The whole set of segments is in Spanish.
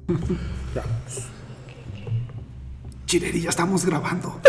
Ya. Chireri, ya estamos grabando.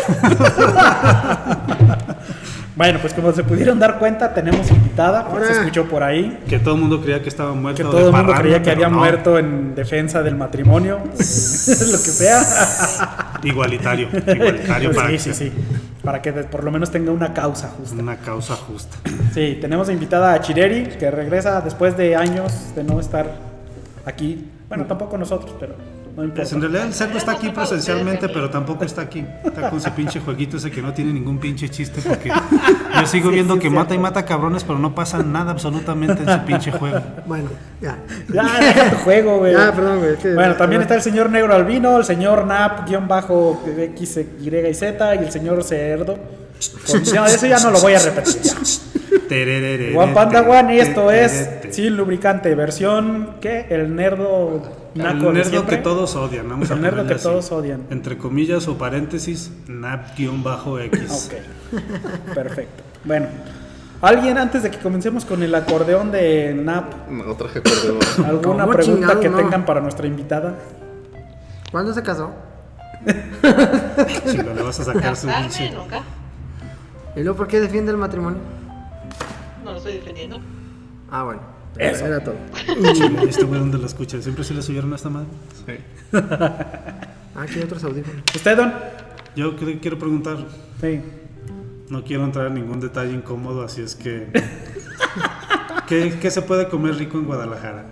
Bueno, pues como se pudieron dar cuenta, tenemos invitada, porque se escuchó por ahí. Que todo el mundo creía que estaba muerto. Que todo el mundo creía que había muerto en defensa del matrimonio, lo que sea. Igualitario para sí. Para que por lo menos tenga una causa justa. Una causa justa. Sí, tenemos invitada a Chireri, que regresa después de años de no estar aquí. Bueno, tampoco nosotros, pero no importa. Pues en realidad el cerdo está aquí presencialmente, pero tampoco está aquí. Está con ese pinche jueguito ese que no tiene ningún pinche chiste, porque yo sigo viendo que mata y mata cabrones, pero no pasa nada absolutamente en ese pinche juego. Bueno, ya. Ya, deja tu juego, güey. Perdón, güey. Bueno, también está el señor Negro Albino, el señor Nap-XYZ y el señor Cerdo. No, eso ya no lo voy a repetir. Ya. Juan Panda One, y esto es sin lubricante, versión ¿qué? El nerdo naco. El nerdo que todos odian. Vamos a el nerdo que así. Todos odian. Entre comillas o paréntesis, Nap-X. Ok, perfecto. Bueno, alguien antes de que comencemos con el acordeón de Nap, No traje acordeón. ¿alguna ¿Cómo pregunta chingado, que no? tengan para nuestra invitada? ¿Cuándo se casó? Chico, le vas a sacar su Casarme, pinche. nunca. ¿Y luego por qué defiende el matrimonio? No lo estoy defendiendo. Ah, bueno. Eso. Era todo. Chile, este güey, ¿dónde lo escucha? ¿Siempre se le subieron a esta madre? Sí. Aquí hay otros audífonos. ¿Usted, don? Yo quiero preguntar. Sí. No quiero entrar en ningún detalle incómodo, así es que. ¿Qué se puede comer rico en Guadalajara?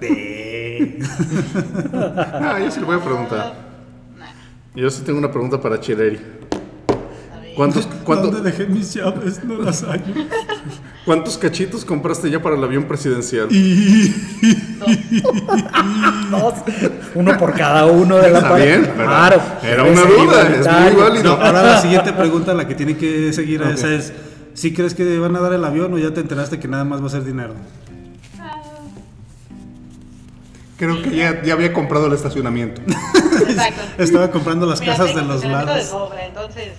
Yo sí le voy a preguntar. Yo sí tengo una pregunta para Chireri. A ver. ¿Dónde dejé mis llaves? No las hallo. ¿Cuántos cachitos compraste ya para el avión presidencial? Dos. Uno por cada uno de la Está pareja. bien, pero Claro. era una Ese duda, es muy igualitario. válido. No, ahora la siguiente pregunta, la que tiene que seguir a Ok. esa es: ¿sí crees que van a dar el avión o ya te enteraste que nada más va a ser dinero? Creo que ya había comprado el estacionamiento. Exacto. Estaba comprando las Mira, casas tengo de los estacionamiento de lados. sobra, entonces.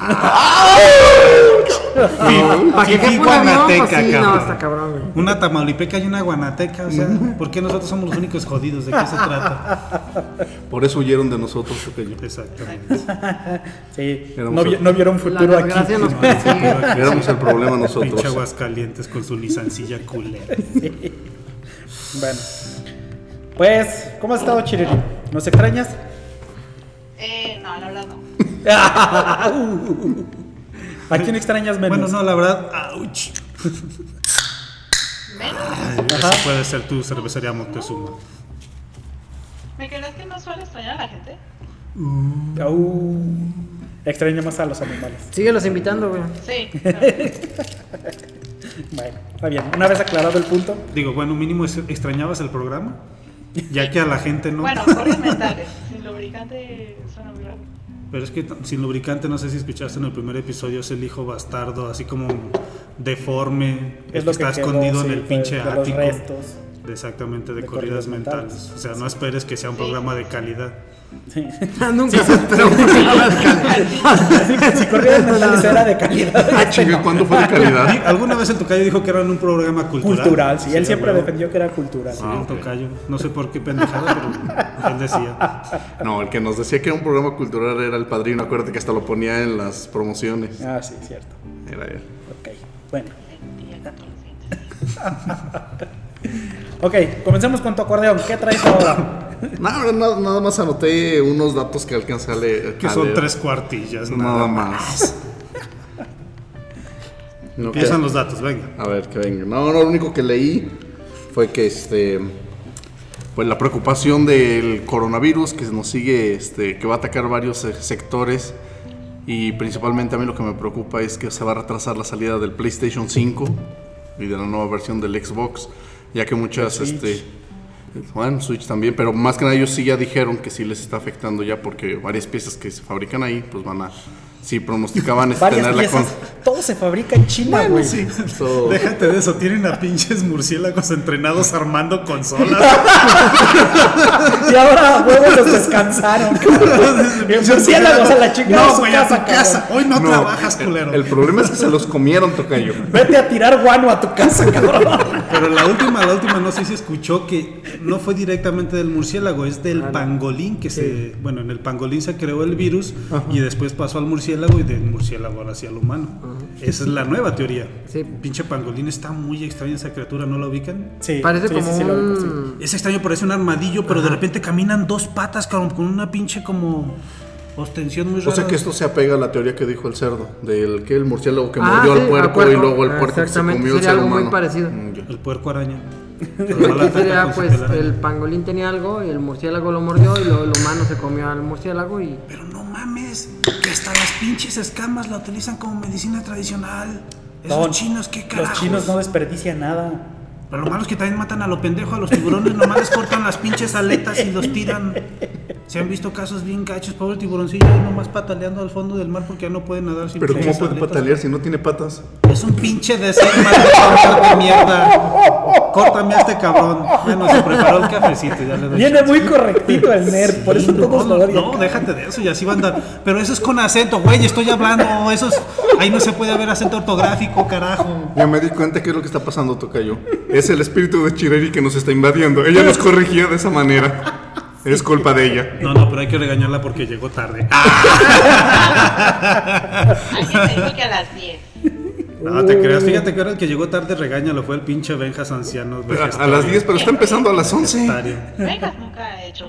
¿Para qué Fifi fue un avión? Guanateca, Pues sí, cabrón. no, está cabrón, güey. Una tamaulipeca y una guanateca, o sea, ¿por qué nosotros somos los únicos jodidos? ¿De qué se trata? Por eso huyeron de nosotros, pequeño. Exactamente. Sí. Éramos No vieron futuro La aquí. desgracia nos persigue. Éramos el problema Pinche nosotros. Aguascalientes con su licencilla culera. Bueno. Pues, ¿cómo has estado, Chireri? ¿Nos extrañas? No, la verdad no. ¿A quién extrañas menos? Bueno, no, la verdad, ouch. Menos. Esa puede ser tu cervecería Moctezuma. ¿Me crees que no suele extrañar a la gente? Extraña más a los animales. Síguelos invitando, güey. Sí. Bueno, está bien. Una vez aclarado el punto. Digo, bueno, mínimo extrañabas el programa, ya que a la gente no. Bueno, corres mentales. Sin lubricante suena muy raro. Pero es que sin lubricante, no sé si escuchaste en el primer episodio, es el hijo bastardo, así como deforme, Es el lo que está que quedó, escondido en sí, el pinche de los ático. restos. Exactamente, de de corridas corridas mentales. mentales. O sea, no esperes que sea un programa de calidad. Sí. Nunca se esperó un programa de calidad. Así que si corridas mentales era de calidad. Ah, chinga, ¿cuándo fue de calidad? Alguna vez el tocayo dijo que era un programa cultural. Cultural, sí. Él siempre a huevo. defendió que era cultural. Sí, el tocayo. No sé por qué pendejada, pero él decía. No, el que nos decía que era un programa cultural era el padrino. Acuérdate que hasta lo ponía en las promociones. Ah, sí, cierto. Era él. Ok, bueno. Mentira con todos los dientes. Ok, comencemos con tu acordeón. ¿Qué traes ahora? Nada más anoté unos datos que alcancé a leer. Que son 3 cuartillas. Nada más. No, Empiezan que- los datos, venga. A ver, que venga. No, lo único que leí fue que pues la preocupación del coronavirus que nos sigue, que va a atacar varios sectores, y principalmente a mí lo que me preocupa es que se va a retrasar la salida del PlayStation 5 y de la nueva versión del Xbox, ya que muchas, bueno, Switch también, pero más que nada ellos sí ya dijeron que sí les está afectando ya, porque varias piezas que se fabrican ahí, pues van a, sí pronosticaban Varias tenerla piezas. Todo se fabrica en China, Bueno, güey. sí, todo. Déjate de eso, tienen a pinches murciélagos entrenados armando consolas. Y ahora a huevos los descansaron. Murciélagos a la chingada. No, su güey, a tu cabrón. casa. Hoy no trabajas, el, culero. el problema es que se los comieron, tocayo. Vete a tirar guano a tu casa, cabrón. Pero la última no sé si escuchó que no fue directamente del murciélago, es del pangolín bueno, en el pangolín se creó el virus y después pasó al murciélago y del murciélago ahora hacia el humano. Esa es la nueva teoría. Sí. Pinche pangolín está muy extraña esa criatura, ¿no la ubican? Sí, Parece sí, como sí, lo ubico, sí. Es extraño, parece un armadillo, pero de repente caminan dos patas con una pinche como ostensión muy rara. O sea que esto se apega a la teoría que dijo el cerdo, del que el murciélago que mordió al sí, puerco y luego el puerco que se exactamente, comió el sería ser algo humano. muy parecido. Ya. El puerco araña. Aquí sería, pues, el pangolín tenía algo y el murciélago lo mordió y luego el humano se comió al murciélago y... Pero no mames, que hasta las pinches escamas la utilizan como medicina tradicional. Esos No, chinos, qué carajos. Los chinos no desperdician nada. Pero lo malo es que también matan a lo pendejo a los tiburones, nomás les cortan las pinches aletas y los tiran. Se han visto casos bien gachos, pobre tiburoncillo, ahí nomás pataleando al fondo del mar porque ya no puede nadar sin Pero ¿cómo pinches puede aletas. patalear si no tiene patas? Es un pinche deseo, madre de mierda. Córtame a este cabrón. Bueno, se preparó el cafecito, ya le doy. Viene muy correctito el nerd, por eso todos lo odian. No, déjate de eso y así va a andar. Pero eso es con acento, güey, estoy hablando. Eso es, ahí no se puede haber acento ortográfico, carajo. Ya me di cuenta que es lo que está pasando, tocayo. Es el espíritu de Chireri que nos está invadiendo. Ella nos corrigía de esa manera. Es culpa de ella. No, pero hay que regañarla porque llegó tarde. Alguien me dijo que a las 10. No te creas, fíjate que ahora el que llegó tarde regáñalo fue el pinche Benjas anciano. A las 10, pero está empezando a las 11. Vegetario. Vengas, nunca ha hecho.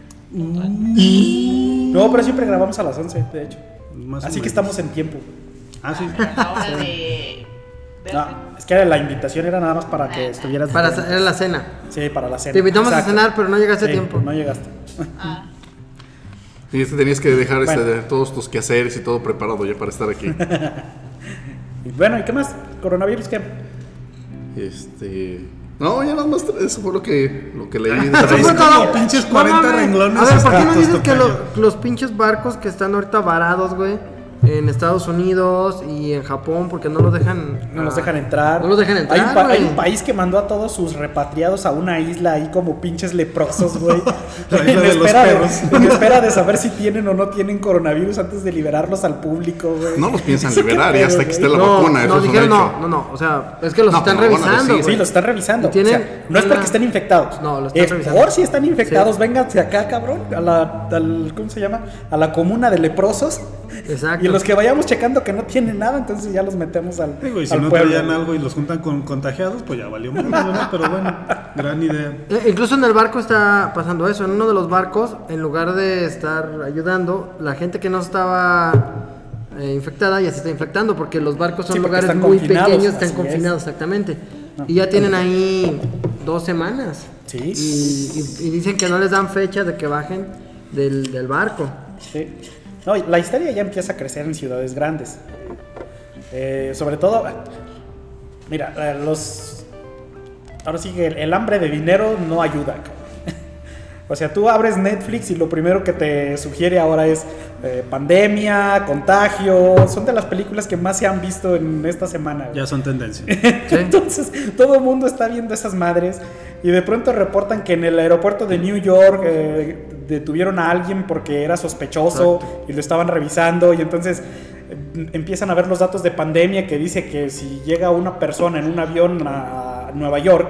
No, pero siempre grabamos a las 11, de hecho. Más o Así que menos. estamos en tiempo. Ah, sí. A la hora de. No, es que la invitación era nada más para que estuvieras. Era la cena. Sí, para la cena. Te invitamos Exacto. a cenar, pero no llegaste a Sí, tiempo. No llegaste. Ah, Y tenías que dejar Bueno. todos tus quehaceres y todo preparado ya para estar aquí. Y bueno, ¿y qué más? ¿Coronavirus qué? No, ya nada más eso fue lo que leí. Eso fue Es todo. como pinches No 40 mames. renglones A ver, ¿por qué no escritos, dices que tocayo? los pinches barcos que están ahorita varados, güey, en Estados Unidos y en Japón, porque no los dejan... No los dejan entrar. No los dejan entrar, Hay un güey. país que mandó a todos sus repatriados a una isla ahí como pinches leprosos, güey. La isla en, de los espera perros. en espera de saber si tienen o no tienen coronavirus antes de liberarlos al público, güey. No los piensan Eso qué liberar y pedo, hasta que güey. esté la No, vacuna. Eso no, es un dijeron hecho. no, o sea, es que los No, están pero lo van a revisando, decir. güey. Sí, los están revisando. Y tienen O sea, no es porque una- estén infectados. No, lo están es revisando. por si están infectados, Sí. vénganse acá, cabrón, ¿cómo se llama? A la comuna de leprosos. Exacto. Y los que vayamos checando que no tienen nada, entonces ya los metemos al, Digo, y si al no pueblo. traían algo y los juntan con contagiados, pues ya valió más, ¿verdad? Pero bueno, gran idea. Incluso en el barco está pasando eso. En uno de los barcos, en lugar de estar ayudando, la gente que no estaba infectada ya se está infectando porque los barcos son Sí, porque lugares están muy confinados, pequeños, están así confinados, exactamente. Y ya tienen ahí 2 semanas. Sí. Y dicen que no les dan fecha de que bajen del barco. Sí. No, la histeria ya empieza a crecer en ciudades grandes. Sobre todo, mira, ahora sí que el hambre de dinero no ayuda, cabrón. O sea, tú abres Netflix y lo primero que te sugiere ahora es pandemia, contagio. Son de las películas que más se han visto en esta semana, güey. Ya son tendencias. Entonces, todo el mundo está viendo esas madres y de pronto reportan que en el aeropuerto de New York detuvieron a alguien porque era sospechoso. Exacto. Y lo estaban revisando y entonces empiezan a ver los datos de pandemia que dice que si llega una persona en un avión a Nueva York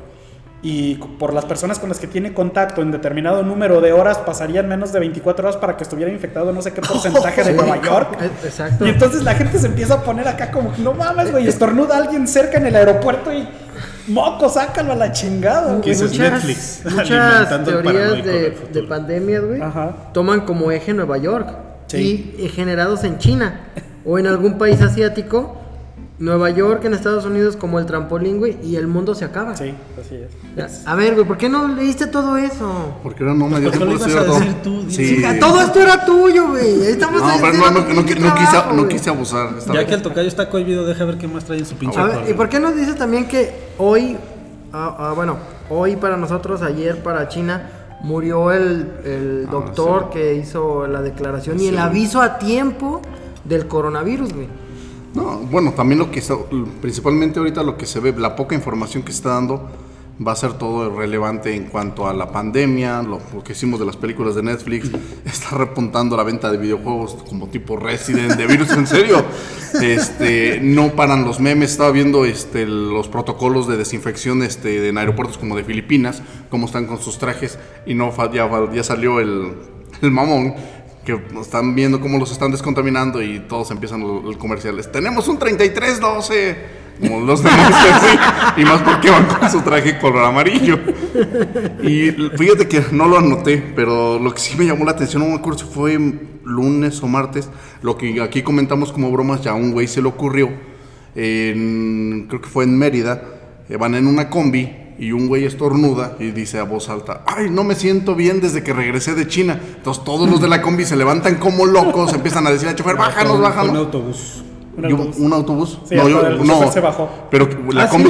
y por las personas con las que tiene contacto en determinado número de horas pasarían menos de 24 horas para que estuviera infectado no sé qué porcentaje de Nueva York. Exacto. Y entonces la gente se empieza a poner acá como, no mames, güey, estornuda a alguien cerca en el aeropuerto y moco, sácalo a la chingada. ¿Qué dices? Netflix, Muchas alimentando el teorías paranoico del de futuro. pandemias, güey, Ajá. toman como eje Nueva York. Sí. Y generados en China o en algún país asiático. Nueva York en Estados Unidos como el trampolín, güey, y el mundo se acaba. Sí, así es. A ver, güey, ¿por qué no leíste todo eso? Porque ahora no me dio Pues, tiempo ¿qué de le ibas a decirlo. decir tú? Sí. Chica, todo esto era tuyo, güey. Ahí estamos No, pero haciendo tu no pinche quise, trabajo, no güey. quise abusar. esta Ya vez. que el tocayo está cohibido, deja ver qué más trae en su pinche A ver, cuarto. ¿y por qué nos dices también que hoy, bueno, hoy para nosotros, ayer para China, murió el doctor sí. que hizo la declaración y Sí. el aviso a tiempo del coronavirus, güey? No, bueno, también lo que está, principalmente ahorita lo que se ve, la poca información que se está dando, va a ser todo relevante en cuanto a la pandemia, lo que hicimos de las películas de Netflix, está repuntando la venta de videojuegos como tipo Resident, de virus, en serio. No paran los memes, estaba viendo los protocolos de desinfección en aeropuertos como de Filipinas, cómo están con sus trajes, y ya salió el mamón, que están viendo cómo los están descontaminando y todos empiezan los comerciales. Tenemos un 3312. Como los de Monster, sí. Y más porque van con su traje color amarillo. Y fíjate que no lo anoté, pero lo que sí me llamó la atención, no me acuerdo si fue lunes o martes, lo que aquí comentamos como bromas, ya a un güey se le ocurrió, creo que fue en Mérida, van en una combi y un güey estornuda y dice a voz alta: ay, no me siento bien desde que regresé de China. Entonces todos los de la combi se levantan como locos, empiezan a decir al chofer: bájanos. Un autobús. ¿Un autobús? Sí, no, se bajó. Pero la combi,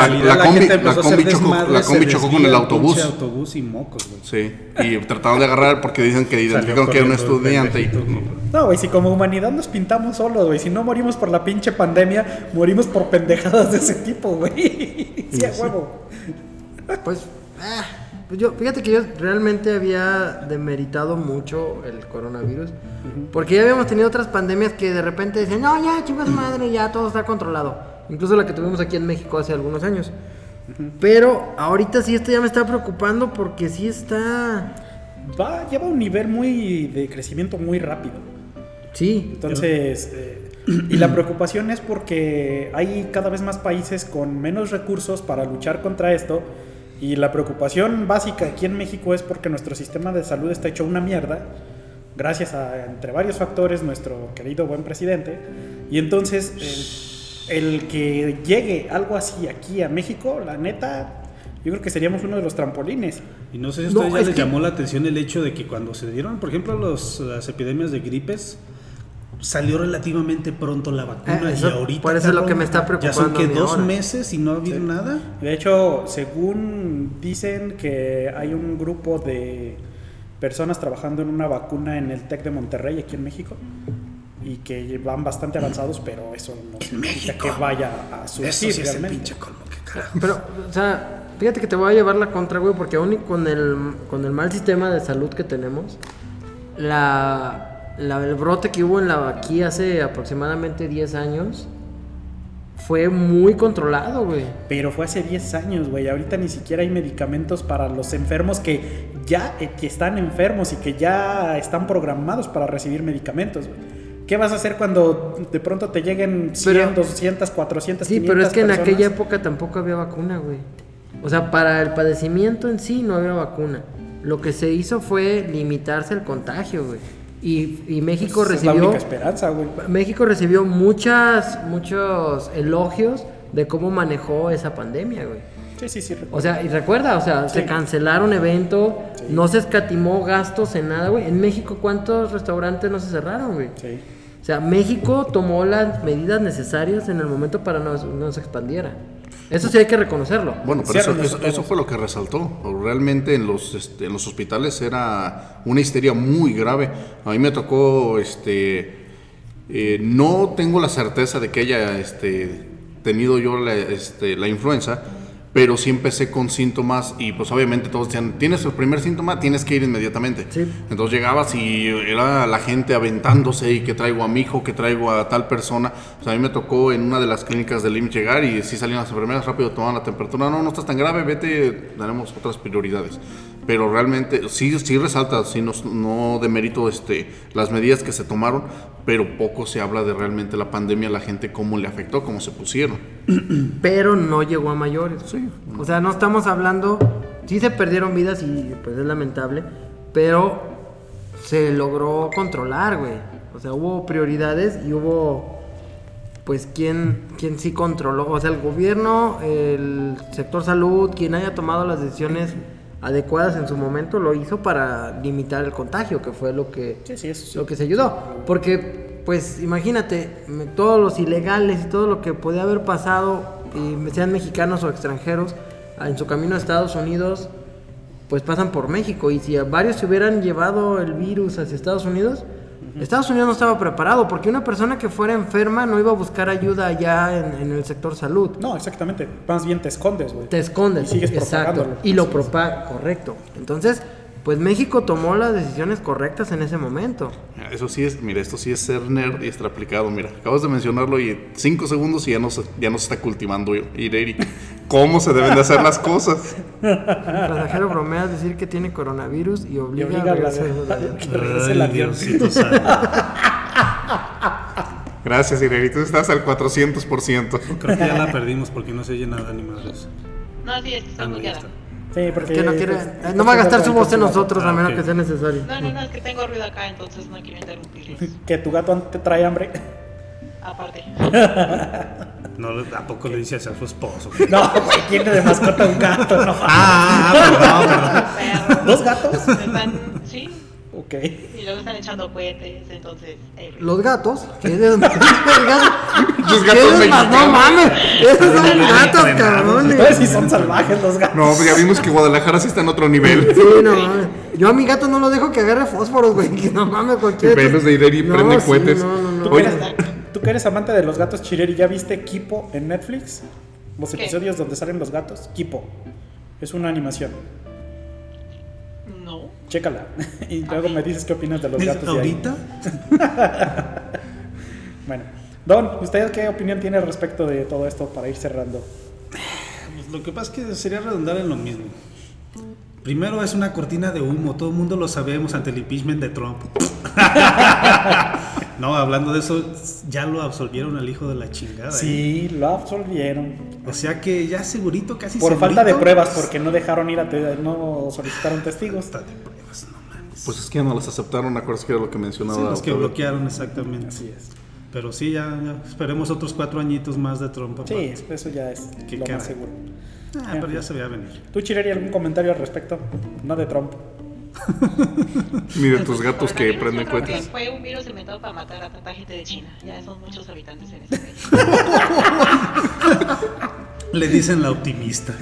la combi chocó con el autobús. Autobús y mocos, güey. Sí, y trataron de agarrar porque dicen que identificaron que era un estudiante. No, güey, si como humanidad nos pintamos solos, güey. Si no morimos por la pinche pandemia, morimos por pendejadas de ese tipo, güey. Sí, a huevo. Pues yo, fíjate que yo realmente había demeritado mucho el coronavirus, porque ya habíamos tenido otras pandemias que de repente decían: no, ya, chicos, madre, ya todo está controlado. Incluso la que tuvimos aquí en México hace algunos años. Pero ahorita sí, esto ya me está preocupando porque sí está... Lleva un nivel de crecimiento muy rápido. Sí. Entonces, y la preocupación es porque hay cada vez más países con menos recursos para luchar contra esto. Y la preocupación básica aquí en México es porque nuestro sistema de salud está hecho una mierda, gracias a, entre varios factores, nuestro querido buen presidente. Y entonces, el que llegue algo así aquí a México, la neta, yo creo que seríamos uno de los trampolines. Y no sé si a ustedes ya les llamó la atención el hecho de que cuando se dieron, por ejemplo, las epidemias de gripes, salió relativamente pronto la vacuna, y ahorita por eso es lo que me está preocupando. Ya son que 2 meses y no ha habido nada. De hecho, según dicen que hay un grupo de personas trabajando en una vacuna en el TEC de Monterrey, aquí en México, y que van bastante avanzados, pero eso no significa que vaya a surgir. Eso sí realmente. es el pinche colmo, que carajo. Pero, o sea, fíjate que te voy a llevar la contra, güey, porque aún con el mal sistema de salud que tenemos, el brote que hubo aquí hace aproximadamente 10 años fue muy controlado, güey. Pero fue hace 10 años, güey. Ahorita ni siquiera hay medicamentos para los enfermos que están enfermos y que ya están programados para recibir medicamentos, güey. ¿Qué vas a hacer cuando de pronto te lleguen 100, 200, 400, sí, 500 pero es que personas? En aquella época tampoco había vacuna, güey. O sea, para el padecimiento en sí no había vacuna. Lo que se hizo fue limitarse el contagio, güey. Y México recibió... Es la única esperanza, güey. México recibió muchos elogios de cómo manejó esa pandemia, güey. Sí. O sea, y recuerda, sí. Se cancelaron eventos, sí. No se escatimó gastos en nada, güey. En México, ¿cuántos restaurantes no se cerraron, güey? Sí. O sea, México tomó las medidas necesarias en el momento para no se expandiera. Eso sí hay que reconocerlo. Bueno, pero eso fue lo que resaltó. Realmente en los hospitales era una histeria muy grave. A mí me tocó, no tengo la certeza de que haya tenido yo la influenza, pero sí empecé con síntomas y pues obviamente todos decían: tienes el primer síntoma, tienes que ir inmediatamente. Sí. Entonces llegabas y era la gente aventándose, y que traigo a mi hijo, que traigo a tal persona. O sea, a mí me tocó en una de las clínicas del IMSS llegar y sí salían las enfermeras rápido, tomaban la temperatura: no estás tan grave, vete, tenemos otras prioridades. Pero realmente sí resalta, sí no demerito las medidas que se tomaron, pero poco se habla de realmente la pandemia, la gente cómo le afectó, cómo se pusieron. Pero no llegó a mayores. Sí. O sea, no estamos hablando... Sí se perdieron vidas y pues es lamentable, pero se logró controlar, güey. O sea, hubo prioridades y hubo... Pues quien sí controló. O sea, el gobierno, el sector salud, quien haya tomado las decisiones adecuadas en su momento, lo hizo para limitar el contagio, que fue lo que se ayudó. Porque, pues, imagínate, todos los ilegales y todo lo que podía haber pasado, sean mexicanos o extranjeros, en su camino a Estados Unidos, pues pasan por México. Y si a varios se hubieran llevado el virus hacia Estados Unidos, Estados Unidos no estaba preparado, porque una persona que fuera enferma no iba a buscar ayuda allá en el sector salud. No, exactamente. Más bien te escondes, güey. Te escondes. Y sigues exacto. propagándolo. Y lo propaga, correcto. Entonces, pues México tomó las decisiones correctas en ese momento. Eso sí es, mira, esto sí es ser nerd y estar aplicado. Mira, acabas de mencionarlo y en 5 segundos y ya no se está cultivando Ireri. ¿Cómo se deben de hacer las cosas? El pasajero bromea al decir que tiene coronavirus y obliga a regresar que regrese el avión. Gracias, Ireri, tú estás al 400%. Creo que ya la perdimos porque no se oye nada ni madres. No, sí, es que está no, muy ya cara. está. Sí, porque... Que no quiere, pues, no va a gastar su voz en nosotros. nosotros a menos ok. que sea necesario. No, es que tengo ruido acá, entonces no quiero interrumpirles. Que tu gato te trae hambre. Aparte. No, ¿a poco le dices a su esposo? No, güey, tiene de mascota un gato, no. Perdón. Perros. ¿Dos gatos? Están, sí, Ok. y luego están echando cohetes, entonces... Los gatos, ¿qué de dónde? Los gatos ¿Qué? mexicanos. No mames, esos son gatos, Ustedes cabrones. sí son salvajes los gatos. No, pues ya vimos que Guadalajara sí está en otro nivel. Sí, no mames. Yo a mi gato no lo dejo que agarre fósforos, güey. No mames, cualquier. Velos de Ireri prende sí, cohetes. No. ¿Tú, Oye. tú que eres amante de los gatos, Chireri, ¿ya viste Kipo en Netflix? Los ¿Qué? episodios donde salen los gatos. Kipo. Es una animación. No. Chécala. Y luego me dices qué opinas de los gatos. de ahí. ¿Ahorita? Bueno. Don, ¿usted qué opinión tiene al respecto de todo esto para ir cerrando? Pues lo que pasa es que sería redundar en lo mismo. Primero es una cortina de humo, todo el mundo lo sabemos ante el impeachment de Trump. No, hablando de eso, ya lo absolvieron al hijo de la chingada. Sí, lo absolvieron. O sea que ya segurito, casi Por segurito. falta de pruebas, porque no dejaron ir no solicitaron testigos. Falta de pruebas, no mames. Pues es que ya no las aceptaron, acuerdas que era lo que mencionaba. Sí, los que otra vez. bloquearon exactamente. Así es. Pero sí, ya esperemos otros 4 añitos más de Trump. Sí, aparte. eso ya es Qué lo cara. más seguro. Pero ya se veía venir. ¿Tú, Chireri, algún comentario al respecto? No de Trump. Ni de tus gatos que Coronavirus, prenden yo creo que cohetes. fue un virus inventado para matar a tanta gente de China. Ya son muchos habitantes en este país. Le dicen la optimista.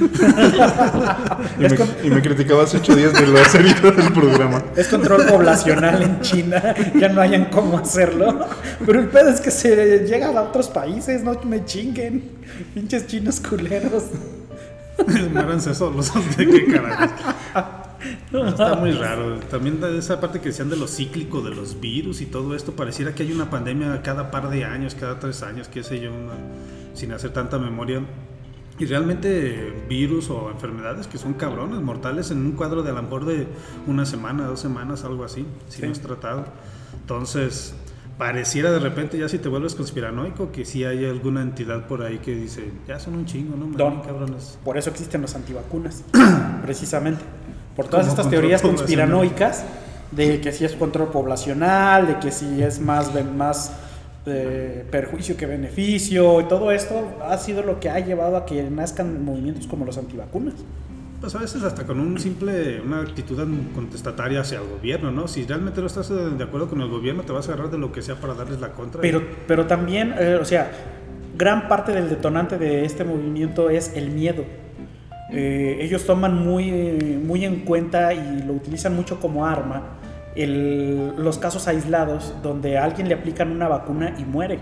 Y me criticaba hace 8 días de la serie del programa. Es control poblacional en China, ya no hayan cómo hacerlo. Pero el pedo es que se llega a otros países, no me chinguen. Pinches chinos culeros. Muéranse solos. ¿De qué carajo? Está muy raro. También esa parte que decían de lo cíclico, de los virus y todo esto, pareciera que hay una pandemia cada par de años, cada 3 años, qué sé yo, sin hacer tanta memoria. Y realmente virus o enfermedades que son cabrones, mortales, en un cuadro de a lo mejor de 1 semana, 2 semanas, algo así, si no es tratado. Entonces, pareciera de repente, ya si te vuelves conspiranoico, que sí hay alguna entidad por ahí que dice, ya son un chingo, ¿no? Don, Cabrones. por eso existen los antivacunas, precisamente. Por todas Como estas control teorías poblacional. conspiranoicas de que si es control poblacional, de que si es más perjuicio que beneficio, y todo esto ha sido lo que ha llevado a que nazcan movimientos como los antivacunas. Pues a veces hasta con una actitud contestataria hacia el gobierno, ¿no? Si realmente no estás de acuerdo con el gobierno, te vas a agarrar de lo que sea para darles la contra. Pero también, o sea, gran parte del detonante de este movimiento es el miedo. Ellos toman muy en cuenta y lo utilizan mucho como arma los casos aislados donde a alguien le aplican una vacuna y muere.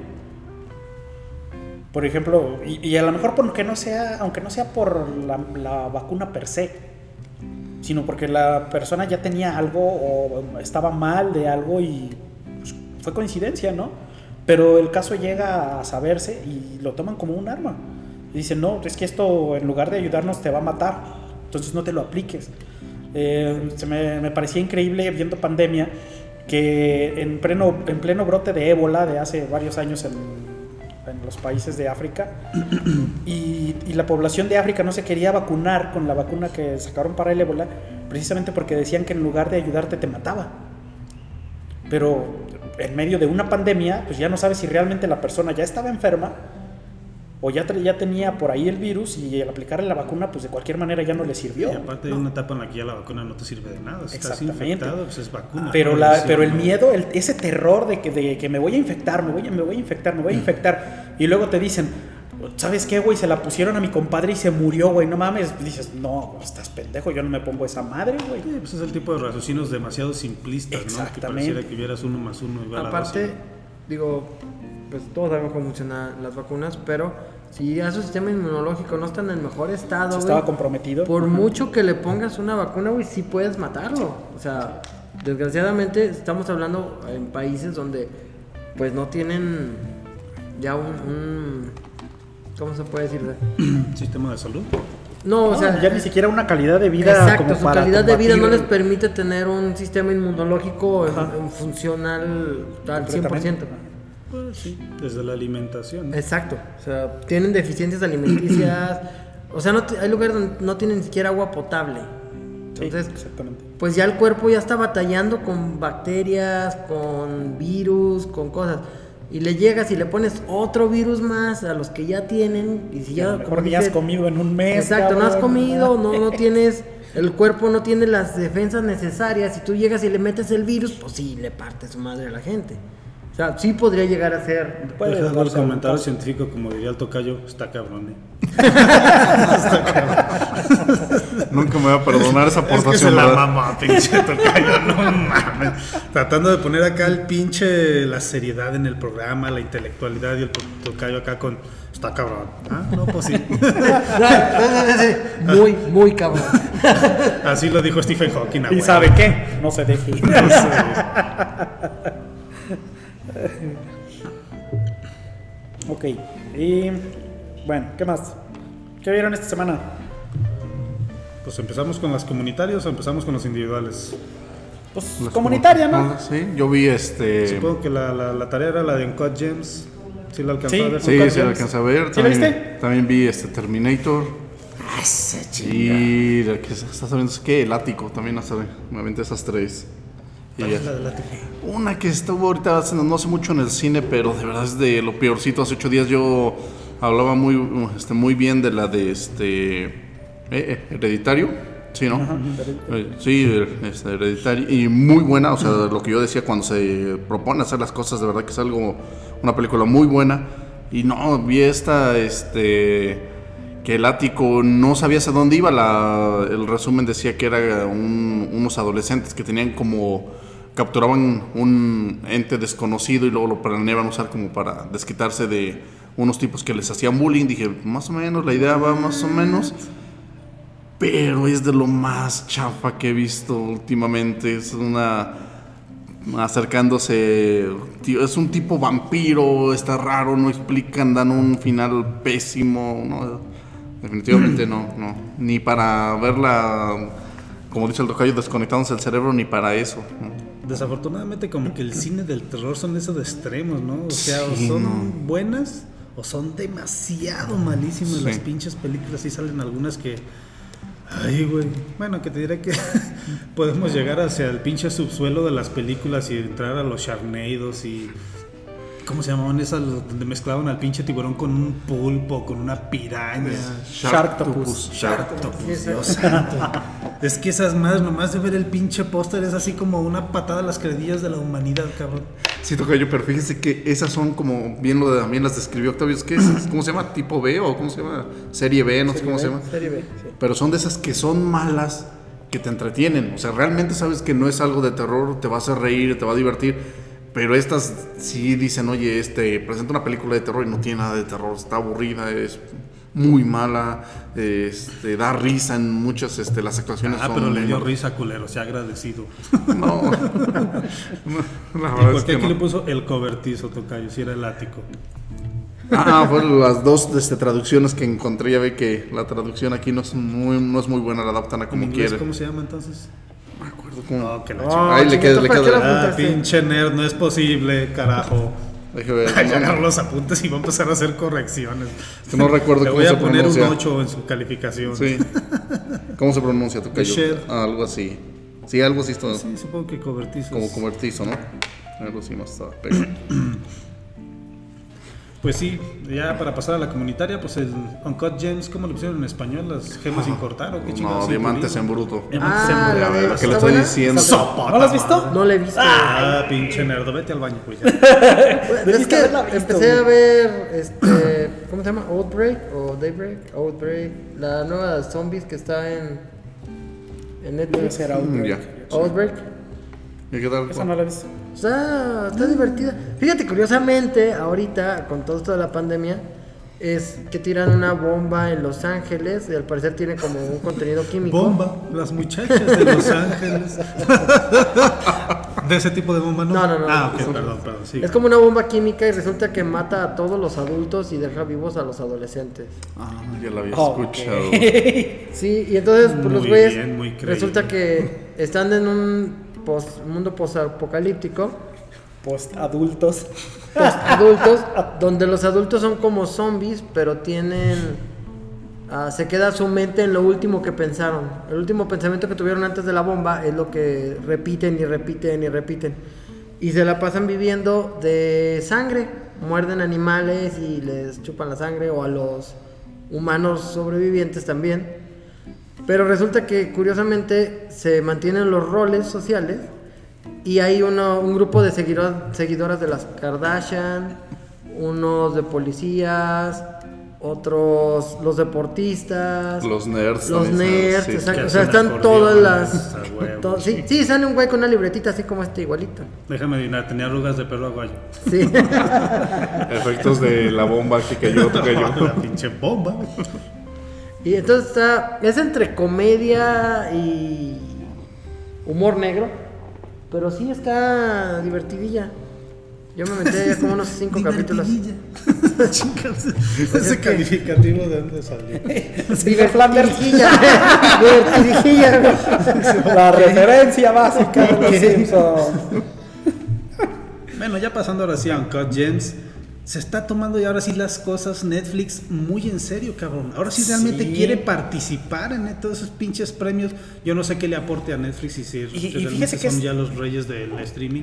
Por ejemplo, y a lo mejor aunque no sea por la vacuna per se, sino porque la persona ya tenía algo o estaba mal de algo y pues, fue coincidencia, ¿no? Pero el caso llega a saberse y lo toman como un arma. Y dicen, no, es que esto en lugar de ayudarnos te va a matar, entonces no te lo apliques. Me parecía increíble viendo pandemia que en pleno brote de ébola de hace varios años en los países de África y la población de África no se quería vacunar con la vacuna que sacaron para el ébola precisamente porque decían que en lugar de ayudarte te mataba. Pero en medio de una pandemia pues ya no sabes si realmente la persona ya estaba enferma o ya tenía por ahí el virus y al aplicarle la vacuna pues de cualquier manera ya no le sirvió. Y aparte hay una etapa en la que ya la vacuna no te sirve de nada. Si estás Exactamente. infectado, pues es vacuna. Pero ¿no? el miedo, ese terror de que me voy a infectar, me voy a infectar y luego te dicen, ¿Sabes qué, güey? Se la pusieron a mi compadre y se murió, güey. No mames. Dices, no, estás pendejo. Yo no me pongo esa madre, güey. Sí, pues es el tipo de raciocinios demasiado simplistas, ¿no? Que pareciera que hubieras 1 más 1 igual a 2. Aparte, digo, pues todos sabemos cómo funcionan las vacunas, pero si ya su sistema inmunológico no está en el mejor estado, Se estaba comprometido. por mucho que le pongas una vacuna, güey, sí puedes matarlo. O sea, desgraciadamente estamos hablando en países donde pues no tienen ya un ¿cómo se puede decir? ¿Sistema de salud? No, o sea, ya ni siquiera una calidad de vida. exacto, como su para calidad de vida no combatir les permite tener un sistema inmunológico en funcional al 100%. Pues sí, desde la alimentación. Exacto, o sea, tienen deficiencias alimenticias, o sea, hay lugares donde no tienen ni siquiera agua potable. Entonces, Sí, exactamente. pues ya el cuerpo ya está batallando con bacterias, con virus, con cosas. Y le llegas y le pones otro virus más a los que ya tienen. Y si Ya, ya, mejor ni has comido en un mes. exacto, no has cabrón. comido, no tienes, el cuerpo no tiene las defensas necesarias. Si tú llegas y le metes el virus, pues sí, le parte su madre a la gente. O sea, sí podría llegar a ser. Puede Dejando el darse comentario un caso. científico, como diría el tocayo, está cabrón, Nunca me voy a perdonar esa Es que aportación. se la ¿verdad? mamá, pinche tocayo, no mames. Tratando de poner acá el pinche, la seriedad en el programa, la intelectualidad y el tocayo acá con, está cabrón. Ah, no, pues sí. Muy, muy cabrón. Así lo dijo Stephen Hawking. ¿Y sabe qué? No se deje. No sé. Ok. Y bueno, ¿qué más? ¿Qué vieron esta semana? Pues empezamos con las comunitarias o empezamos con los individuales. Pues Las comunitaria, ¿no? Ah, sí, yo vi Supongo que la tarea era la de Uncut Gems. ¿Sí la alcanzó Sí, a ver? Sí, Uncut se la Gems. alcanza a ver. ¿Sí la También, viste? también vi Terminator. Y la que estás viendo es que el ático también me aventé esas 3. Y ¿Cuál es la de la una que estuvo ahorita haciendo no hace mucho en el cine, pero de verdad es de lo peorcito. Hace 8 días yo hablaba muy bien de la de Hereditario. Sí, ¿no? Sí, Hereditario. Y muy buena, o sea, lo que yo decía cuando se propone hacer las cosas, de verdad que es una película muy buena. Y no, vi que el ático no sabía hacia dónde iba. El resumen decía que era unos adolescentes que tenían capturaban un ente desconocido y luego lo planeaban usar como para desquitarse de unos tipos que les hacían bullying. Dije, más o menos, la idea va más o menos. Pero es de lo más chafa que he visto últimamente. Es acercándose, tío, es un tipo vampiro, está raro, no explican, dan un final pésimo, no, definitivamente no, ni para verla, como dice el tocayo, desconectándose el cerebro, ni para eso, ¿no? Desafortunadamente como que el cine del terror son esos extremos, ¿no? O sea, Sí, o son no. buenas o son demasiado malísimas Sí. las pinches películas. Y salen algunas que... Ay, güey. Bueno, que te diré que podemos llegar hacia el pinche subsuelo de las películas y entrar a los Sharknados y... ¿Cómo se llamaban esas? Donde mezclaban al pinche tiburón con un pulpo, con una piraña. Sharktopus. Sharktopus, Dios santo. Es que esas madres, nomás de ver el pinche póster, es así como una patada a las credillas de la humanidad, cabrón. Sí, tocayo, pero fíjese que esas son como, bien las describió Octavio, es que ¿cómo se llama? ¿Tipo B o cómo se llama? Serie B, no sé cómo se llama. Serie B, sí. Pero son de esas que son malas, que te entretienen. O sea, realmente sabes que no es algo de terror, te va a hacer reír, te va a divertir. Pero estas sí dicen, oye, presenta una película de terror y no tiene nada de terror, está aburrida, es muy mala, da risa en muchas, las actuaciones son Pero le muy dio malas. risa, culero, se ha agradecido. No, la ¿Y verdad por es qué que aquí no. le puso el cobertizo, tocayo, si era el ático? Fueron las dos traducciones que encontré. Ya ve que la traducción aquí no es muy buena, la adaptan a ¿En como inglés quiere. cómo se llama entonces? No me acuerdo cómo. No, que la Oh, chingada. Ahí le chiquito, queda. ¿para qué la Ah, apuntaste? pinche nerd, no es posible, carajo. Deje ver. Ay, agarro los apuntes y va a empezar a hacer correcciones. Es que no recuerdo Le cómo voy se a poner un pronuncia. 8 en su calificación. Sí. ¿Cómo se pronuncia tu Michelle. Algo así. Sí, algo así, todo, Sí, supongo que cobertizos. como cobertizo, ¿no? Algo así más estaba pegado. Pues sí, ya para pasar a la comunitaria, pues el Uncut Gems, ¿cómo lo pusieron en español? ¿Las gemas sin cortar o qué chingados? No, diamantes en bruto. Ah, la de- ¿Qué le ¿está estoy buena? diciendo? ¿No lo has visto? No la he visto. Pinche nerdo, vete al baño, pues ya. Es debiste que haberla visto, empecé a güey. ver, ¿cómo se llama? Outbreak o Daybreak, Outbreak, la nueva de zombies que está en Debe Netflix. ser Outbreak. Ya. Outbreak. ¿Y qué tal? Esa no la he visto. Está divertida. Fíjate, curiosamente, ahorita, con todo esto de la pandemia, es que tiran una bomba en Los Ángeles y al parecer tiene como un contenido químico. Bomba, las muchachas de Los Ángeles. ¿De ese tipo de bomba no? No. Ah, ok, perdón, sí. Es como una bomba química y resulta que mata a todos los adultos y deja vivos a los adolescentes. Ah, ya la había Ok. escuchado. Sí, y entonces pues, los Muy güeyes bien, muy creíble. resulta que están en un mundo posapocalíptico, Post-adultos. adultos, donde los adultos son como zombies, pero tienen... se queda su mente en lo último que pensaron. El último pensamiento que tuvieron antes de la bomba es lo que repiten y repiten y repiten. Y se la pasan viviendo de sangre. Muerden animales y les chupan la sangre, o a los humanos sobrevivientes también. Pero resulta que curiosamente se mantienen los roles sociales. Y hay un grupo de seguidoras de las Kardashian, unos de policías, otros los deportistas, Los nerds. los también, nerds, sí. exacto. Que O sea, hacen están todas las... acordeones, a huevo. Sí, sale un güey con una libretita así como este, igualito. Déjame adivinar, tenía arrugas de pelo aguayo. Sí. Efectos de la bomba que cayó, que cayó. La pinche bomba. Y entonces es entre comedia y humor negro, pero sí está divertidilla. Yo me metí ya como unos 5 capítulos. Ese calificativo de dónde salió. Divertidilla. Divertidilla, güey. La referencia básica de los Simpsons. Bueno, ya pasando ahora sí a Uncut Gems, se está tomando ya ahora sí las cosas Netflix muy en serio, cabrón. Ahora sí realmente Sí. quiere participar en todos esos pinches premios. Yo no sé qué le aporte a Netflix y si realmente fíjese que son es- ya los reyes del streaming.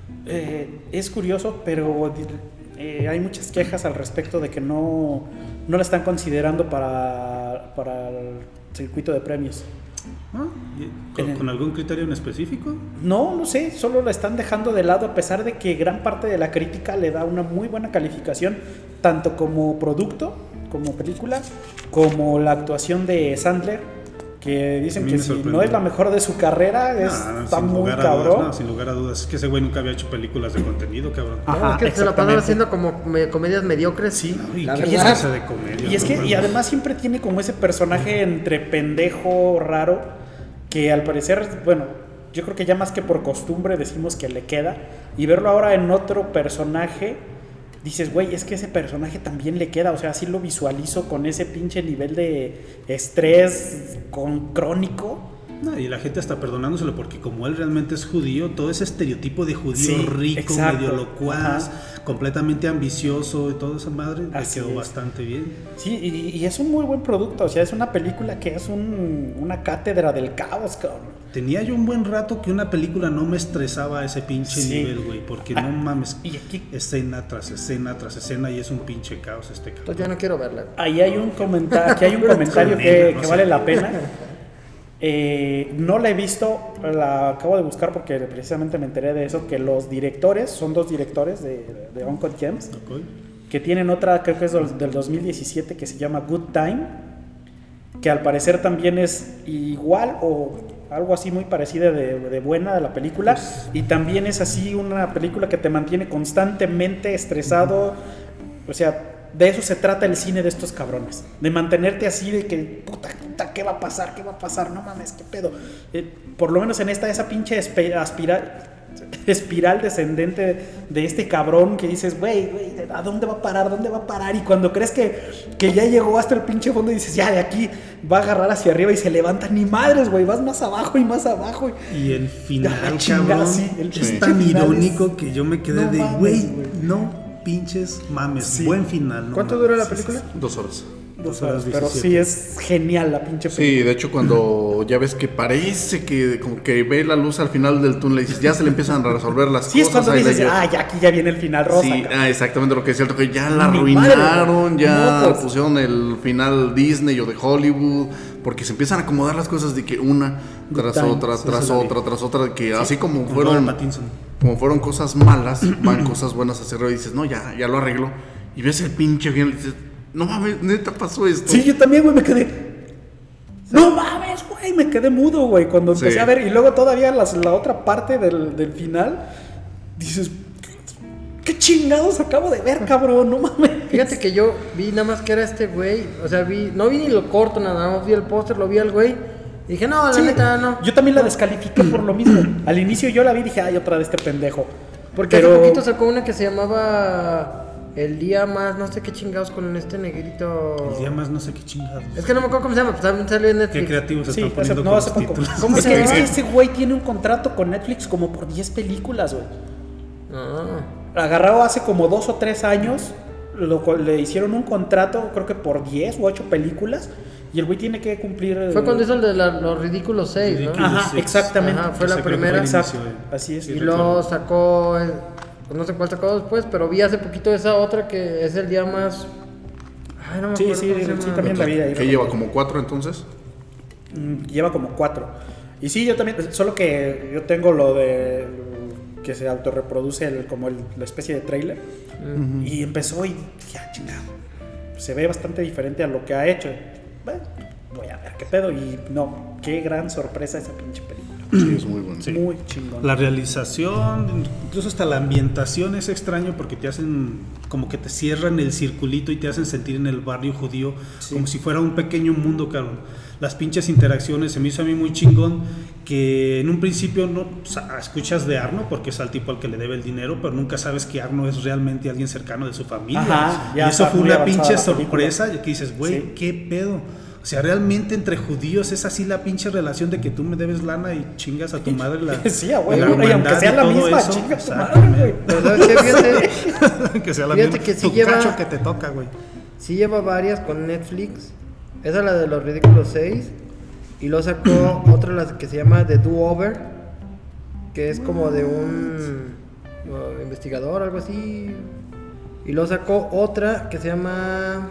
Es curioso, pero hay muchas quejas al respecto de que no la están considerando para el circuito de premios. ¿Ah? ¿Con algún criterio en específico? No sé, solo la están dejando de lado a pesar de que gran parte de la crítica le da una muy buena calificación, tanto como producto, como película, como la actuación de Sandler, que A dicen mí que me si sorprendió. no es la mejor de su carrera, está sin muy lugar a cabrón. dudas, no, sin lugar a dudas. Es que ese güey nunca había hecho películas de contenido, cabrón. Ajá, Es que se la pasan exactamente. haciendo como comedias mediocres. Sí, Y la qué verdad. clase de comedia. Y es que, ¿no? y además siempre tiene como ese personaje entre pendejo, raro, que al parecer, bueno, yo creo que ya más que por costumbre decimos que le queda, y verlo ahora en otro personaje, dices, güey, es que ese personaje también le queda, o sea, así lo visualizo con ese pinche nivel de estrés crónico. No, y la gente está perdonándoselo porque como él realmente es judío, todo ese estereotipo de judío Sí, rico, exacto. medio locuaz, completamente ambicioso y toda esa madre, le Así quedó es. bastante bien. Sí, y es un muy buen producto, o sea, es una película que es una cátedra del caos, cabrón. Tenía yo un buen rato que una película no me estresaba a ese pinche Sí. nivel, güey, porque no mames, Y aquí escena tras escena tras escena y es un pinche caos este cabrón. Entonces ya no quiero verla. ahí hay un comentario, aquí hay un comentario que vale la pena. No la he visto, la acabo de buscar porque precisamente me enteré de eso, que los directores, son 2 directores de Uncut Gems, Ok. que tienen otra, creo que es del 2017, que se llama Good Time, que al parecer también es igual o algo así muy parecida de buena de la película, y también es así una película que te mantiene constantemente estresado, o sea, de eso se trata el cine de estos cabrones, de mantenerte así de que, puta, ¿qué va a pasar? ¿Qué va a pasar? No mames, ¿qué pedo? Por lo menos en esa pinche espiral descendente de este cabrón que dices, güey, ¿a dónde va a parar? ¿Dónde va a parar? Y cuando crees que ya llegó hasta el pinche fondo y dices, ya, de aquí va a agarrar hacia arriba y se levanta, ni madres, güey, vas más abajo y más abajo. Y el final, Ah, chingada, cabrón, sí, el es pinche tan final irónico es- que yo me quedé No de, mames, güey, güey. no pinches mames, Sí. buen final. No ¿Cuánto mames. dura la película? 2 horas. 2 horas Pero 17. sí es genial la pinche Sí, película. de hecho cuando ya ves que parece que como que ve la luz al final del túnel y dices, ya se le empiezan a resolver las Sí, es cosas. cuando ahí dices, la- ya aquí ya viene el final rosa. Sí, cabrón. exactamente lo que es cierto, que ya la Ni madre, arruinaron, güey. ya No, pues. pusieron el final Disney o de Hollywood, porque se empiezan a acomodar las cosas de que una tras Time, otra, sí, tras sí, la vi. otra, tras otra, que así como Con Robert fueron, Pattinson. como fueron cosas malas, van cosas buenas a hacerlo y dices, no, ya lo arreglo. Y ves el pinche final y dices, no mames, neta pasó esto. Sí, yo también, güey, me quedé. No mames, güey, me quedé mudo, güey, cuando empecé Sí. a ver. Y luego todavía la otra parte del final, dices, ¿qué chingados acabo de ver, cabrón? No mames. Fíjate que yo vi nada más que era este güey, o sea, no vi ni lo corto, nada más vi el póster, lo vi al güey, y dije, no, la Sí, neta, no. Yo también la descalifiqué por lo mismo. Al inicio yo la vi y dije, ay, otra de este pendejo. Porque Pero- hace poquito sacó una que se llamaba El Día Más, no sé qué chingados con este negrito. El día más no sé qué chingados. Es que no me acuerdo cómo se llama, pues también salió en Qué Netflix. creativos se Sí, están poniendo no, con hace los poco. títulos. ¿Cómo Es se que llama? ese güey tiene un contrato con Netflix como por 10 películas, güey. Ah, Agarrado hace como 2 o 3 años, le hicieron un contrato, creo que por 10 u 8 películas, y el güey tiene que cumplir. fue cuando hizo el de Los Ridículos 6, ¿no? Ridículos. Ajá, Sí. exactamente. Ajá, fue la Ese creo que primera. fue el Exacto, inicio, así es. Y luego sacó, pues no sé cuál sacó después, pero vi hace poquito esa otra que es El Día Más. Ay, no me Sí, acuerdo sí, cómo se sí, llama. también la vi ahí. ¿Qué lleva? ¿Como 4 entonces? Lleva como 4. Y sí, yo también, solo que yo tengo lo de que se autorreproduce la especie de trailer. Y empezó y ya, chingado. Se ve bastante diferente a lo que ha hecho. Bueno, voy a ver qué pedo. Y no, qué gran sorpresa esa pinche película. Sí, es muy bueno. Muy chingón. La realización, incluso hasta la ambientación es extraño porque te hacen como que te cierran el circulito y te hacen sentir en el barrio judío como si fuera un pequeño mundo, cabrón. Las pinches interacciones se me hizo a mí muy chingón que en un principio no escuchas de Arno porque es al tipo al que le debe el dinero, pero nunca sabes que Arno es realmente alguien cercano de su familia. Ajá, y ya eso está fue muy una avanzada pinche la película. sorpresa y que dices, güey, Sí. ¿qué pedo? O sea, realmente entre judíos es así la pinche relación de que tú me debes lana y chingas a tu madre la Sí, güey, la y aunque hermandad sea y la todo misma, eso. chinga tu madre, Exactamente. güey. Pero ¿sabes qué? Fíjate, Que sea la Fíjate misma. que sí tu lleva- cacho que te toca, güey. sí lleva varias con Netflix. Esa es la de Los Ridículos 6. Y luego sacó otra la que se llama The Do-Over, que es como de un investigador, algo así. Y luego sacó otra que se llama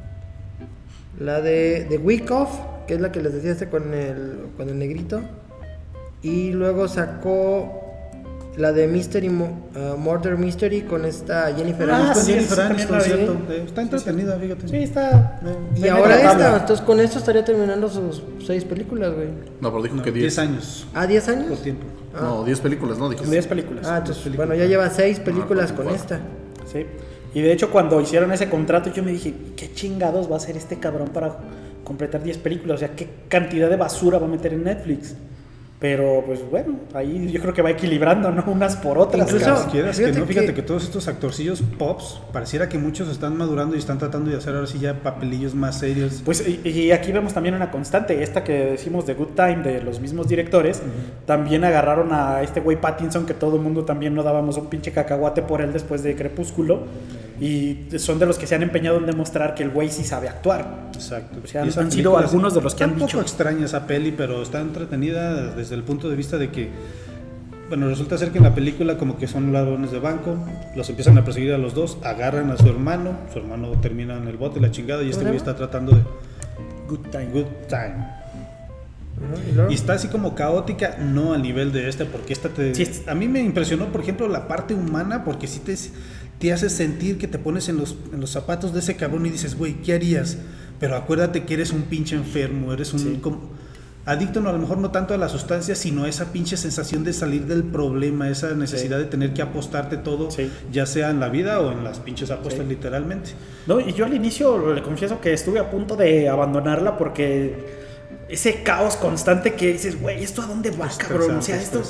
la de The Week Off, que es la que les decía con el negrito. Y luego sacó la de Murder Mystery con esta Jennifer Ah, Aniston. sí, Jennifer sí, Aniston, también la vi. cierto. Está entretenida, fíjate. Sí, está. Y bien ahora agradable. esta, entonces con esto estaría terminando sus 6 películas, güey. No, pero dijo No, que 10 10. años ¿Ah, 10 años? por tiempo. No, 10 películas, ¿no? Dijiste. Como 10 películas. Ah, entonces, bueno, ya lleva 6 películas con cuatro. esta. Sí. Y de hecho, cuando hicieron ese contrato, yo me dije, ¿qué chingados va a hacer este cabrón para completar 10 películas? O sea, ¿qué cantidad de basura va a meter en Netflix? Pero, pues bueno, ahí yo creo que va equilibrando, ¿no? Unas por otras. Incluso- cabrón. Quieras que fíjate no, fíjate que- que todos estos actorcillos pops, pareciera que muchos están madurando y están tratando de hacer ahora sí ya papelillos más serios. Pues, y aquí vemos también una constante. Esta que decimos de Good Time, de los mismos directores, también agarraron a este güey Pattinson, que todo el mundo también no dábamos un pinche cacahuate por él después de Crepúsculo. Y son de los que se han empeñado en demostrar que el güey sí sabe actuar. Exacto. O sea, Y esa han sido película algunos de los que está han un poco dicho. extraña esa peli, pero está entretenida desde el punto de vista de que, bueno, resulta ser que en la película como que son ladrones de banco, los empiezan a perseguir a los dos, agarran a su hermano termina en el bote, la chingada, y este ¿Cómo güey se está tratando de Good Time. good time. ¿Y luego? Y está así como caótica, no al nivel de esta, porque Sí. a mí me impresionó, por ejemplo, la parte humana, porque sí te hace sentir que te pones en los zapatos de ese cabrón y dices, güey, ¿qué harías? Pero acuérdate que eres un pinche enfermo, eres un adicto, no, a lo mejor no tanto a la sustancia, sino a esa pinche sensación de salir del problema, esa necesidad de tener que apostarte todo, Sí. ya sea en la vida o en las pinches apuestas, literalmente. No, y yo al inicio le confieso que estuve a punto de abandonarla porque ese caos constante que dices, güey, ¿esto a dónde va, cabrón? O sea, esto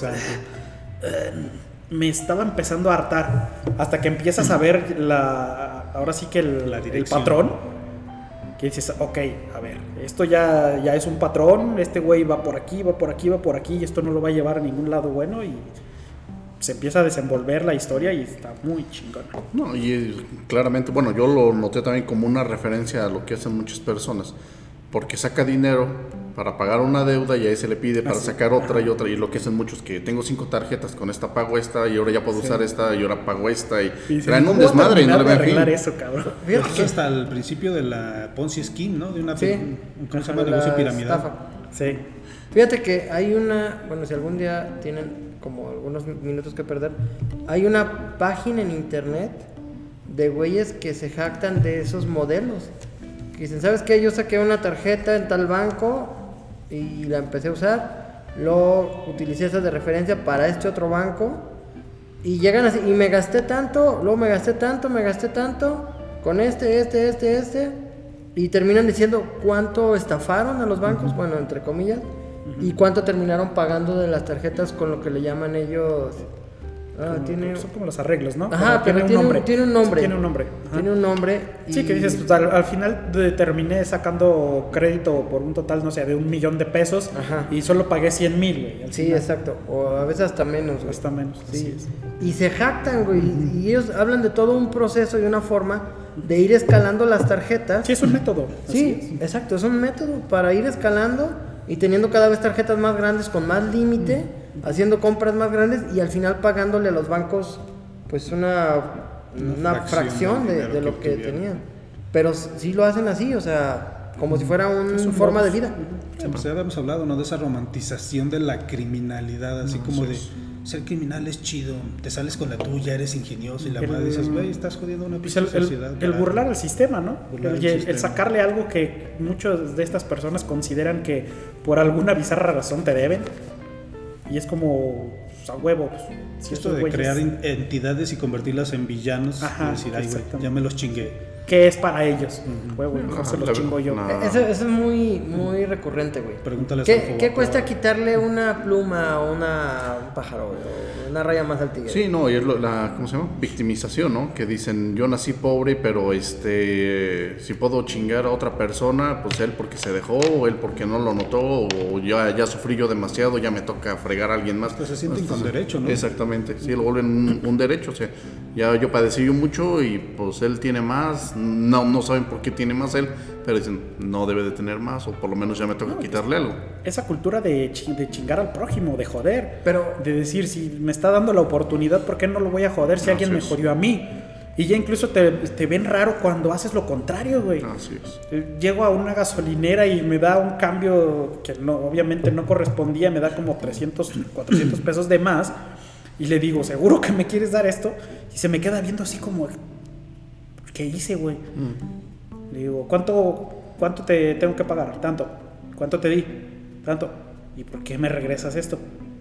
me estaba empezando a hartar. Hasta que empiezas a ver ahora sí que La el dirección. patrón. Que dices, ok, a ver, esto ya es un patrón, este güey va por aquí, va por aquí, va por aquí, y esto no lo va a llevar a ningún lado bueno. Y se empieza a desenvolver la historia y está muy chingona. No, y claramente, bueno, yo lo noté también como una referencia a lo que hacen muchas personas, porque saca dinero para pagar una deuda y ahí se le pide para sacar otra y otra, y lo que hacen muchos que tengo 5 tarjetas, con esta pago esta y ahora ya puedo usar esta y ahora pago esta y traen un desmadre y no le ven fin. Eso, cabrón. Fíjate hasta el principio de la Ponzi Scheme, ¿no? De una negocio piramidal. Estafa. Sí. Fíjate que hay una, bueno, si algún día tienen como algunos minutos que perder, hay una página en internet de güeyes que se jactan de esos modelos. Que dicen, ¿sabes qué? Yo saqué una tarjeta en tal banco y la empecé a usar, luego utilicé esa de referencia para este otro banco y llegan así, y me gasté tanto, luego me gasté tanto con este y terminan diciendo cuánto estafaron a los bancos, bueno, entre comillas, y cuánto terminaron pagando de las tarjetas con lo que le llaman ellos. Son como los arreglos, ¿no? Ajá, pero tiene un nombre. Tiene un nombre. Ajá. Tiene un nombre. Sí, que dices, pues, al final terminé sacando crédito por un total, no sé, de $1,000,000 de pesos. Ajá. Y solo pagué 100,000, güey. Sí, final. Exacto. O a veces hasta menos, güey. Hasta menos, Sí. así es. Y se jactan, güey. Y ellos hablan de todo un proceso y una forma de ir escalando las tarjetas. Sí, es un método. Sí, exacto. Es un método para ir escalando y teniendo cada vez tarjetas más grandes con más límite, haciendo compras más grandes y al final pagándole a los bancos pues una fracción de lo que tenían. Pero sí lo hacen así, o sea, como si fuera una forma de vida. Sí, pues ya habíamos hablado, ¿no? De esa romantización de la criminalidad, así como de ser criminal es chido, te sales con la tuya, eres ingenioso y la madre dices, güey, estás jodiendo una Pues pinche sociedad. el burlar al sistema, ¿no? Burlar El sacarle algo que muchas de estas personas consideran que por alguna bizarra razón te deben. Y es como, pues, a huevo. Pues, si esto de crear entidades y convertirlas en villanos. Ajá, y decir, ay, güey, ya me los chingué. ¿Qué es para ellos? Huevo, mejor se los chingo yo. Eso es muy, muy recurrente, güey. Pregúntale a ¿Qué cuesta quitarle una pluma o un pájaro, güey, o una raya más al tigre? Sí, no, y es ¿cómo se llama? Victimización, ¿no? Que dicen, yo nací pobre, pero si puedo chingar a otra persona, pues él porque se dejó, o él porque no lo notó, o ya sufrí yo demasiado, ya me toca fregar a alguien más. Pues se sienten con derecho, ¿no? Exactamente, sí, lo vuelven un derecho, o sea, ya yo padecí yo mucho y pues él tiene más, no saben por qué tiene más él, pero dicen, no debe de tener más, o por lo menos ya me toca quitarle algo. Esa cultura de chingar al prójimo, de joder, pero de decir, si me está dando la oportunidad, ¿por qué no lo voy a joder si alguien me jodió a mí? Y ya incluso te ven raro cuando haces lo contrario, güey. Así es. Llego a una gasolinera y me da un cambio que obviamente no correspondía, me da como 300, 400 pesos de más, y le digo, ¿seguro que me quieres dar esto? Y se me queda viendo así como, ¿qué hice, güey? Le digo, ¿cuánto te tengo que pagar? Tanto. ¿Cuánto te di? Tanto. ¿Y por qué me regresas esto?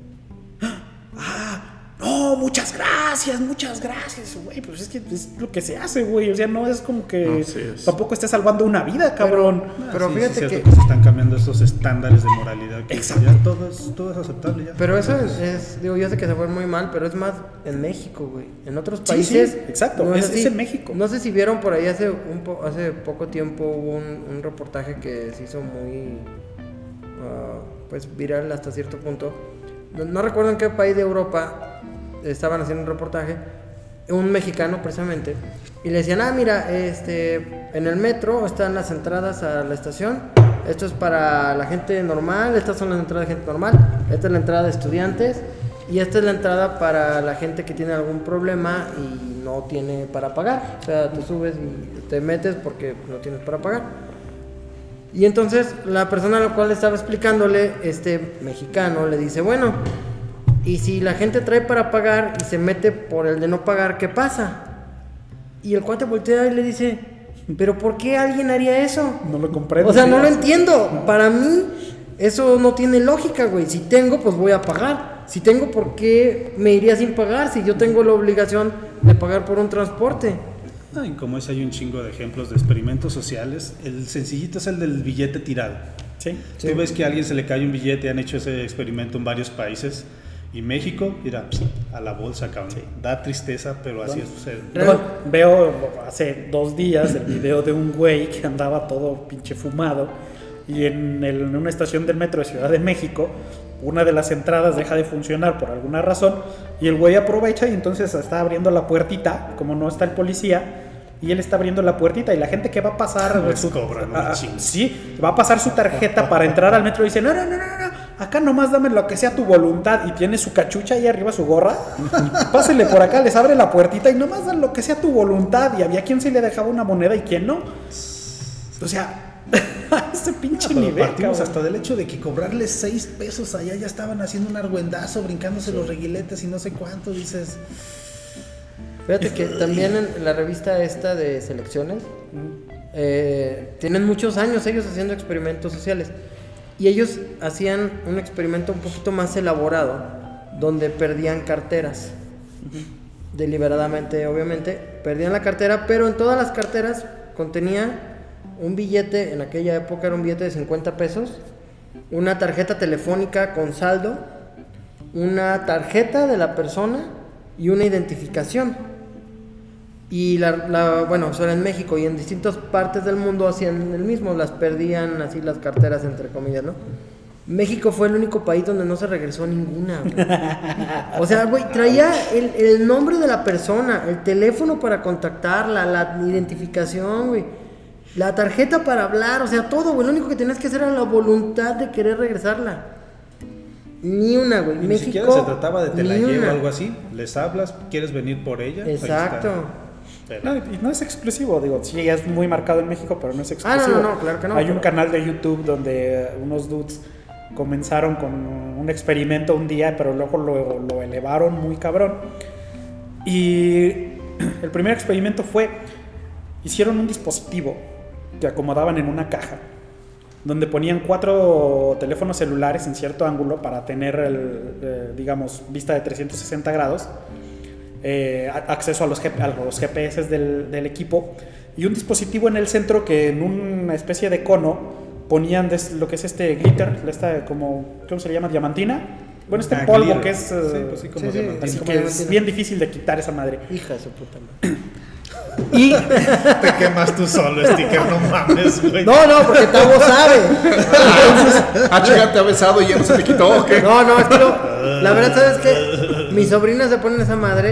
No, muchas gracias, güey. Pues es que es lo que se hace, güey. O sea, no es como que tampoco estés salvando una vida, cabrón. Pero fíjate que se están cambiando estos estándares de moralidad. Que ya todo es aceptable ya. Pero eso es, digo, yo sé que se fue muy mal, pero es más en México, güey. En otros países. Sí, exacto, no es en México. No sé si vieron por ahí hace poco tiempo hubo un reportaje que se hizo muy pues viral hasta cierto punto. No recuerdo en qué país de Europa estaban haciendo un reportaje, un mexicano precisamente, y le decían, mira, en el metro están las entradas a la estación, esto es para la gente normal, estas son las entradas de gente normal, esta es la entrada de estudiantes, y esta es la entrada para la gente que tiene algún problema y no tiene para pagar, o sea, tú subes y te metes porque no tienes para pagar. Y entonces la persona a la cual estaba explicándole, mexicano, le dice, bueno, y si la gente trae para pagar y se mete por el de no pagar, ¿qué pasa? Y el cuate voltea y le dice, ¿pero por qué alguien haría eso? No lo comprendo. O sea, no lo entiendo. Para mí, eso no tiene lógica, güey. Si tengo, pues voy a pagar. Si tengo, ¿por qué me iría sin pagar? Si yo tengo la obligación de pagar por un transporte. Y como hay un chingo de ejemplos de experimentos sociales. El sencillito es el del billete tirado. Sí. Tú ves que a alguien se le cae un billete, han hecho ese experimento en varios países. Y México, mira, a la bolsa, cabrón. Sí. Da tristeza, pero así sucede. Veo hace 2 días el video de un güey que andaba todo pinche fumado y en una estación del metro de Ciudad de México una de las entradas deja de funcionar por alguna razón y el güey aprovecha y entonces está abriendo la puertita, como no está el policía, y él está abriendo la puertita y la gente que va a pasar sí, va a pasar su tarjeta para entrar al metro y dice, no, acá nomás dame lo que sea tu voluntad, y tiene su cachucha ahí arriba, su gorra, pásele por acá, les abre la puertita y nomás dan lo que sea tu voluntad, y había quien se le dejaba una moneda y quien no. O sea, ese pinche nivel, partimos hasta del hecho de que cobrarles 6 pesos allá ya estaban haciendo un argüendazo, brincándose los reguiletes y no sé cuánto, dices. Fíjate que también en la revista esta de selecciones tienen muchos años ellos haciendo experimentos sociales, y ellos hacían un experimento un poquito más elaborado donde perdían carteras deliberadamente, obviamente perdían la cartera, pero en todas las carteras contenía un billete, en aquella época era un billete de 50 pesos, una tarjeta telefónica con saldo, una tarjeta de la persona y una identificación. Y bueno, eso era en México, y en distintas partes del mundo hacían el mismo, las perdían así las carteras, entre comillas, ¿no? México fue el único país donde no se regresó ninguna, güey. O sea, güey, traía el nombre de la persona, el teléfono para contactarla, la identificación, güey, la tarjeta para hablar, o sea, todo, güey. Lo único que tenías que hacer era la voluntad de querer regresarla. Ni una, güey. Ni siquiera se trataba de te la llevo o algo así. Les hablas, ¿quieres venir por ella? Exacto. No, y no es exclusivo, digo, sí, es muy marcado en México, pero no es exclusivo. No, claro que no. Hay un canal de YouTube donde unos dudes comenzaron con un experimento un día, pero luego lo elevaron muy cabrón. Y el primer experimento fue, hicieron un dispositivo que acomodaban en una caja, donde ponían 4 teléfonos celulares en cierto ángulo para tener, digamos, vista de 360 grados, acceso a los GPS del equipo, y un dispositivo en el centro que en una especie de cono ponían lo que es glitter, ¿cómo se le llama? Diamantina. Bueno, polvo glitter. Que es sí, pues sí, como diamantina. así que es bien difícil de quitar esa madre. Hija de su puta madre. Y te quemas tú solo, sticker, no mames, güey. No, porque Tavo sabe. Chica, te ha besado y ya no se te quitó, ¿o qué? No, es que la verdad, ¿sabes qué? Mis sobrinas se ponen esa madre.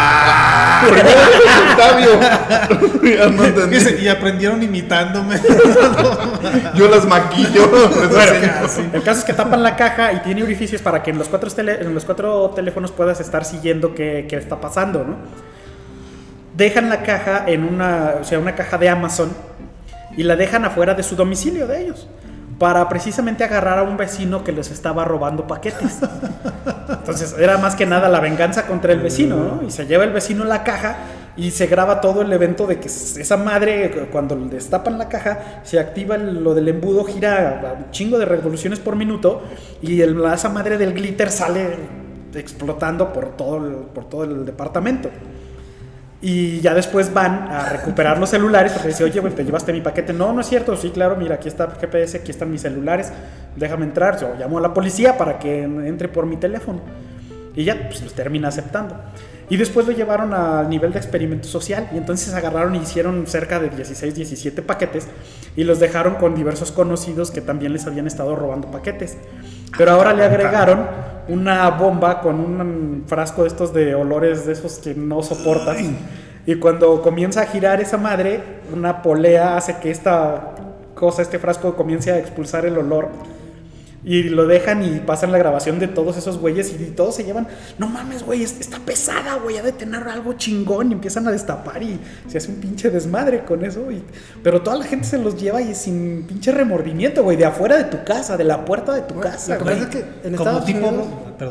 Ya no entendí. Y aprendieron imitándome. Yo las maquillo. El caso es que tapan la caja y tiene orificios para que en los 4 teléfonos puedas estar siguiendo qué está pasando, ¿no? Dejan la caja en una caja de Amazon, y la dejan afuera de su domicilio de ellos, para precisamente agarrar a un vecino que les estaba robando paquetes. Entonces era más que nada la venganza contra el vecino, ¿no? Y se lleva el vecino la caja y se graba todo el evento de que esa madre, cuando destapan la caja, se activa lo del embudo, gira un chingo de revoluciones por minuto, y esa madre del glitter sale explotando por todo el departamento. Y ya después van a recuperar los celulares, porque dice, oye, güey, te llevaste mi paquete. No es cierto. Sí, claro, mira, aquí está el GPS, aquí están mis celulares, déjame entrar. Yo llamo a la policía para que entre por mi teléfono. Y ya, pues los termina aceptando. Y después lo llevaron al nivel de experimento social, y entonces agarraron y hicieron cerca de 16, 17 paquetes, y los dejaron con diversos conocidos que también les habían estado robando paquetes. Pero ahora le agregaron una bomba con un frasco de estos de olores, de esos que no soportas. Y cuando comienza a girar esa madre, una polea hace que este frasco comience a expulsar el olor. Y lo dejan y pasan la grabación de todos esos güeyes, y todos se llevan, no mames, güey, está pesada, güey, ha de tener algo chingón, y empiezan a destapar y se hace un pinche desmadre con eso, pero toda la gente se los lleva y sin pinche remordimiento, güey, de afuera de tu casa, de la puerta de tu casa. La verdad es que en Estados Unidos...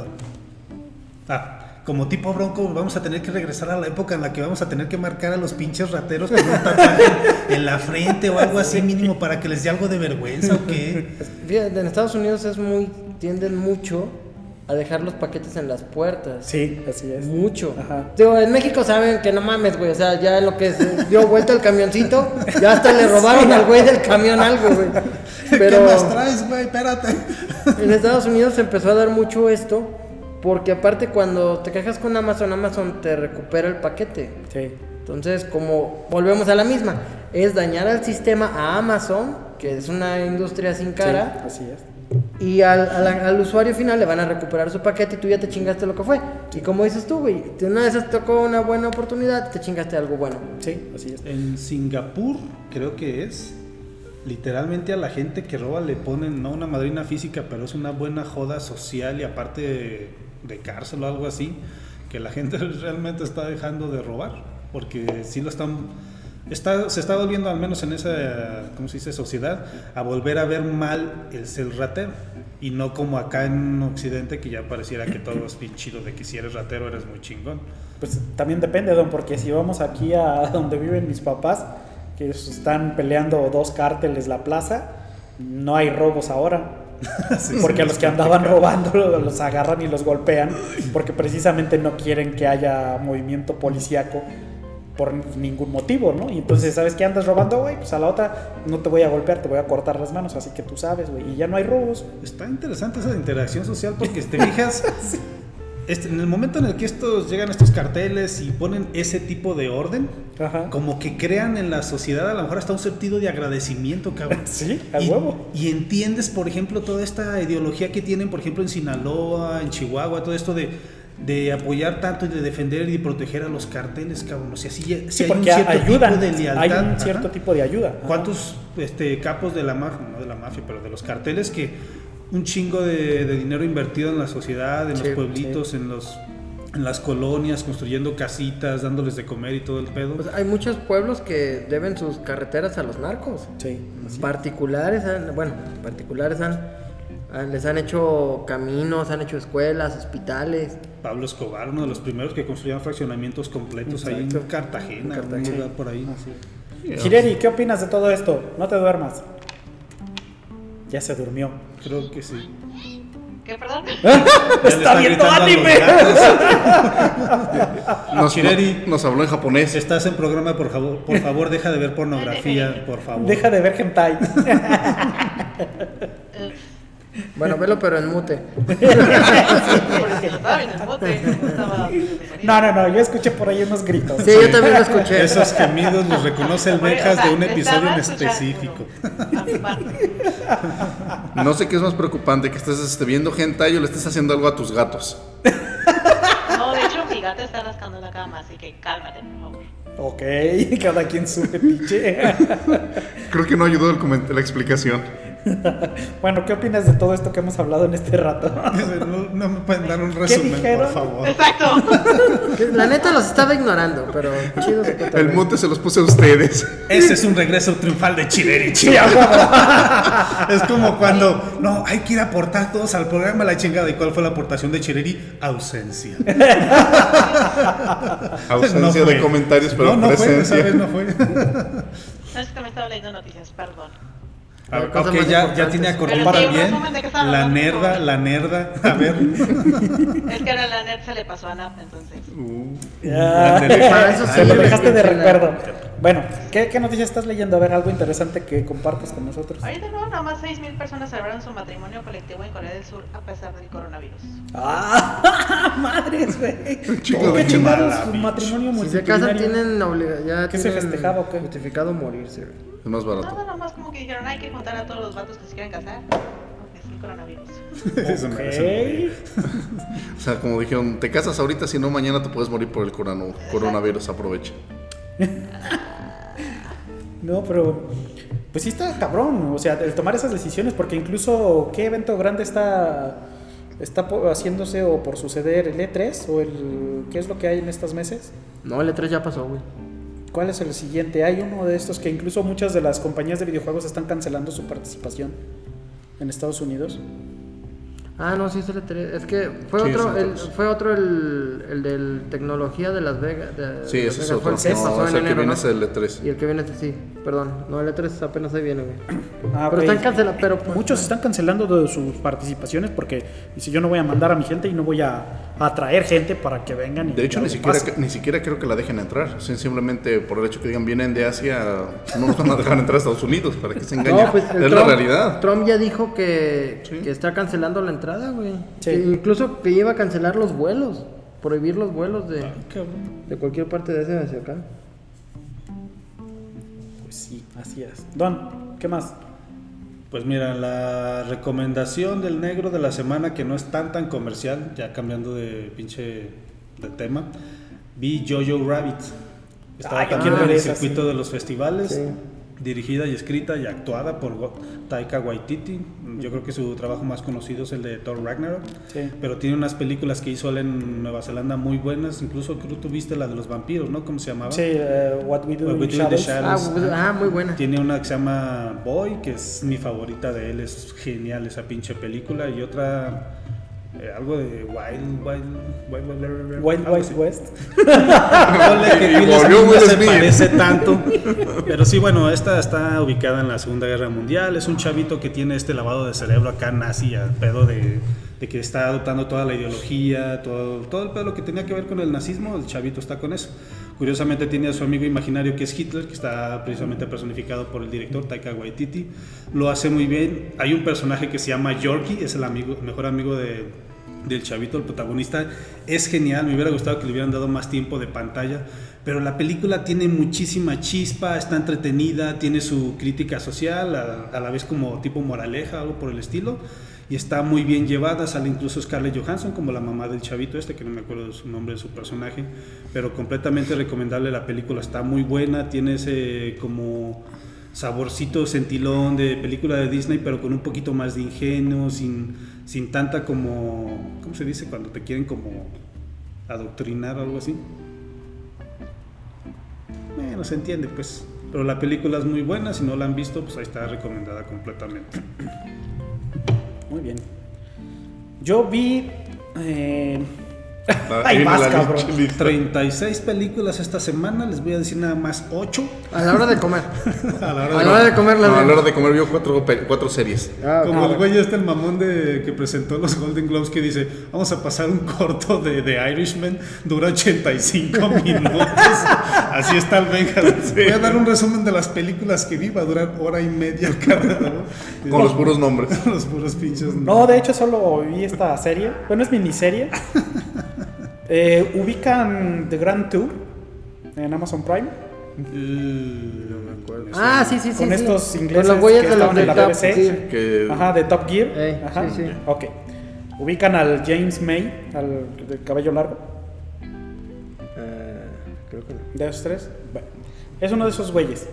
Como tipo Bronco, vamos a tener que regresar a la época en la que vamos a tener que marcar a los pinches rateros con un tatuaje en la frente o algo así mínimo para que les dé algo de vergüenza o qué. Fíjate, en Estados Unidos tienden mucho a dejar los paquetes en las puertas. Sí, así es. Mucho. Ajá. Digo, en México saben que no mames, güey, o sea, ya en lo que se dio vuelta el camioncito, ya hasta le robaron al güey del camión algo, güey. Pero... ¿Qué más traes, güey? Espérate. En Estados Unidos se empezó a dar mucho esto, porque aparte cuando te quejas con Amazon te recupera el paquete. Sí. Entonces, como volvemos a la misma, es dañar al sistema a Amazon, que es una industria sin cara. Sí, así es. Y al usuario final le van a recuperar su paquete y tú ya te chingaste lo que fue. Y como dices tú, güey, una vez te tocó una buena oportunidad, te chingaste algo bueno. Sí, así es. En Singapur, creo que es, literalmente a la gente que roba le ponen, no una madrina física, pero es una buena joda social y aparte de cárcel o algo así, que la gente realmente está dejando de robar, porque sí lo se está volviendo, al menos en esa, ¿cómo se dice?, sociedad, a volver a ver mal el ser ratero. Y no como acá en Occidente, que ya pareciera que todo es bien chido, de que si eres ratero eres muy chingón. Pues también depende, don, porque si vamos aquí a donde viven mis papás, que están peleando 2 cárteles la plaza, no hay robos ahora. Sí, porque a los que andaban robando los agarran y los golpean, porque precisamente no quieren que haya movimiento policíaco por ningún motivo, ¿no? Y entonces, ¿sabes qué andas robando, güey? Pues a la otra no te voy a golpear, te voy a cortar las manos, así que tú sabes, güey. Y ya no hay robos. Está interesante esa interacción social porque te fijas, sí. En el momento en el que llegan estos carteles y ponen ese tipo de orden, ajá, como que crean en la sociedad a lo mejor hasta un sentido de agradecimiento, cabrón. Sí, a huevo. Y entiendes, por ejemplo, toda esta ideología que tienen, por ejemplo, en Sinaloa, en Chihuahua, todo esto de apoyar tanto y de defender y de proteger a los carteles, cabrón. O sea, sí, hay un cierto ayudan, tipo de lealtad. Hay un cierto tipo de ayuda. Ajá. ¿Cuántos capos de la mafia, no de la mafia, pero de los carteles, que un chingo de dinero invertido en la sociedad, en los pueblitos, sí, en las colonias, construyendo casitas, dándoles de comer y todo el pedo? Pues hay muchos pueblos que deben sus carreteras a los narcos. Sí. Particulares les han hecho caminos, han hecho escuelas, hospitales. Pablo Escobar, uno de los primeros que construían fraccionamientos completos. Exacto. Ahí en Cartagena, un lugar por ahí. Jireri, ¿qué opinas de todo esto? No te duermas. Ya se durmió. Creo que sí. ¿Qué, perdón? ¡Está viendo anime! Nos habló en japonés. Estás en programa, por favor, deja de ver pornografía, por favor. Deja de ver hentai. Bueno, velo pero en mute. No, yo escuché por ahí unos gritos. Sí, yo también lo escuché. Esos gemidos los reconoce el Benjas de un episodio en específico. No sé qué es más preocupante, que estés viendo hentai o le estés haciendo algo a tus gatos. No, de hecho mi gata está rascando la cama, así que cálmate, por favor. Ok, cada quien su fetiche. Creo que no ayudó la explicación. Bueno, ¿qué opinas de todo esto que hemos hablado en este rato? No me pueden dar un resumen, por favor. Exacto. La neta los estaba ignorando, pero chido. El mute se los puse a ustedes. Ese es un regreso triunfal de Chilleri. Es como cuando, no, hay que ir a aportar todos al programa, la chingada. ¿Y cuál fue la aportación de Chilleri? Ausencia. Ausencia no de comentarios, pero no presencia. Fue, esa vez no fue. No, es que me estaba leyendo noticias, perdón. Ok, ya tiene acordado también. La nerda. A ver. Es que ahora la nerd se le pasó a Nap, entonces. Eso sí, lo dejaste de recuerdo. Bueno, ¿qué noticias estás leyendo? A ver, algo interesante que compartas con nosotros. Ahorita no, nada más 6,000 personas celebraron su matrimonio colectivo en Corea del Sur a pesar del coronavirus. ¡Madres, güey! ¿Qué chingados su matrimonio multitudinario? Si se casan tienen obligación. ¿Qué se festejaba o qué? Justificado morirse, güey. Es más barato. Nada más como que dijeron, hay que juntar a todos los vatos que se quieran casar. Aunque es el coronavirus. Okay. O sea, como dijeron, te casas ahorita, si no mañana te puedes morir por el coronavirus, aprovecha. No, pero pues sí está cabrón, o sea, el tomar esas decisiones, porque incluso ¿qué evento grande está haciéndose o por suceder? ¿El E3 o qué es lo que hay en estos meses? No, el E3 ya pasó, güey. ¿Cuál es el siguiente? Hay uno de estos que incluso muchas de las compañías de videojuegos están cancelando su participación en Estados Unidos. Ah, no, sí es el E3. Es que fue otro el de tecnología de Las Vegas. Sí, ese es otro. No, es el que viene es el E3. Y el que viene sí, perdón. No, el E3 apenas ahí viene, güey. Pero okay. Están cancelando, pero muchos están cancelando de sus participaciones porque dice, yo no voy a mandar a mi gente y no voy a atraer gente para que vengan. Y de hecho, ni siquiera creo que la dejen entrar. Simplemente por el hecho que digan vienen de Asia, no nos van a dejar entrar a Estados Unidos para que se engañen. No, pues la realidad. Trump ya dijo que está cancelando la entrada, güey. Sí. Incluso que iba a cancelar los vuelos, prohibir los vuelos de cualquier parte de Asia hacia acá. Pues sí, así es. Don, ¿qué más? Pues mira, la recomendación del negro de la semana, que no es tan comercial, ya cambiando de tema, vi Jojo Rabbit. Estaba también en el circuito de los festivales, dirigida y escrita y actuada por Taika Waititi. Yo creo que su trabajo más conocido es el de Thor Ragnarok, pero tiene unas películas que hizo él en Nueva Zelanda muy buenas. Incluso creo que tú viste la de los vampiros, ¿no? ¿Cómo se llamaba? Sí, What We Do in the Shadows. Muy buena. Tiene una que se llama Boy, que es mi favorita de él, es genial esa pinche película. Y otra, algo de Wild West. No se parece tanto. Pero sí, bueno, esta está ubicada en la Segunda Guerra Mundial. Es un chavito que tiene este lavado de cerebro acá nazi, al pedo de que está adoptando toda la ideología, todo el pedo que tenía que ver con el nazismo. El chavito está con eso. Curiosamente tiene a su amigo imaginario que es Hitler, que está precisamente personificado por el director Taika Waititi. Lo hace muy bien. Hay un personaje que se llama Yorkie, es el mejor amigo del chavito, el protagonista. Es genial, me hubiera gustado que le hubieran dado más tiempo de pantalla, pero la película tiene muchísima chispa, está entretenida, tiene su crítica social, a la vez como tipo moraleja, algo por el estilo, y está muy bien llevada. Sale incluso Scarlett Johansson como la mamá del chavito que no me acuerdo de su nombre, de su personaje, pero completamente recomendable la película. Está muy buena, tiene ese como saborcito sentilón de película de Disney, pero con un poquito más de ingenio, sin tanta como, ¿cómo se dice? Cuando te quieren como adoctrinar o algo así. Bueno, se entiende pues, pero la película es muy buena. Si no la han visto, pues ahí está recomendada completamente. Muy bien. Yo vi hay más, cabrón. 36 películas esta semana, les voy a decir nada más 8. A la hora de comer. A la hora de comer. A la hora de comer vio 4 series. Como el güey el mamón que presentó los Golden Globes, que dice, vamos a pasar un corto de Irishman, dura 85 minutos. Así está el Benja. Voy a dar un resumen de las películas que vi, va a durar hora y media cada, ¿no? Con los puros nombres. Los puros pinches. No, de hecho solo vi esta serie. Bueno, es miniserie. Ubican The Grand Tour en Amazon Prime. No me acuerdo. Sí. Con estos ingleses los güeyes que de estaban en la BBC. Que... Ajá, de Top Gear. Ajá. Sí. Ok. Ubican al James May, al de cabello largo. Creo que no. De esos tres. Bueno, es uno de esos güeyes.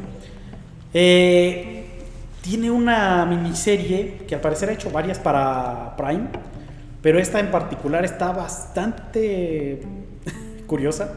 Tiene una miniserie que al parecer ha hecho varias para Prime, pero esta en particular bastante curiosa.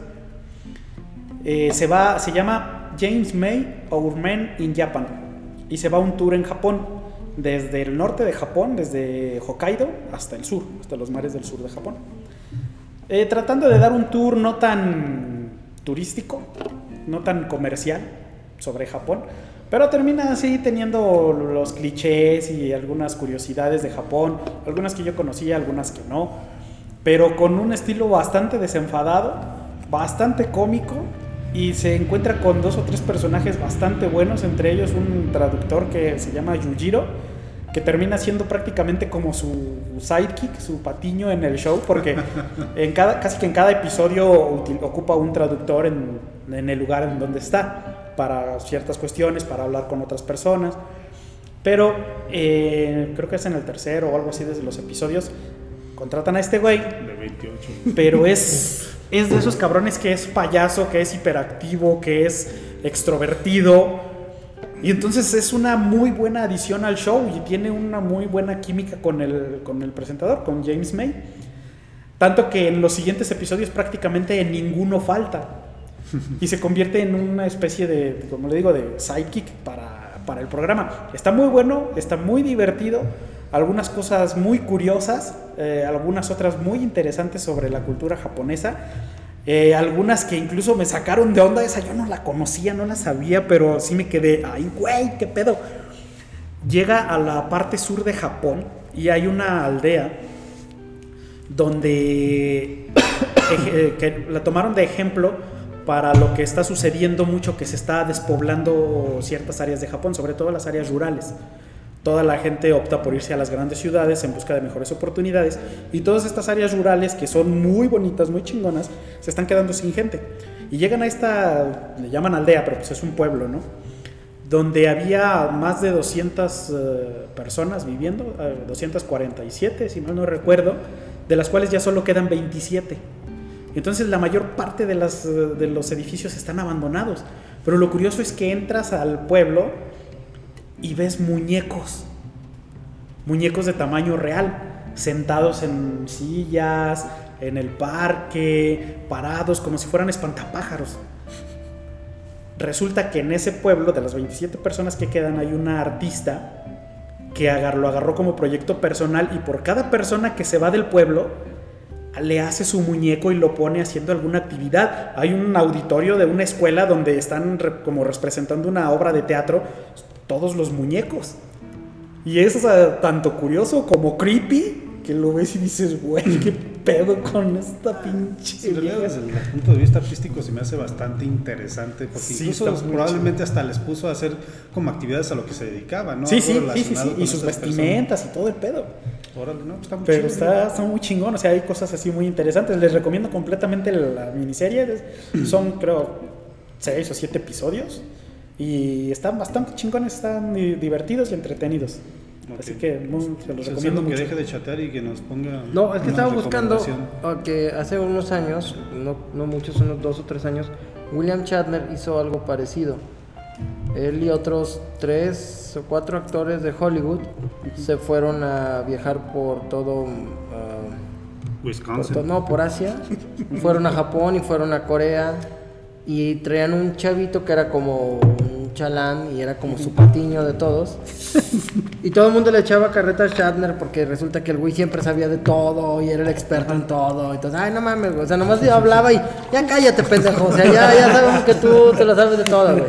Se llama James May, Our Man in Japan, y se va a un tour en Japón, desde el norte de Japón, desde Hokkaido hasta el sur, hasta los mares del sur de Japón, tratando de dar un tour no tan turístico, no tan comercial sobre Japón, pero termina así teniendo los clichés y algunas curiosidades de Japón, algunas que yo conocía, algunas que no, pero con un estilo bastante desenfadado, bastante cómico, y se encuentra con 2 o 3 personajes bastante buenos, entre ellos un traductor que se llama Yujiro, que termina siendo prácticamente como su sidekick, su patiño en el show, porque casi que en cada episodio ocupa un traductor en el lugar en donde está, para ciertas cuestiones, para hablar con otras personas. Pero creo que es en el tercero o algo así desde los episodios, contratan a este güey de 28, pero es de esos cabrones que es payaso, que es hiperactivo, que es extrovertido, y entonces es una muy buena adición al show y tiene una muy buena química con el presentador, con James May, tanto que en los siguientes episodios prácticamente en ninguno falta y se convierte en una especie de, como le digo, de sidekick para el programa. Está muy bueno, está muy divertido, algunas cosas muy curiosas, algunas otras muy interesantes sobre la cultura japonesa, algunas que incluso me sacaron de onda. Esa yo no la conocía, no la sabía, pero sí me quedé, ay güey, qué pedo. Llega a la parte sur de Japón y hay una aldea donde que la tomaron de ejemplo para lo que está sucediendo mucho, que se está despoblando ciertas áreas de Japón, sobre todo las áreas rurales. Toda la gente opta por irse a las grandes ciudades en busca de mejores oportunidades, y todas estas áreas rurales, que son muy bonitas, muy chingonas, se están quedando sin gente. Y llegan a esta, le llaman aldea, pero pues es un pueblo, ¿no? donde había más de 200 personas viviendo, 247 si mal no recuerdo, de las cuales ya solo quedan 27. Entonces la mayor parte de los edificios están abandonados. Pero lo curioso es que entras al pueblo y ves muñecos de tamaño real, sentados en sillas, en el parque, parados como si fueran espantapájaros. Resulta que en ese pueblo, de las 27 personas que quedan, hay una artista que lo agarró como proyecto personal, y por cada persona que se va del pueblo le hace su muñeco y lo pone haciendo alguna actividad. Hay un auditorio de una escuela donde están como representando una obra de teatro, todos los muñecos. Y es tanto curioso como creepy, que lo ves y dices, güey, qué pedo con esta pinche. Sí, desde el punto de vista artístico se me hace bastante interesante, porque sí, incluso probablemente hasta les puso a hacer como actividades a lo que se dedicaban, ¿no? Sí, y sus vestimentas personas. Y todo el pedo. Órale, no, pues está muy pero chido, está muy chingón, o sea, hay cosas así muy interesantes. Les recomiendo completamente la miniserie. Son, creo, 6 o 7 episodios. Y están bastante chingones, están divertidos y entretenidos. Okay. Así que se los recomiendo mucho. Que deje de chatear y que nos ponga. No, es que estaba buscando que hace unos años, no muchos, unos 2 o 3 años, William Shatner hizo algo parecido. Él y otros 3 o 4 actores de Hollywood se fueron a viajar por todo Wisconsin. Por Asia. Fueron a Japón y fueron a Corea. Y traían un chavito que era como un chalán y era como su patiño de todos. Y todo el mundo le echaba carreta a Shatner porque resulta que el güey siempre sabía de todo y era el experto en todo. Entonces, ay, no mames, güey. O sea, nomás hablaba y ya cállate, pendejo. O sea, ya sabemos que tú te lo sabes de todo, güey.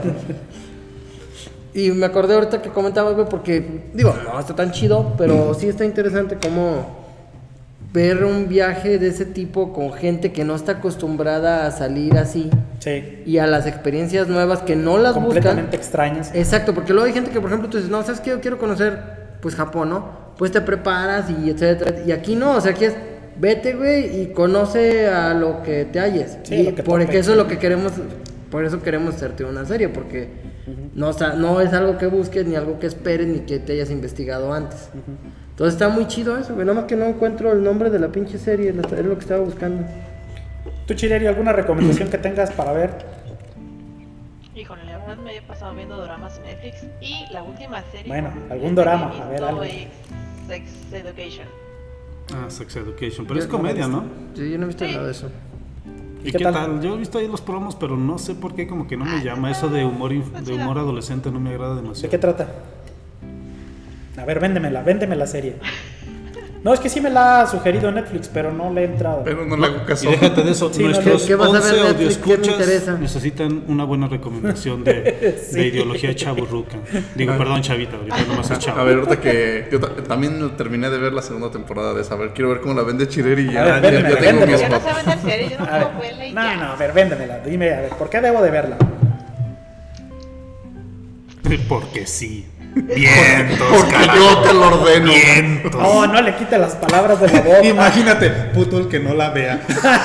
Y me acordé ahorita que comentabas, güey, porque, digo, no está tan chido, pero sí está interesante como ver un viaje de ese tipo con gente que no está acostumbrada a salir así. Sí. Y a las experiencias nuevas que no las completamente buscan. extrañas. Exacto, porque luego hay gente que, por ejemplo, tú dices, no, ¿sabes qué? Yo quiero conocer, pues, Japón, ¿no? Pues te preparas y etcétera. Y aquí no, o sea, aquí es, vete, güey, y conoce a lo que te halles. Sí, y porque eso es lo que queremos, por eso queremos hacerte una serie, porque no es algo que busques, ni algo que esperes, ni que te hayas investigado antes. Entonces está muy chido eso, güey. Nada más que no encuentro el nombre de la pinche serie, es lo que estaba buscando. ¿Tú, Chireri, alguna recomendación que tengas para ver? Híjole, la verdad me he pasado viendo dramas en Netflix y la última serie. Bueno, algún drama, a ver, algo. Sex Education. Ah, Sex Education, pero es comedia, ¿no? Sí, yo no he visto nada de eso. ¿Y qué tal? Yo he visto ahí los promos, pero no sé por qué como que no me llama. Eso de humor adolescente no me agrada demasiado. ¿De qué trata? A ver, véndeme la serie. No, es que sí me la ha sugerido Netflix, pero no le he entrado. Pero no le hago caso. Y déjate de eso, Sí, nuestros ¿qué vas a 11 ver Netflix? ¿Qué me interesa? audioscuchas necesitan una buena recomendación de ideología chaburruca. Digo, perdón, chavita, ahorita nomás es chavo. A ver, ahorita que yo también terminé de ver la segunda temporada de esa. A ver, quiero ver cómo la vende Chireri y A ya, ver, ya tengo mi Yo no spot. sé vender series, yo no A ver, puedo verla y no, ya. a ver, véndemela. Dime, a ver, ¿por qué debo de verla? Porque sí. Vientos, Porque yo te lo ordeno. vientos. No le quite las palabras de la boca. Imagínate, puto el que no la vea.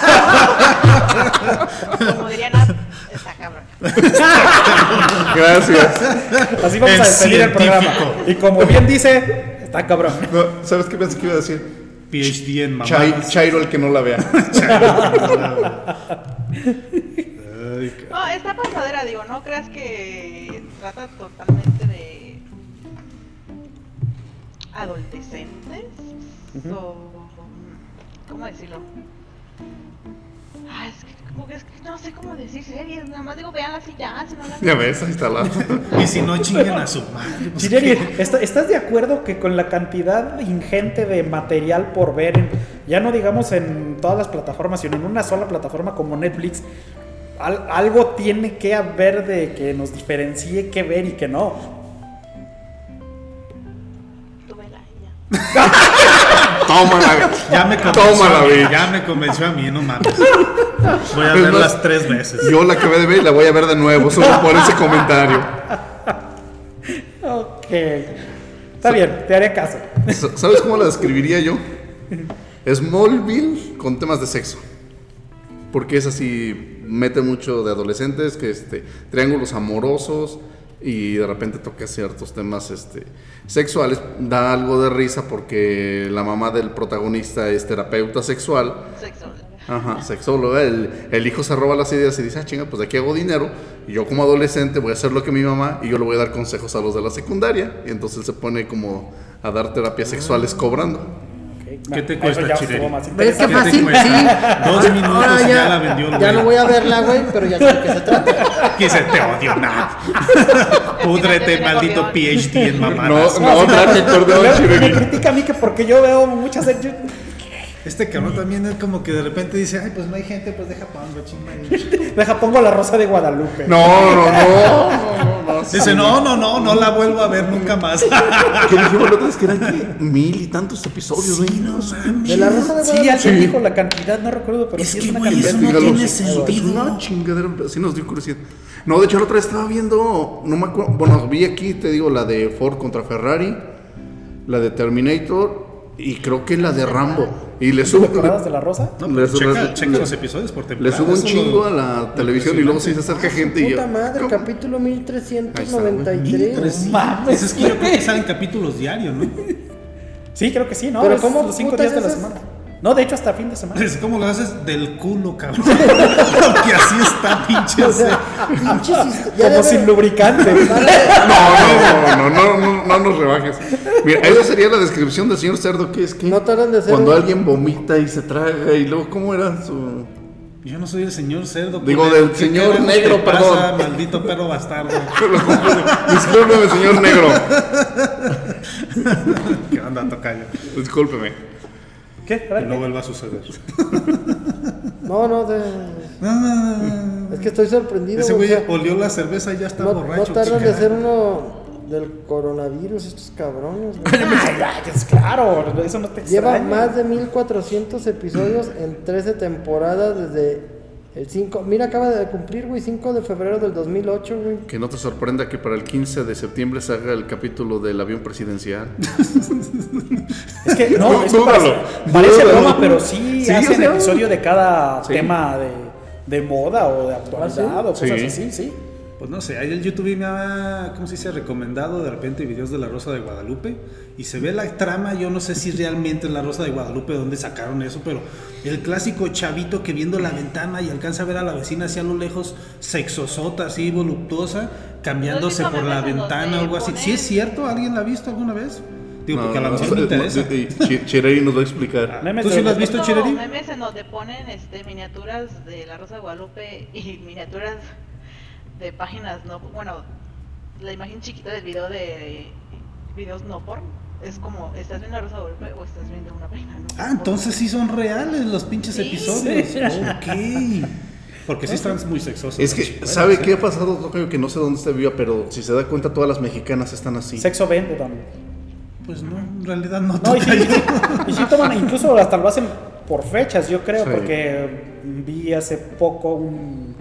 Como dirían, está cabrón. Gracias. Así vamos El a despedir el programa. científico. Y como bien dice, está cabrón. No, ¿sabes qué pensé que iba a decir? PhD en mamadas. Chairo el que no la vea. No, está pasadera, digo, no creas que trata totalmente de adolescentes o ¿cómo decirlo? Es que no sé cómo decir series, nada más digo veanlas y ya, si no las Ya ves, ahí está la. Y si no chinguen a su madre. Pues, Chireri, ¿estás de acuerdo que con la cantidad ingente de material por ver, ya no digamos en todas las plataformas, sino en una sola plataforma como Netflix, algo tiene que haber de que nos diferencie qué ver y qué no? tú vela y ya. Tómala. ya me convenció. Tómala, a mí, güey. ya me convenció a mí, no mames. Voy a Es verlas más, 3 veces. Yo la acabé de ver y la voy a ver de nuevo, solo por ese comentario. Ok. Está bien, te haré caso. ¿Sabes cómo la describiría yo? Smallville con temas de sexo. Porque es así, mete mucho de adolescentes, que triángulos amorosos, y de repente toca ciertos temas sexuales. Da algo de risa porque la mamá del protagonista es terapeuta sexual. Ajá, sexóloga. El hijo se roba las ideas y dice, chinga, pues de aquí hago dinero y yo como adolescente voy a hacer lo que mi mamá y yo le voy a dar consejos a los de la secundaria. Y entonces él se pone como a dar terapias sexuales cobrando. ¿Qué te cuesta, Chireri? ¿Ves qué fácil? Sí. 2 minutos Ahora ya la vendió el güey. Ya no voy a verla, güey, pero ya sé de qué se trata. Que se te odio, nada. Púdrete, maldito PhD en mamadas. Me critica a mí que porque yo veo muchas... Este cabrón también es como que de repente dice, ay, pues no hay gente, pues deja pongo, chinga. Deja pongo La Rosa de Guadalupe. No. Dice, no la vuelvo a ver nunca más. ¿Qué dijimos la otra vez? Que eran 1000 y tantos episodios, güey. De La Rosa de Guadalupe. Sí, alguien dijo la cantidad, no recuerdo, pero sí es una cantidad. Eso no tiene sentido. Una chingadera, sí nos dio curiosidad. No, de hecho la otra vez estaba viendo, no me acuerdo, bueno, vi aquí, te digo, la de Ford contra Ferrari, la de Terminator y creo que la de Rambo. Y le subo temporadas de La Rosa. No, checa los episodios por temporada. Le subo un chingo a la televisión y luego sí se acerca gente y Puta yo. madre, capítulo 1393. Mames. Es que yo creo que salen capítulos diarios, ¿no? Sí, creo que sí, ¿no? Pero Es ¿cómo los 5 putas días de la es semana. No, de hecho hasta fin de semana. Es como lo haces del culo, cabrón. Porque así está, pinche. O sea, pinches Como sin lubricante. No nos rebajes. Mira, esa sería la descripción del señor Cerdo, que es que No tardan de hacer cuando un- alguien vomita y se traga y luego, ¿cómo era su...? Yo no soy el señor cerdo. Digo, culero. del ¿Qué señor carajos negro, te pasa, perdón. Maldito perro bastardo. Discúlpeme, señor negro. ¿Qué onda, tocayo? Discúlpeme. ¿Qué? Que no vuelva a suceder. Es que estoy sorprendido. Ese o güey sea, olió la cerveza y ya está no borracho. tardan de chingada. hacer uno del coronavirus, estos cabrones. güey. Es claro, eso no te Lleva extraña. más de 1400 episodios en 13 temporadas desde el 5. Mira, acaba de cumplir, güey, 5 de febrero del 2008, güey. Que no te sorprenda que para el 15 de septiembre se haga el capítulo del avión presidencial. Es que no, es que Dúdalo, parece dúdalo. broma, pero sí, o hacen sea, episodio de cada sí. tema de moda o de actualidad o cosas Sí. así, sí. Pues no sé, ahí el YouTube me ha, ¿cómo se dice? Recomendado de repente videos de La Rosa de Guadalupe y se ve la trama, yo no sé si realmente es La Rosa de Guadalupe donde sacaron eso, pero el clásico chavito que viendo la ventana y alcanza a ver a la vecina hacia lo lejos, sexosota, así voluptuosa, cambiándose por la ventana o algo así. ¿Sí es cierto? ¿Alguien la ha visto alguna vez? Digo, porque a lo mejor me interesa. Chireri nos va a explicar. Memes ¿Tú sí de- lo has visto, Justo Chireri? memes en donde ponen miniaturas de La Rosa de Guadalupe y miniaturas de páginas no, bueno, la imagen chiquita del video de videos no porn es como, ¿estás viendo La Rosa de Guadalupe o estás viendo una página no Ah, entonces sí son reales los pinches Sí. episodios. Ok. Porque sí están muy sexosos. Es las que, chicuelas, ¿sabe ¿eh? qué ha pasado? Tocayo? Que no sé dónde está viva, pero si se da cuenta, todas las mexicanas están así. Sexo vende también. Pues no, en realidad no. No, y sí, tocayo. y sí toman, incluso hasta lo hacen por fechas, yo creo, Sí. porque vi hace poco un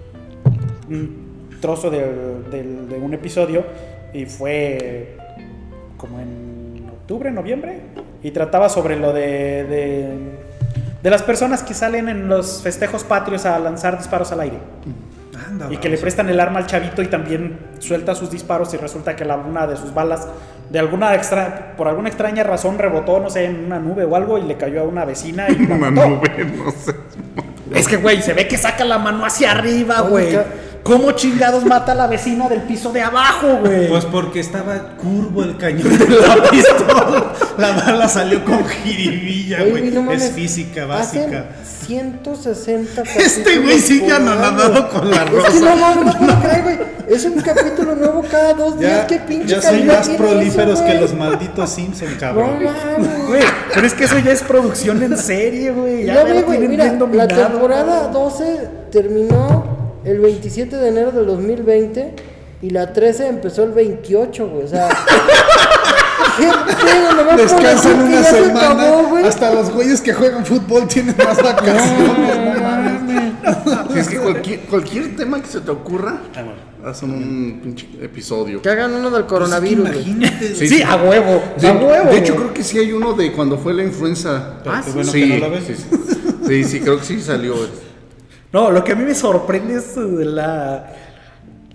trozo de un episodio y fue como en octubre, noviembre, y trataba sobre lo de las personas que salen en los festejos patrios a lanzar disparos al aire. Anda, Y que le vamos. prestan el arma al chavito y también suelta sus disparos y resulta que una de sus balas por alguna extraña razón rebotó, no sé, en una nube o algo y le cayó a una vecina y la Una mató. nube, no sé. Es que, güey, se ve que saca la mano hacia arriba, Oye, güey. ca- ¿Cómo chingados mata a la vecina del piso de abajo, güey? Pues porque estaba curvo el cañón de la pistola. La bala salió con jiribilla, Oye, güey. no mames, Es física hacen básica. 160 Este güey sigue capítulos por anonadado año. con La Es que Rosa. no mames, no puedo creer, güey. Es un capítulo nuevo cada 2 días. ¿Qué pinche ya son calidad más tiene prolíferos eso, que güey? los malditos Simpson, No cabrón. mames, Güey, pero es que eso ya es producción en serie, güey. Ya me ve, lo güey, tienen mira, bien la dominado. temporada 12 terminó el 27 de enero del 2020 y la 13 empezó el 28, güey. O sea, ¿qué pedo? Nomás por Descansan decir que una ya se semana. acabó, güey. Hasta los güeyes que juegan fútbol tienen más vacaciones. No mames. Si es que cualquier tema que se te ocurra, hacen un pinche episodio. Que hagan uno del coronavirus, güey. Imagínate. Sí, a huevo. Sí, a huevo. de hecho, güey. creo que sí hay uno de cuando fue la influenza. Pero qué bueno sí, que no la ves. sí, creo que sí salió. No, lo que a mí me sorprende es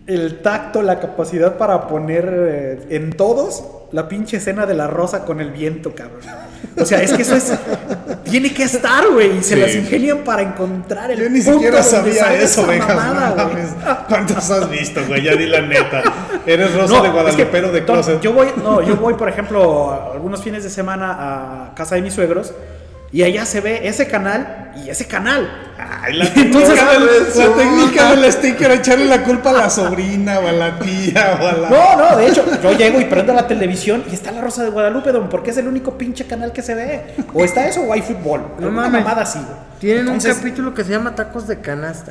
el tacto, la capacidad para poner en todos la pinche escena de la rosa con el viento, cabrón. O sea, es que eso es... Tiene que estar, güey. Y se las ingenian para encontrar el Yo ni punto siquiera donde sabía sale eso, esa Benjas. mamada, No güey. mames. ¿Cuántos has visto, güey? Ya di la neta. Eres Rosa No, de es que, Guadalupero de closet. yo voy, por ejemplo, algunos fines de semana a casa de mis suegros y allá se ve ese canal y ese canal. Ay, la Entonces, técnica del sticker, echarle la culpa a la sobrina o a la tía o a la... No, de hecho, yo llego y prendo la televisión y está la Rosa de Guadalupe, porque es el único pinche canal que se ve. O está eso o hay fútbol. No Una mames. mamada así, güey. Tienen Entonces, un capítulo que se llama Tacos de Canasta.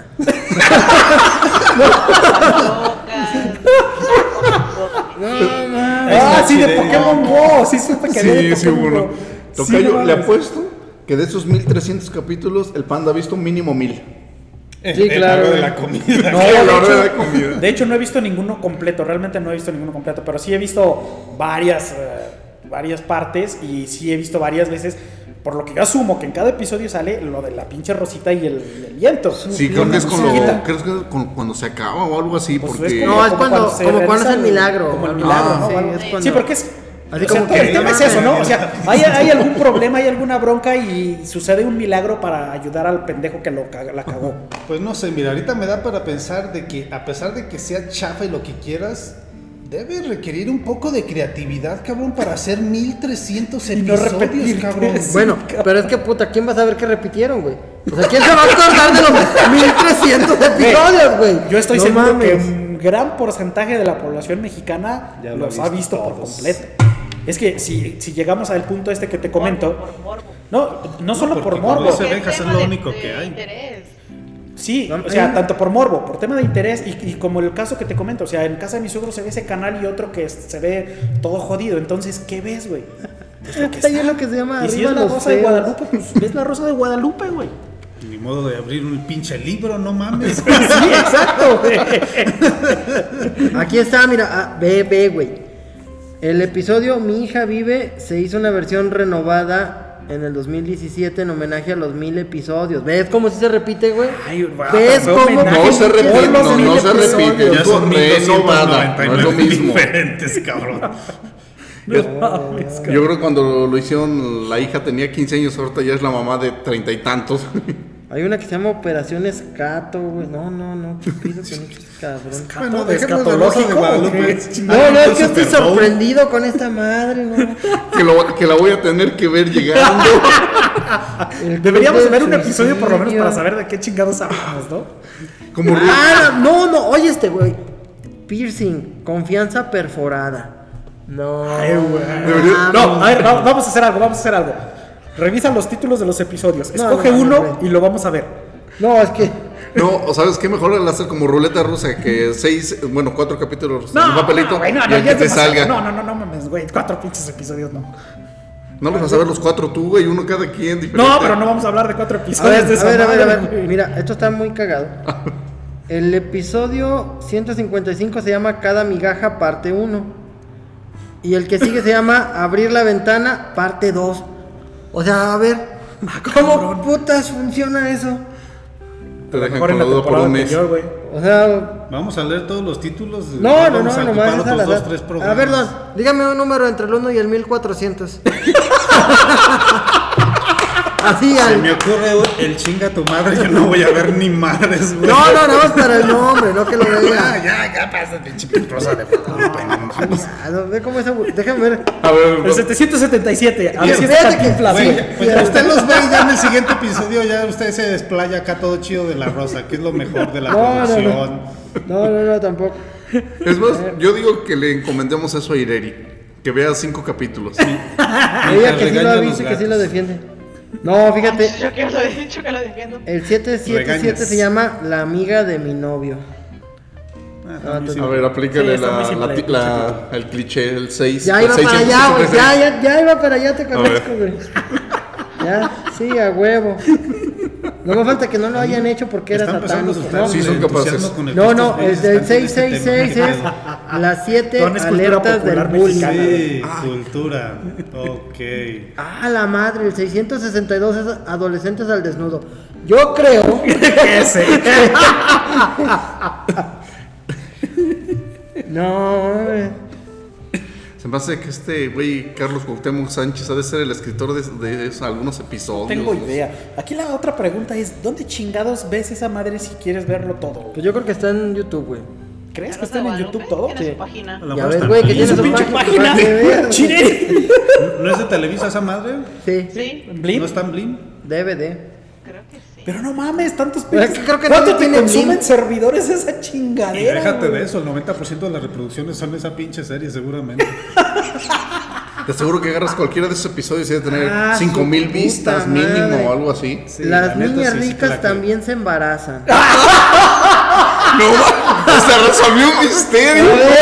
No mames. Ah, sí, de chideo. Pokémon Go. Sí, supe que había de Sí, Pokémon bueno. Go. Tocayo, Sí, no le mames. apuesto que de esos 1300 capítulos, el Panda ha visto mínimo 1000. Sí, claro. El de la comida. No, Sí, la hora de de, comida. hecho, de hecho, no he visto ninguno completo. Realmente no he visto ninguno completo. Pero sí he visto varias partes. Y sí he visto varias veces. Por lo que yo asumo que en cada episodio sale lo de la pinche rosita y el viento. Sí, creo que es con musiquita. creo que es cuando se acaba o algo así, Pues porque... es No, es cuando se como cuando realiza es el milagro. Como el Ah, milagro, ¿no? sí, Algo. es cuando- Sí, porque es... Así o sea, como todo el que- tema es eso, ¿no? O sea, hay algún problema, hay alguna bronca y sucede un milagro para ayudar al pendejo que la cagó. Pues no sé, mira, ahorita me da para pensar de que a pesar de que sea chafa y lo que quieras, debe requerir un poco de creatividad, cabrón, para hacer 1300 Y no episodios, repetir. cabrón. Bueno, pero es que puta, ¿quién va a saber qué repitieron, güey? O sea, ¿quién se va a acordar de los 1300 episodios, güey? Yo estoy No seguro mames. que un gran porcentaje de la población mexicana Ya lo los ha ha visto visto por todos. completo. Es que si llegamos al punto este que te comento, Por morbo. no solo por porque como morbo, dice Porque Benjas, es tema lo de- único de que hay. interés. sí, o sea, tanto por morbo, por tema de interés y como el caso que te comento, o sea, en casa de mi suegro se ve ese canal y otro que se ve todo jodido, entonces, ¿qué ves, güey? Pues lo que Está ahí está. lo que se llama Y si Arriba es la los Rosa de Feos. Guadalupe, pues ves la Rosa de Guadalupe, güey. Ni modo de abrir un pinche libro, no mames. Sí, exacto, güey. Aquí está, mira, ve, güey. El episodio Mi hija vive se hizo una versión renovada en el 2017 en homenaje a los 1000 episodios. ¿Ves cómo si se repite, güey? Ay, va, ¿Ves fue cómo? homenaje No se repite, por los no 1000 se repite. episodios. Ya son renovada, no es lo 1299 mismo. diferentes, cabrón. No mames, cabrón. Yo creo que cuando lo hicieron, la hija tenía 15 años, ahorita ya es la mamá de 30 y tantos. Hay una que se llama Operación Escato, güey. No, ¿qué pido con estos cabrón? Bueno, ¿De dejemos de Rosa de escatológico o Guadalupe. qué? No, es que estoy sorprendido con esta madre, ¿no? que la voy a tener que ver llegando. Deberíamos El ver un Club del episodio por lo menos Suicidio. para saber de qué chingados hablamos, ¿no? Como No, oye este, güey. Piercing, confianza perforada. No. Ay, güey. mames. No, a ver, vamos a hacer algo. Revisa los títulos de los episodios. No, Escoge no, uno güey. y lo vamos a ver. No, es que. No, o sabes qué mejor el hacer como ruleta rusa, que 4 capítulos en un papelito güey, y el ya que es te demasiado. salga. No mames, güey. 4 pinches episodios, no. No los vas a ver los 4 tú, güey, uno cada quien diferente. No, pero no vamos a hablar de 4 A episodios ver, de esa a ver. madre, güey. Mira, esto está muy cagado. El episodio 155 se llama Cada migaja parte 1. Y el que sigue se llama Abrir la ventana parte 2. O sea, a ver, ¿cómo putas funciona eso? Te dejan Mejor con en la la duda por temporada un mes. anterior, güey. O sea, Vamos a leer todos los títulos. no, Vamos a ocupar nomás es otros al 2, azar. 3 A programas. ver, don, dígame un número entre el 1 y el 1400. Así Se me al. ocurre el chinga tu madre, yo no voy a ver ni madres, güey. No, es para el nombre, no que lo vea. Ya pasa, pinche Rosa de Guadalupe, no mames. Ve cómo es. Déjame ver. A ver, El 777. A ver si Fíjate está que- Cantinflas, Güey, güey. pues usted los ve ya en el siguiente episodio, ya usted se desplaya acá todo chido de la Rosa, que es lo mejor de la producción. No, tampoco. es más, yo digo que le encomendemos eso a Ireri, que vea 5 capítulos. Ella que sí lo regaña ha a visto y los que sí lo gatos. defiende. No, fíjate. Yo que lo he dicho, que lo defiendo. El 777 Regañas. se llama La amiga de mi novio. Ah, a mí sí A me- ver, aplícale Sí, está muy simple, el cliché, el 6. Ya iba para allá, güey. Ya iba para allá, te ver. conozco, güey. Ya, sí, a huevo. No me falta que no lo hayan hecho porque era Están pasando sus satánico. Sí, son capaces. No, el del 666 es las 7 Don es cultura alertas del popular bullying. mexicana. Sí, cultura. Ok. Ah, la madre, el 662 es adolescentes al desnudo. Yo creo. Ese. No, Se me hace que este güey, Carlos Cuauhtémoc Sánchez, ha de ser el escritor de algunos episodios. Tengo idea. Aquí la otra pregunta es, ¿dónde chingados ves esa madre si quieres verlo todo? pues yo creo que está en YouTube, güey. ¿Crees que están en YouTube todo? Tiene Sí. su página. A lo Ya mejor ves, está güey, que en tiene ¿Su su pinche página? para que veas. ¡Chile! ¿No es de Televisa esa madre? Sí, Sí, ¿Blim? ¿No está en Blim? DVD. creo que sí. Pero no mames, tantos Pero es pinches. que creo que ¿Cuánto no te tiene consumen Blim. servidores esa Y chingadera? déjate güey? de eso, el 90% de las reproducciones son de esa pinche serie, seguramente. Te aseguro que agarras cualquiera de esos episodios y debe tener Ah, 5,000 su vistas puta madre. mínimo o algo así. Sí, Las la neta, niñas sí, sí te ricas la creo. también se embarazan. No, se resolvió un misterio.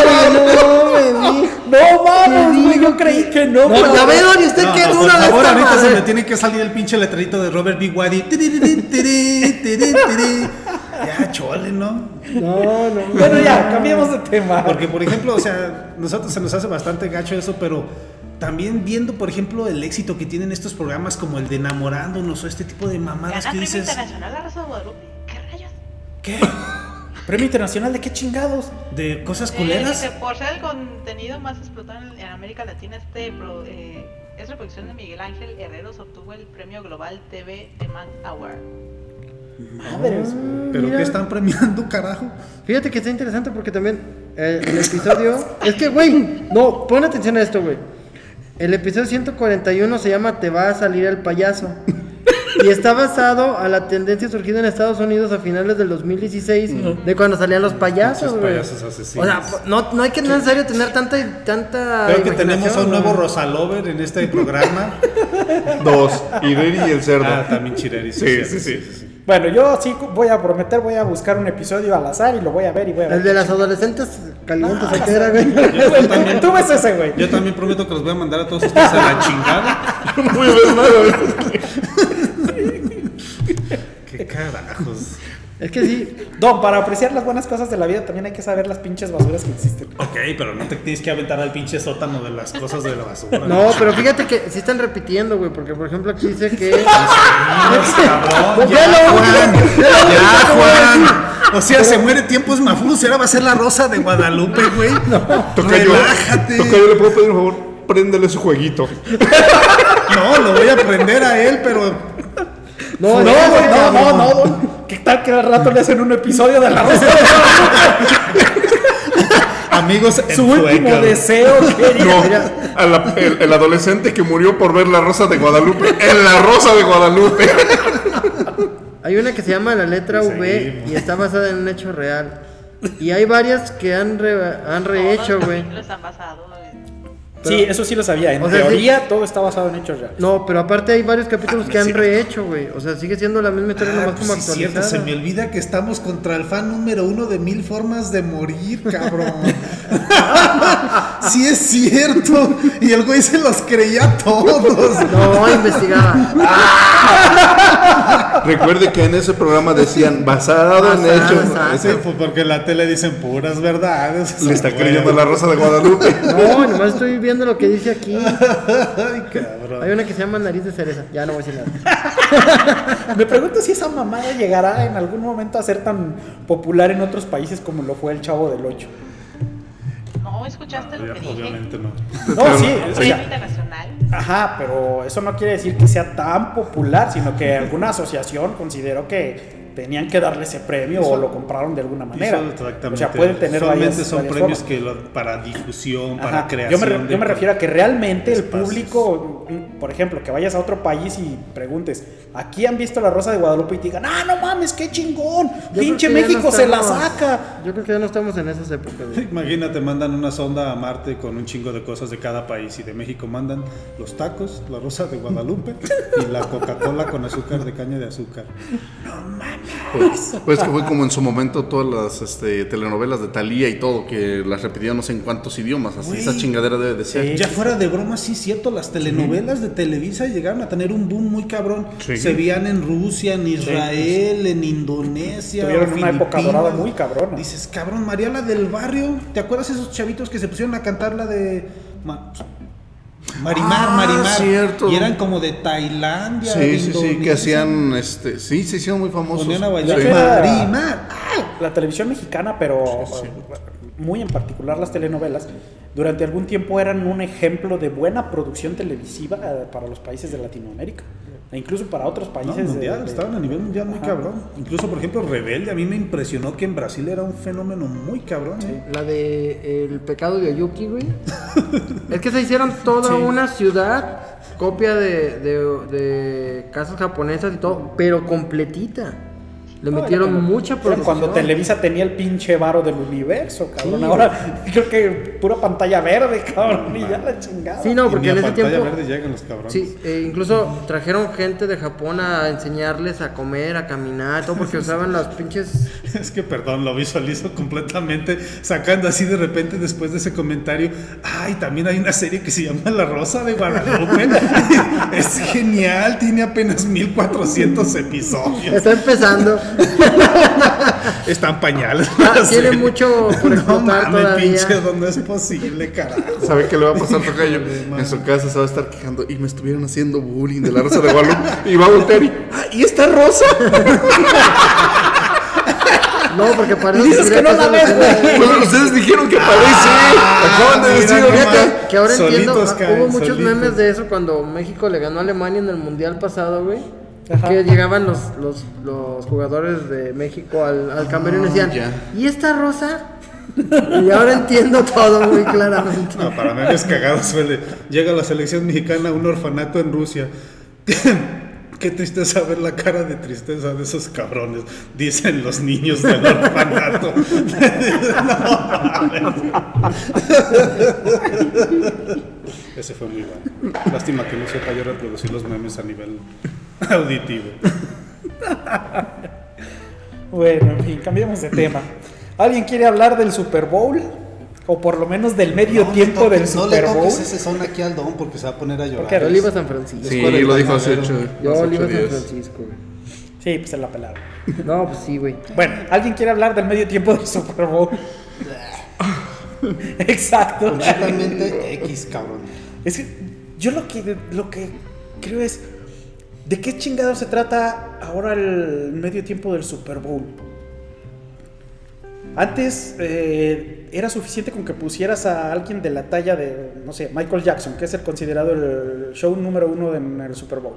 No mames, güey, yo creí que no. No, ya ve, Dori, usted qué por duro de favor, esta ahorita se madre. me tiene que salir el pinche letrerito de Robert B. Waddy. Tiri, tiri, tiri, tiri, tiri. Ya, chole, ¿no? No. Bueno, ya, cambiemos de tema. Porque, por ejemplo, o sea, nosotros se nos hace bastante gacho eso, pero también viendo, por ejemplo, el éxito que tienen estos programas como el de Enamorándonos o este tipo de mamadas Gana que Premio dices, Internacional La Rosa de Guadalupe. ¿Qué rayos? ¿qué? ¿Premio internacional de qué chingados? ¿De cosas culeras? Dice, por ser el contenido más explotado en América Latina, esta producción de Miguel Ángel Herreros obtuvo el premio Global TV Demand Award. Madres, güey. ¿Pero Mira. qué están premiando, carajo? Fíjate que está interesante porque también el episodio... Es que, güey, no, pon atención a esto, güey. El episodio 141 se llama Te va a salir el payaso. Y está basado a la tendencia surgida en Estados Unidos a finales del 2016, de cuando salían los payasos, Esos güey. payasos asesinos. O sea, no hay que necesario tener tanta Creo que tenemos a un imaginación, nuevo ¿no? Rosalover en este programa. 2. Ireri y el cerdo. Ah, también Chireri. Sí. Bueno, yo sí voy a prometer, voy a buscar un episodio al azar y lo voy a ver y voy a ver. El de las adolescentes calientes, Ah, ¿o qué era, güey? Güey, tú ves ese, güey. Yo también prometo que los voy a mandar a todos ustedes a la chingada. No voy a ver nada. ¿Qué carajos? Es que sí, Don, para apreciar las buenas cosas de la vida también hay que saber las pinches basuras que existen. Ok, pero no te tienes que aventar al pinche sótano de las cosas de la basura. no, pero fíjate que sí están repitiendo, güey, porque por ejemplo aquí dice que... Cabrón, Ya lo Juan. último, Ya, Juan. O sea, se muere tiempos mafus y ahora va a ser la Rosa de Guadalupe, güey. Relájate. Tocayo, ¿le puedo pedir un favor? Préndele su jueguito. No, lo voy a aprender a él, pero No, No, no, güey, no, no, don. ¿Qué tal que al rato le hacen un episodio de La Rosa? amigos, en Su último Fueca, deseo, querido. No, el adolescente que murió por ver la Rosa de Guadalupe. En la Rosa de Guadalupe. Hay una que se llama La Letra V y está basada en un hecho real. Y hay varias que han rehecho, Todos güey. los capítulos están basados en... Sí, eso sí lo sabía. En O sea, teoría, todo está basado en hechos reales. No, pero aparte hay varios capítulos que han rehecho, güey. O sea, sigue siendo la misma historia, nomás como pues sí, cierto, actualizada. se me olvida que estamos contra el fan número 1 de 1000 formas de morir, cabrón. Sí es cierto. Y el güey se los creía todos. No, investigaba. Recuerde que en ese programa decían basado en Basado, hechos. exacto. Sí, pues porque en la tele dicen puras verdades. Le está creyendo la Rosa de Guadalupe. No, nomás estoy viendo lo que dice aquí. Ay, cabrón. Hay una que se llama Nariz de Cereza. Ya no voy a decir nada. Me pregunto si esa mamada llegará en algún momento a ser tan popular en otros países como lo fue el Chavo del 8. No, ¿escuchaste lo que dije? Obviamente no. No, sí, o Premio sea, internacional. ajá, pero eso no quiere decir que sea tan popular, sino que alguna asociación consideró que tenían que darle ese premio o lo compraron de alguna manera. Eso exactamente. O sea, pueden tener Solamente varias son varias premios formas. para difusión, Ajá. para creación. Yo me refiero a que realmente el espacios. público, por ejemplo, que vayas a otro país y preguntes, ¿aquí han visto la Rosa de Guadalupe? Y te digan, ¡ah, no mames, qué chingón! Yo ¡Pinche creo que ya México no se la estamos- saca! Yo creo que ya no estamos en esas épocas, güey. Imagínate, mandan una sonda a Marte con un chingo de cosas de cada país y de México mandan los tacos, la Rosa de Guadalupe y la Coca-Cola con azúcar de caña de azúcar. Pues que fue como en su momento todas las telenovelas de Thalía y todo, que las repetían no sé en cuántos idiomas. Así Güey. esa chingadera debe de ser. Sí. Ya fuera de broma, sí es cierto, las telenovelas de Televisa llegaron a tener un boom muy cabrón. Sí. Se veían en Rusia, en Israel, en Indonesia. Tuvieron en una época Filipinas. dorada muy cabrona. Dices, cabrón, María la del barrio. ¿Te acuerdas esos chavitos que se pusieron a cantar la de Marimar, Ah, Marimar? cierto. Y eran como de Tailandia. Sí, de sí, sí, que Indonesia. hacían, sí, se hicieron muy famosos. Ponían a bailar. Sí. Marimar. ¡Ah! la televisión mexicana, pero muy en particular las telenovelas, durante algún tiempo eran un ejemplo de buena producción televisiva para los países de Latinoamérica. E incluso para otros países. Mundial, estaban a nivel mundial muy cabrón. Incluso, por ejemplo, Rebelde, a mí me impresionó que en Brasil era un fenómeno muy cabrón. Sí. La de El pecado de Oyuki, güey. Es que se hicieron toda una ciudad, copia de casas japonesas y todo, pero completita. Le metieron mucha producción. Cuando Televisa tenía el pinche varo del universo, cabrón. Sí, ahora creo que pura pantalla verde, cabrón. Y ya la chingada. Sí, no, porque en ese tiempo. Verde llegan los cabrones. Sí, incluso trajeron gente de Japón a enseñarles a comer, a caminar, todo porque usaban las pinches. Es que, perdón, lo visualizo completamente sacando así de repente después de ese comentario. Ay, también hay una serie que se llama La Rosa de Guadalupe. Es genial, tiene apenas 1400 episodios. Está empezando. Están pañales. Tiene mucho por explotar todavía. Pinche, ¿dónde es posible, carajo? ¿Sabe qué le va a pasar, tocayo? En su casa se va a estar quejando y me estuvieron haciendo bullying de La Rosa de Guadalupe. Y va a voltear ¿y esta Rosa? No, porque parece Dices que no la ves, güey. Bueno, ustedes dijeron que parece. Acaban de decir ahorita. Que ahora entiendo, Solitos caen, hubo muchos solitos. memes de eso cuando México le ganó a Alemania en el mundial pasado, güey. Ajá. Que llegaban los jugadores de México al camerino y decían, ya. ¿y esta Rosa? Y ahora entiendo todo muy claramente. No, para memes cagados suele. Llega la selección mexicana a un orfanato en Rusia. Qué tristeza ver la cara de tristeza de esos cabrones, dicen los niños del orfanato. Ese fue muy bueno. Lástima que no sepa yo reproducir los memes a nivel auditivo. Bueno, en fin, cambiemos de tema. ¿Alguien quiere hablar del Super Bowl? O por lo menos del medio tiempo del Super Bowl. No le toques ese son aquí al Don porque se va a poner a llorar. ¿Por qué? Yo le iba a San Francisco. Sí, lo dijo hace 8 Yo le iba a San Francisco, güey. Sí, pues se la pelaron. No, pues sí, güey. Bueno, ¿alguien quiere hablar del medio tiempo del Super Bowl? Exacto. Completamente X, cabrón. Es que yo lo que creo es, ¿de qué chingado se trata ahora el medio tiempo del Super Bowl? Antes era suficiente con que pusieras a alguien de la talla de, no sé, Michael Jackson, que es el considerado el show número 1 en el Super Bowl.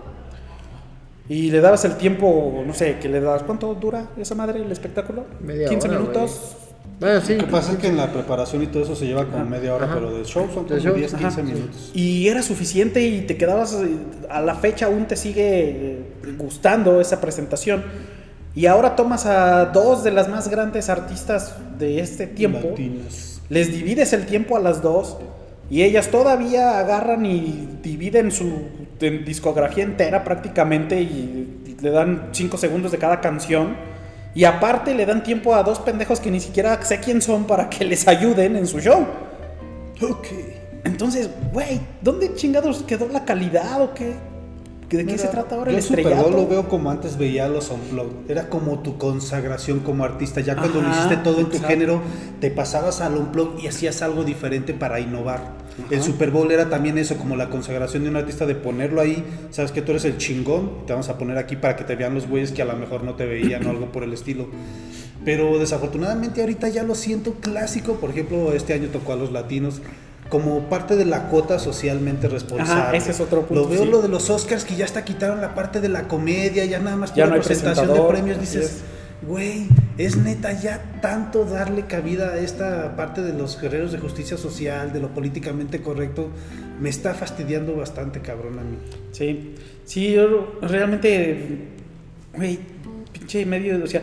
Y le dabas el tiempo, no sé, que le das, ¿cuánto dura esa madre el espectáculo? Media 15 hora, minutos. Bueno, sí. Lo que pasa es que en la preparación y todo eso se lleva como media hora, pero de show son como 10, 15 minutos. Y era suficiente y te quedabas, a la fecha aún te sigue gustando esa presentación. Y ahora tomas a dos de las más grandes artistas de este tiempo, Latinas. les divides el tiempo a las dos y ellas todavía agarran y dividen su discografía entera prácticamente y le dan 5 segundos de cada canción. Y aparte le dan tiempo a dos pendejos que ni siquiera sé quién son para que les ayuden en su show. Ok. Entonces, güey, ¿dónde chingados quedó la calidad o qué? ¿De qué se trata ahora el Super estrellato? Bowl lo veo como antes veía los Unplugged. Era como tu consagración como artista. Ya cuando lo hiciste todo en tu género, te pasabas al Unplugged y hacías algo diferente para innovar. El Super Bowl era también eso, como la consagración de un artista, de ponerlo ahí. Sabes que tú eres el chingón, te vamos a poner aquí para que te vean los güeyes que a lo mejor no te veían o algo por el estilo. Pero desafortunadamente ahorita ya lo siento clásico. Por ejemplo, este año tocó a los latinos como parte de la cuota socialmente responsable. Ajá, ese es otro punto. Lo veo sí. lo de los Oscars, que ya hasta quitaron la parte de la comedia, ya nada más Ya por no hay presentación de presentador, premios. así Dices, güey, es neta ya tanto darle cabida a esta parte de los guerreros de justicia social, de lo políticamente correcto, me está fastidiando bastante, cabrón, a mí. Sí, sí, yo realmente, güey, pinche medio, o sea,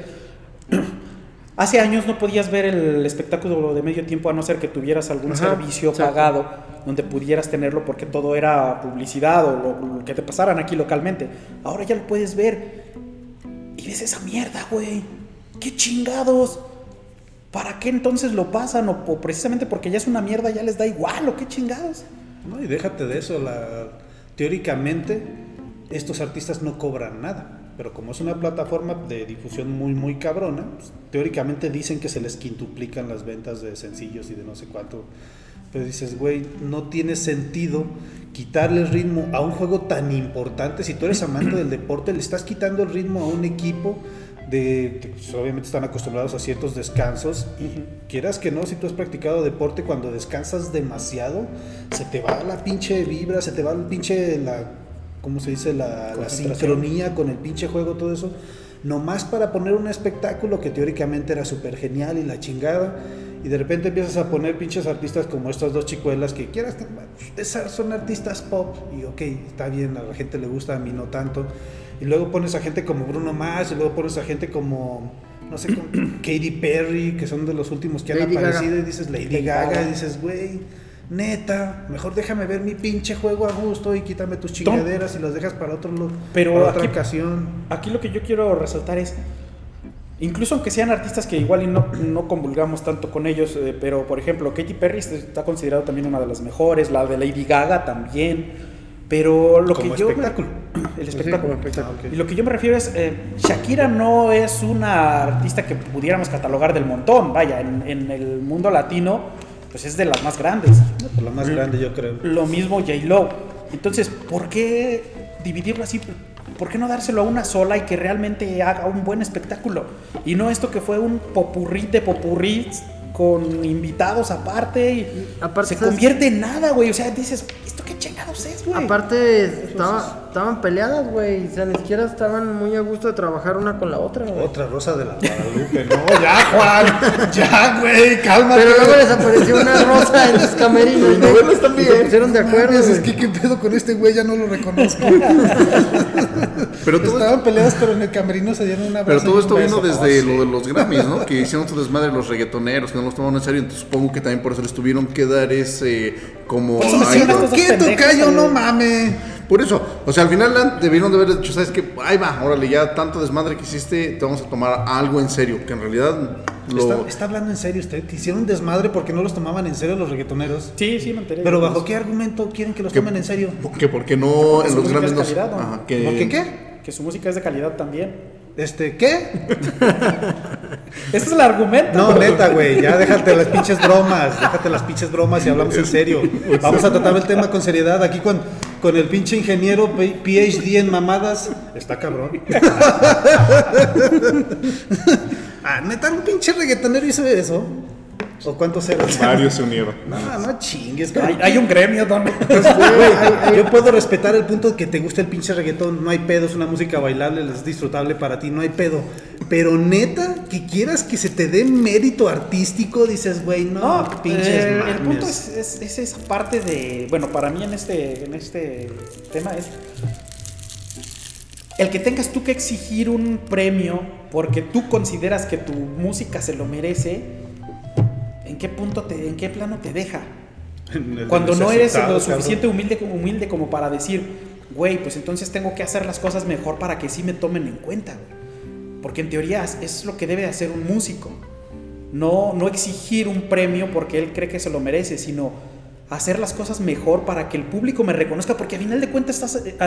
hace años no podías ver el espectáculo de medio tiempo a no ser que tuvieras algún servicio pagado donde pudieras tenerlo porque todo era publicidad o lo que te pasaran aquí localmente. Ahora ya lo puedes ver y ves esa mierda, güey. ¡Qué chingados! ¿Para qué entonces lo pasan? O precisamente porque ya es una mierda ya les da igual, ¿o qué chingados? No, y déjate de eso, teóricamente estos artistas no cobran nada, pero como es una plataforma de difusión muy muy cabrona, pues, teóricamente dicen que se les quintuplican las ventas de sencillos y de no sé cuánto. Pero dices, güey, no tiene sentido quitarle el ritmo a un juego tan importante. Si tú eres amante del deporte, le estás quitando el ritmo a un equipo pues, obviamente están acostumbrados a ciertos descansos y quieras que no, si tú has practicado deporte, cuando descansas demasiado se te va la pinche vibra, se te va el pinche ¿cómo se dice? La sincronía con el pinche juego, todo eso, nomás para poner un espectáculo que teóricamente era súper genial y la chingada. Y de repente empiezas a poner pinches artistas como estas dos chicuelas que quieras, son artistas pop y ok, está bien, a la gente le gusta, a mí no tanto. Y luego pones a gente como Bruno Mars, y luego pones a gente como, no sé, como Katy Perry, que son de los últimos que han aparecido, y dices Lady Gaga, y dices, güey, neta, mejor déjame ver mi pinche juego a gusto y quítame tus chingaderas y las dejas para otra ocasión. Aquí lo que yo quiero resaltar es, incluso aunque sean artistas que igual y no convulgamos tanto con ellos, pero por ejemplo Katy Perry está considerado también una de las mejores, la de Lady Gaga también, pero lo como que yo espectáculo. El espectáculo. Sí, okay. Y lo que yo me refiero es, Shakira no es una artista que pudiéramos catalogar del montón, vaya, en el mundo latino pues es de las más grandes. La más grande, yo creo. Lo mismo J-Lo. Entonces, ¿por qué dividirlo así? ¿Por qué no dárselo a una sola y que realmente haga un buen espectáculo? Y no esto que fue un popurrí con invitados aparte y aparte, se convierte en nada, güey. O sea, dices, ¿esto qué chingados es, güey? Aparte, estaban peleadas, güey. O sea, ni siquiera estaban muy a gusto de trabajar una con la otra, güey. Otra Rosa de la Guadalupe, no, ya, Juan, ya, güey, cálmate. Pero luego les apareció una rosa en los camerinos. Y novelas también. Se pusieron de acuerdo, Es güey. que qué pedo con este güey, ya no lo reconozco. Pero todo Estaban peleadas, pero en el camerino se dieron una Pero abrazo todo y esto un vino beso. desde Sí. lo de los Grammys, ¿no? Que hicieron su desmadre los reggaetoneros, que no los tomaron en serio. Entonces supongo que también por eso les tuvieron que dar ese como... Por eso me hicieron estos dos ¿Qué pendejos, tocayo? güey. No mames. Por eso, o sea, al final debieron de haber dicho, ¿sabes qué? Ahí va, órale, ya tanto desmadre que hiciste, te vamos a tomar algo en serio, que en realidad ¿Está hablando en serio usted? ¿Que hicieron desmadre porque no los tomaban en serio los reggaetoneros? Sí, me enteré. ¿Pero bajo qué argumento quieren que los tomen en serio? que porque no Porque en su los música Grammys es no... calidad, ¿no? Ajá, ¿Por qué qué? Que su música es de calidad también. ¿Qué? Ese es el argumento. No, güey. neta, güey, ya déjate las pinches bromas y hablamos en serio. Vamos a tratar el tema con seriedad. Aquí con el pinche ingeniero PhD en mamadas, está cabrón. ¿Neta un pinche reggaetonero hizo eso? ¿O cuántos eran? Varios se unieron. No chingues, Hay un gremio, don. Güey, yo puedo respetar el punto de que te gusta el pinche reggaetón, no hay pedo, es una música bailable, es disfrutable para ti, no hay pedo. Pero neta, que quieras que se te dé mérito artístico, dices, güey, no, pinches el mames. punto es esa parte de, bueno, para mí en este tema es el que tengas tú que exigir un premio porque tú consideras que tu música se lo merece. ¿En qué plano te deja? Cuando no eres lo suficiente humilde como para decir, güey, pues entonces tengo que hacer las cosas mejor para que sí me tomen en cuenta, güey. Porque en teoría es lo que debe hacer un músico. No exigir un premio porque él cree que se lo merece, sino hacer las cosas mejor para que el público me reconozca, porque al final de cuentas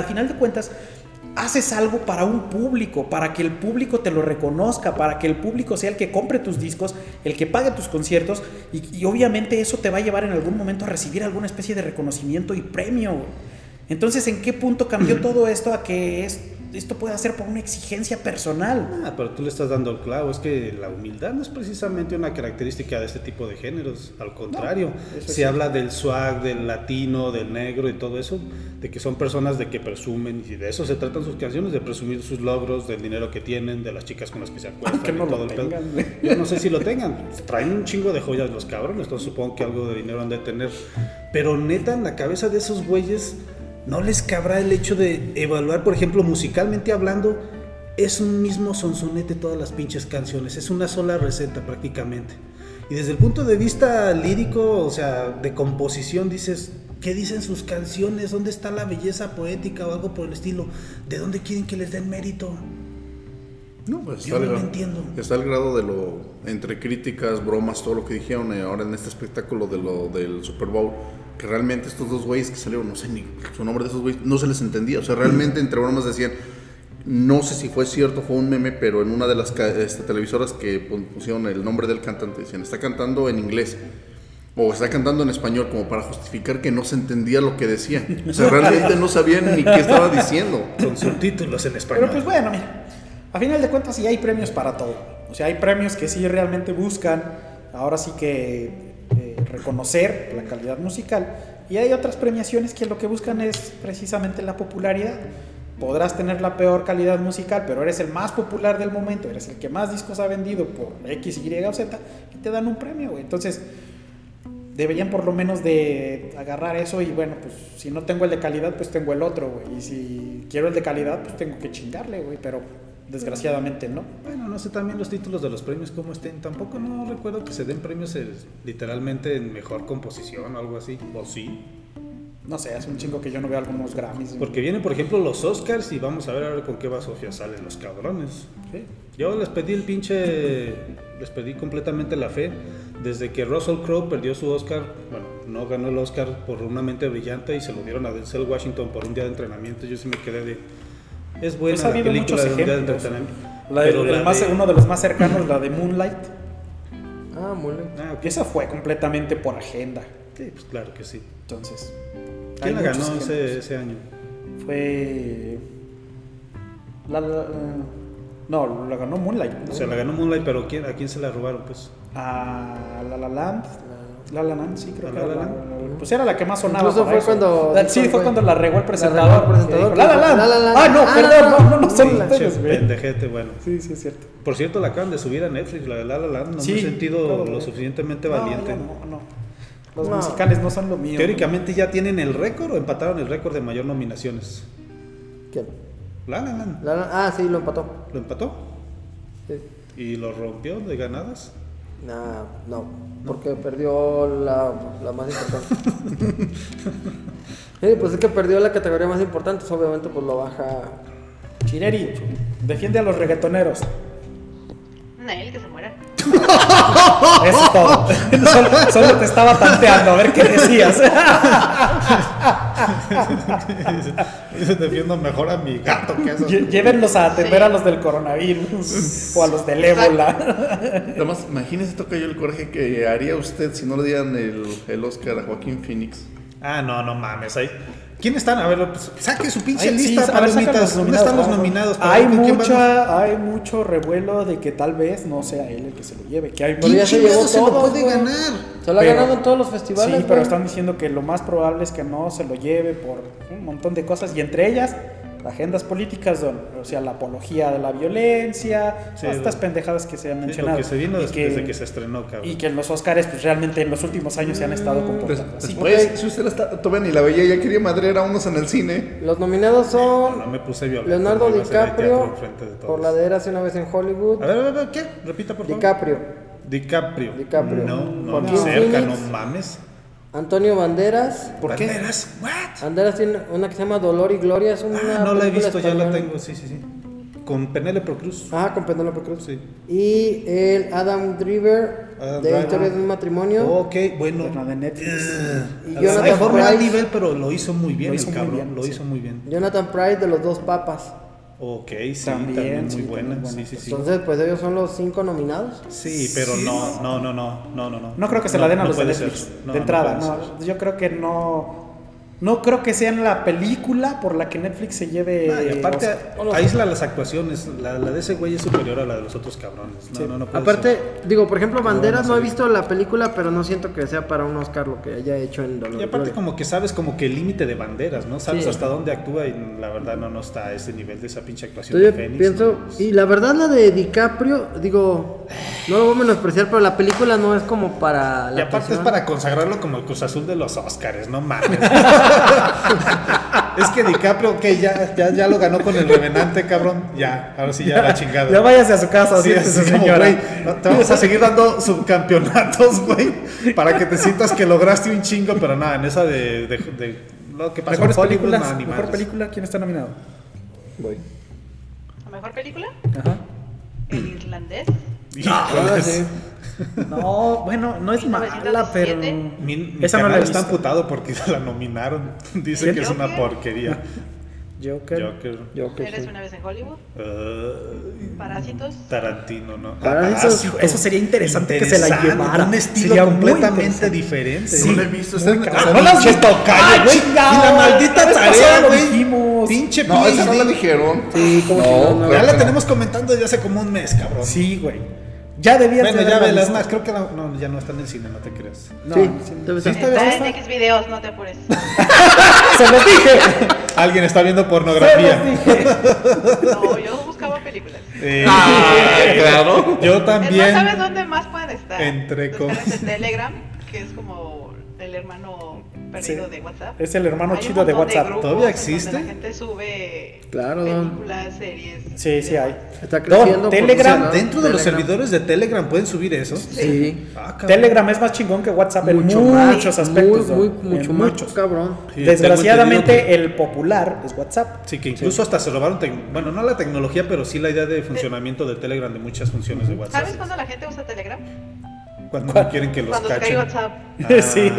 haces algo para un público, para que el público te lo reconozca, para que el público sea el que compre tus discos, el que pague tus conciertos, y obviamente eso te va a llevar en algún momento a recibir alguna especie de reconocimiento y premio. Entonces, ¿en qué punto cambió todo esto a que esto pueda ser por una exigencia personal? Pero tú le estás dando el clavo, es que la humildad no es precisamente una característica de este tipo de géneros, al contrario, se habla del swag, del latino, del negro y todo eso, de que son personas de que presumen, y de eso se tratan sus canciones, de presumir sus logros, del dinero que tienen, de las chicas con las que se acuestan, Aunque no y todo lo el pedo. tengan, güey. Yo no sé si lo tengan, traen un chingo de joyas los cabrones, entonces supongo que algo de dinero han de tener, pero neta en la cabeza de esos güeyes no les cabrá el hecho de evaluar, por ejemplo, musicalmente hablando, es un mismo sonsonete todas las pinches canciones, es una sola receta prácticamente. Y desde el punto de vista lírico, o sea, de composición, dices, ¿qué dicen sus canciones? ¿Dónde está la belleza poética o algo por el estilo? ¿De dónde quieren que les den mérito? No, pues Yo no lo entiendo. Está el grado de lo, entre críticas, bromas, todo lo que dijeron ahora en este espectáculo del Super Bowl, que realmente estos dos güeyes que salieron, no sé ni su nombre de esos güeyes, no se les entendía. O sea, realmente entre bromas decían, no sé si fue cierto, fue un meme, pero en una de las televisoras que pusieron el nombre del cantante, decían, está cantando en inglés. O está cantando en español, como para justificar que no se entendía lo que decía. O sea, realmente no sabían ni qué estaba diciendo. Con subtítulos en español. Pero pues bueno, mira, A final de cuentas, sí hay premios para todo. O sea, hay premios que sí realmente buscan, ahora sí que reconocer la calidad musical. Y hay otras premiaciones que lo que buscan es precisamente la popularidad. Podrás tener la peor calidad musical, pero eres el más popular del momento, eres el que más discos ha vendido por X, Y o Z, y te dan un premio, güey. Entonces, deberían por lo menos de agarrar eso y bueno, pues si no tengo el de calidad, pues tengo el otro, güey. Y si quiero el de calidad, pues tengo que chingarle, güey, pero desgraciadamente no. Bueno, no sé también los títulos de los premios cómo estén. Tampoco no recuerdo que se den premios literalmente en mejor composición o algo así. ¿O sí? No sé, hace un chingo que yo no veo algunos Grammys. Porque vienen, por ejemplo, los Oscars y vamos a ver con qué va Sofía salen los cabrones. ¿Sí? Yo les pedí les pedí completamente la fe. Desde que Russell Crowe perdió su Oscar, bueno, no ganó el Oscar por Una mente brillante y se lo dieron a Denzel Washington por Un día de entrenamiento, yo sí me quedé de... Es buena pues la película de Un día de ejemplos. entrenamiento. Uno de los más cercanos, la de Moonlight. Moonlight. Ah, ok. Esa fue completamente por agenda. Sí, pues claro que sí. Entonces, ¿Quién la hay ganó muchos ejemplos. ese año? Fue... No, la ganó Moonlight. O sea, la ganó Moonlight, pero ¿a quién se la robaron? Pues A La La Land. La La Land, sí, creo ¿A que La era La la, Land? pues era la que más sonaba. Incluso para fue eso. cuando... Sí, fue cuando la regó el La presentador. regó el presentador, Que dijo, La La Land. La La Land. Ah, no, perdón, no son Moonlight. ustedes, güey. pendejete, bueno. Sí, sí, es cierto. Por cierto, la acaban de subir a Netflix, la de La La Land. No Sí, me he sentido claro, lo güey. suficientemente No, valiente. no. Los No. musicales no son lo mío. Teóricamente ya tienen el récord o empataron el récord de mayor nominaciones. ¿Quién? La La Land. Sí, lo empató. ¿Lo empató? Sí. ¿Y lo rompió de ganadas? No, porque perdió la más importante. Sí, pues es que perdió la categoría más importante, obviamente pues lo baja. Chireri, defiende a los reggaetoneros. Él que se muera. Eso es todo. Solo te estaba tanteando a ver qué decías. Yo defiendo mejor a mi gato que a esos. Llévenlos a atender Sí. a los del coronavirus o a los del ébola. Además, imagínese, toca yo el coraje que haría usted si no le dieran el Oscar a Joaquín Phoenix. Ah, no mames. ¿Quién están? A ver, pues, saque su pinche Ay, sí, lista, a ver, saca palomitas. los ¿Dónde están los nominados? nominados? Para ver con quién Hay mucho revuelo de que tal vez no sea él el que se lo lleve. Que hay Pero ya se llevó se lo todo. puede ganar? Se lo ha Pero- ganado en todos los festivales. Sí, pero güey. están diciendo que lo más probable es que no se lo lleve por un montón de cosas y entre ellas agendas políticas, o sea, la apología de la violencia, Sí, todas estas pendejadas que se han Sí, mencionado. lo que se vino Y desde que se estrenó, cabrón. Y que en los Oscars, pues realmente en los últimos años se han estado comportando así. Después, si usted todavía ni la veía, ya quería madrear a unos en el cine. Los nominados son No me puse violento. Leonardo no iba a hacer ahí teatro DiCaprio enfrente de todos. por la de Érase una vez en Hollywood. A ver, ¿qué? Repita, por favor. DiCaprio. DiCaprio. No, Joaquín ni cerca, Phoenix. no mames. Antonio Banderas. ¿Por qué? ¿Banderas? ¿What? Banderas tiene una que se llama Dolor y Gloria. Es una No la he película visto, ya la española. tengo, sí. Con Penélope Cruz. Con Penélope Cruz. Sí. Y el Adam Driver Adam de Driver. Historias de un matrimonio. Ok, bueno. La de Netflix. Y A lo Jonathan mejor no al Pryce. nivel, pero lo hizo muy bien Lo el hizo muy cabrón. bien, Lo sí. hizo muy bien. Jonathan Pryce de Los Dos Papas. Ok, sí, También, también, sí, muy buena. también buena. Sí. Entonces, pues ellos son los 5 nominados. Sí, pero no. No creo que se la den a No los de puede Netflix. ser. No, de entrada, puede no. ser. Yo creo que no. No creo que sea la película por la que Netflix se lleve. Y aparte, Oscar. aísla las actuaciones. La de ese güey es superior a la de los otros cabrones. No puede Aparte, ser. digo, por ejemplo, Banderas van a no he salir. visto la película, pero no siento que sea para un Oscar lo que haya hecho en Dolor Y y aparte Gloria. como que sabes como que el límite de Banderas, ¿no? Sabes Sí. hasta dónde actúa y la verdad no está a ese nivel de esa pinche actuación Entonces, de Fénix. pienso, ¿no? y la verdad la de DiCaprio, digo, no lo voy a menospreciar, pero la película no es como para la Y aparte es actuación. para consagrarlo como el Cruz Azul de los Óscares, no mames. Es que DiCaprio, que ya lo ganó con el Revenante, cabrón. Ya, ahora sí ya la chingada. Ya váyase a su casa, Sí, siéntese, así como, señora. güey, te vamos a seguir dando subcampeonatos, güey, para que te sientas que lograste un chingo, pero nada, en esa de lo que pasó Mejores en Hollywood, películas. nada, ni Mejor madres. película, ¿quién está nominado? Voy. ¿La mejor película? Ajá. El irlandés. Híjoles. sí. No, bueno, no es mala, pero. 1917. Mi Esa no canal la he está visto. amputado porque la nominaron. Dice ¿Quién? que es una ¿Qué? porquería. Joker. Eres sí. una vez en Hollywood. Parásitos. Tarantino, ¿no? Eso sería interesante que se la llevara. Un estilo Sería muy completamente interesante. diferente. Sí. No lo he visto. Muy cabrón. No la has visto, ¡Ay, güey. Y chingado! la maldita La vez tarea, pasada lo güey. dijimos. Pinche No, esa no la PhD. dijeron. Sí, como que no, Ya claro la que tenemos comentando desde hace como un mes, cabrón. Sí, güey. Ya debías Bueno, de ya haberla velas visto. más. Creo que no, ya no está en el cine, no te creas. No, Sí, sí. debe ser. Está en X videos, no te apures. Se los dije. Alguien está viendo Se pornografía. los dije. No, yo buscaba películas. Claro. Yo Es más, también. ¿sabes dónde más pueden estar? Entre Los canales cosas. de Telegram, que es como el hermano perdido Sí. de WhatsApp. Es el hermano Hay un chido de montón WhatsApp. grupos ¿Todavía en donde existe? La gente sube Claro, don. películas, series. Sí, sí hay. Está creciendo. Don, por Telegram, ese lado. Dentro de los Telegram. servidores de Telegram pueden subir eso. Sí. Ah, cabrón. Telegram es más chingón que WhatsApp en Mucho más. muchos aspectos. Muy, Don, mucho en más muchos. cabrón. Sí, Desgraciadamente tengo entendido el popular es WhatsApp. Sí, que incluso hasta se robaron, bueno, no la tecnología, pero sí la idea de funcionamiento de Telegram de muchas funciones de WhatsApp. ¿Sabes cuándo la gente usa Telegram? Cuando no quieren que los Cuando se cae cachen. WhatsApp. Sí.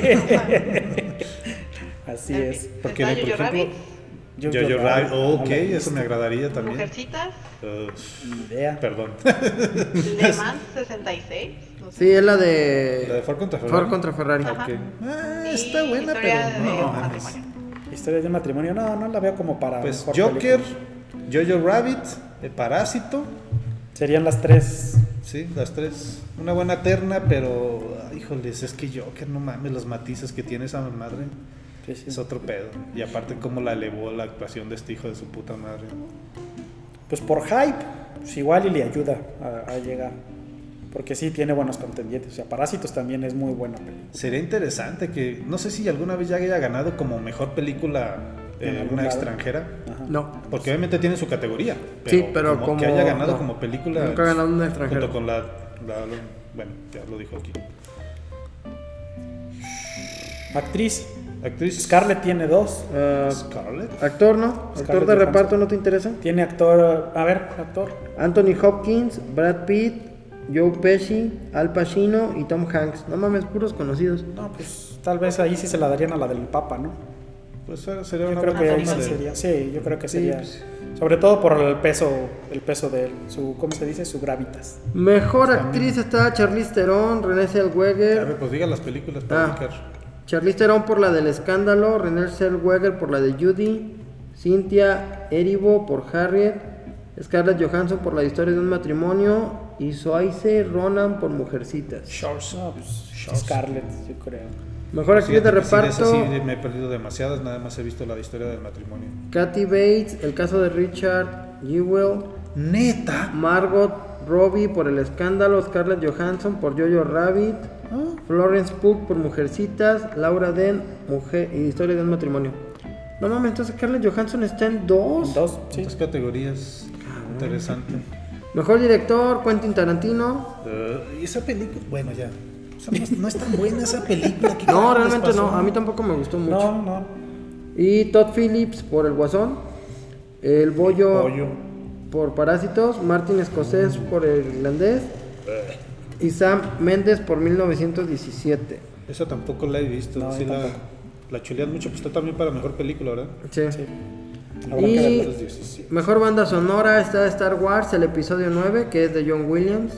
Así En es. fin, Porque, está por Jojo ejemplo, Rabbit, Jojo Rabbit, no ok, la he eso me agradaría también. Mujercitas, Ni idea. Perdón. Le Mans 66. No sé. Sí, es la La de de Ford contra Ferrari. Ford contra Ferrari. Ajá. Ok. Y Está buena, historia pero de no. matrimonio. Historia de un matrimonio. No la veo como para. Pues mejor Joker, película. Jojo Rabbit, El Parásito, Serían las tres. sí, las tres. Una buena terna, pero híjoles, es que Joker, no mames, los matices que tiene esa madre. Sí, sí. Es otro pedo. Y aparte cómo la elevó la actuación de este hijo de su puta madre. Pues por hype, pues igual y le ayuda a llegar. Porque sí tiene buenos contendientes. O sea, Parásitos también es muy buena película. Sería interesante que, no sé si alguna vez ya haya ganado como mejor película En algún una lado. extranjera. Ajá. No. Porque obviamente tiene su categoría. Sí, pero como que haya ganado no. como película. Nunca ha ganado una extranjera. Junto con bueno, ya lo dijo aquí. Actriz. Actriz Scarlett tiene dos. Scarlett. Actor, ¿no? Actor Scarlett de Johansson. reparto, ¿no te interesa? Tiene actor. A ver, actor. Anthony Hopkins, Brad Pitt, Joe Pesci, Al Pacino y Tom Hanks. No mames, puros conocidos. No, pues tal vez ahí sí se la darían a la del Papa, ¿no? Pues sería Yo una creo que ahí forma sí de. sería. Sí, yo creo que sería. pues. Sobre todo por el peso de él. Su, ¿cómo se dice? Su gravitas. Mejor actriz está Charlize Theron, Renée A Zellweger. ver, pues diga las películas para Ah. ubicar. Charlize Theron por la del Escándalo, Renée Zellweger por la de Judy, Cynthia Erivo por Harriet, Scarlett Johansson por la historia de un matrimonio y Saoirse Ronan por Mujercitas. No, pues Scarlett, yo creo. Mejor actriz de Fíjate que sí, de esas reparto, sí me he perdido demasiadas, nada más he visto la historia del matrimonio. Kathy Bates, El caso de Richard Jewell, Neta. Margot Robbie por El Escándalo, Scarlett Johansson por Jojo Rabbit, Florence Pugh por Mujercitas, Laura Dern, Mujer y Historia de un matrimonio. No mames, entonces Scarlett Johansson está en dos. Dos, sí. Estas categorías. Interesante. Mejor director, Quentin Tarantino. Y esa película, bueno, ya. O sea, no es tan buena esa película. ¿Qué No, carajos realmente les no, pasó? a mí tampoco me gustó mucho. No. Y Todd Phillips por El Guasón, El Bollo, Pollo. por Parásitos, Martin Scorsese por El Irlandés y Sam Mendes por 1917. Esa tampoco la he visto. No, sí yo la, tampoco. la chulean mucho, pues está también para mejor película, ¿verdad? Sí. Sí. Habrá que Y verlo. 17. mejor banda sonora está Star Wars, el episodio 9, que es de John Williams.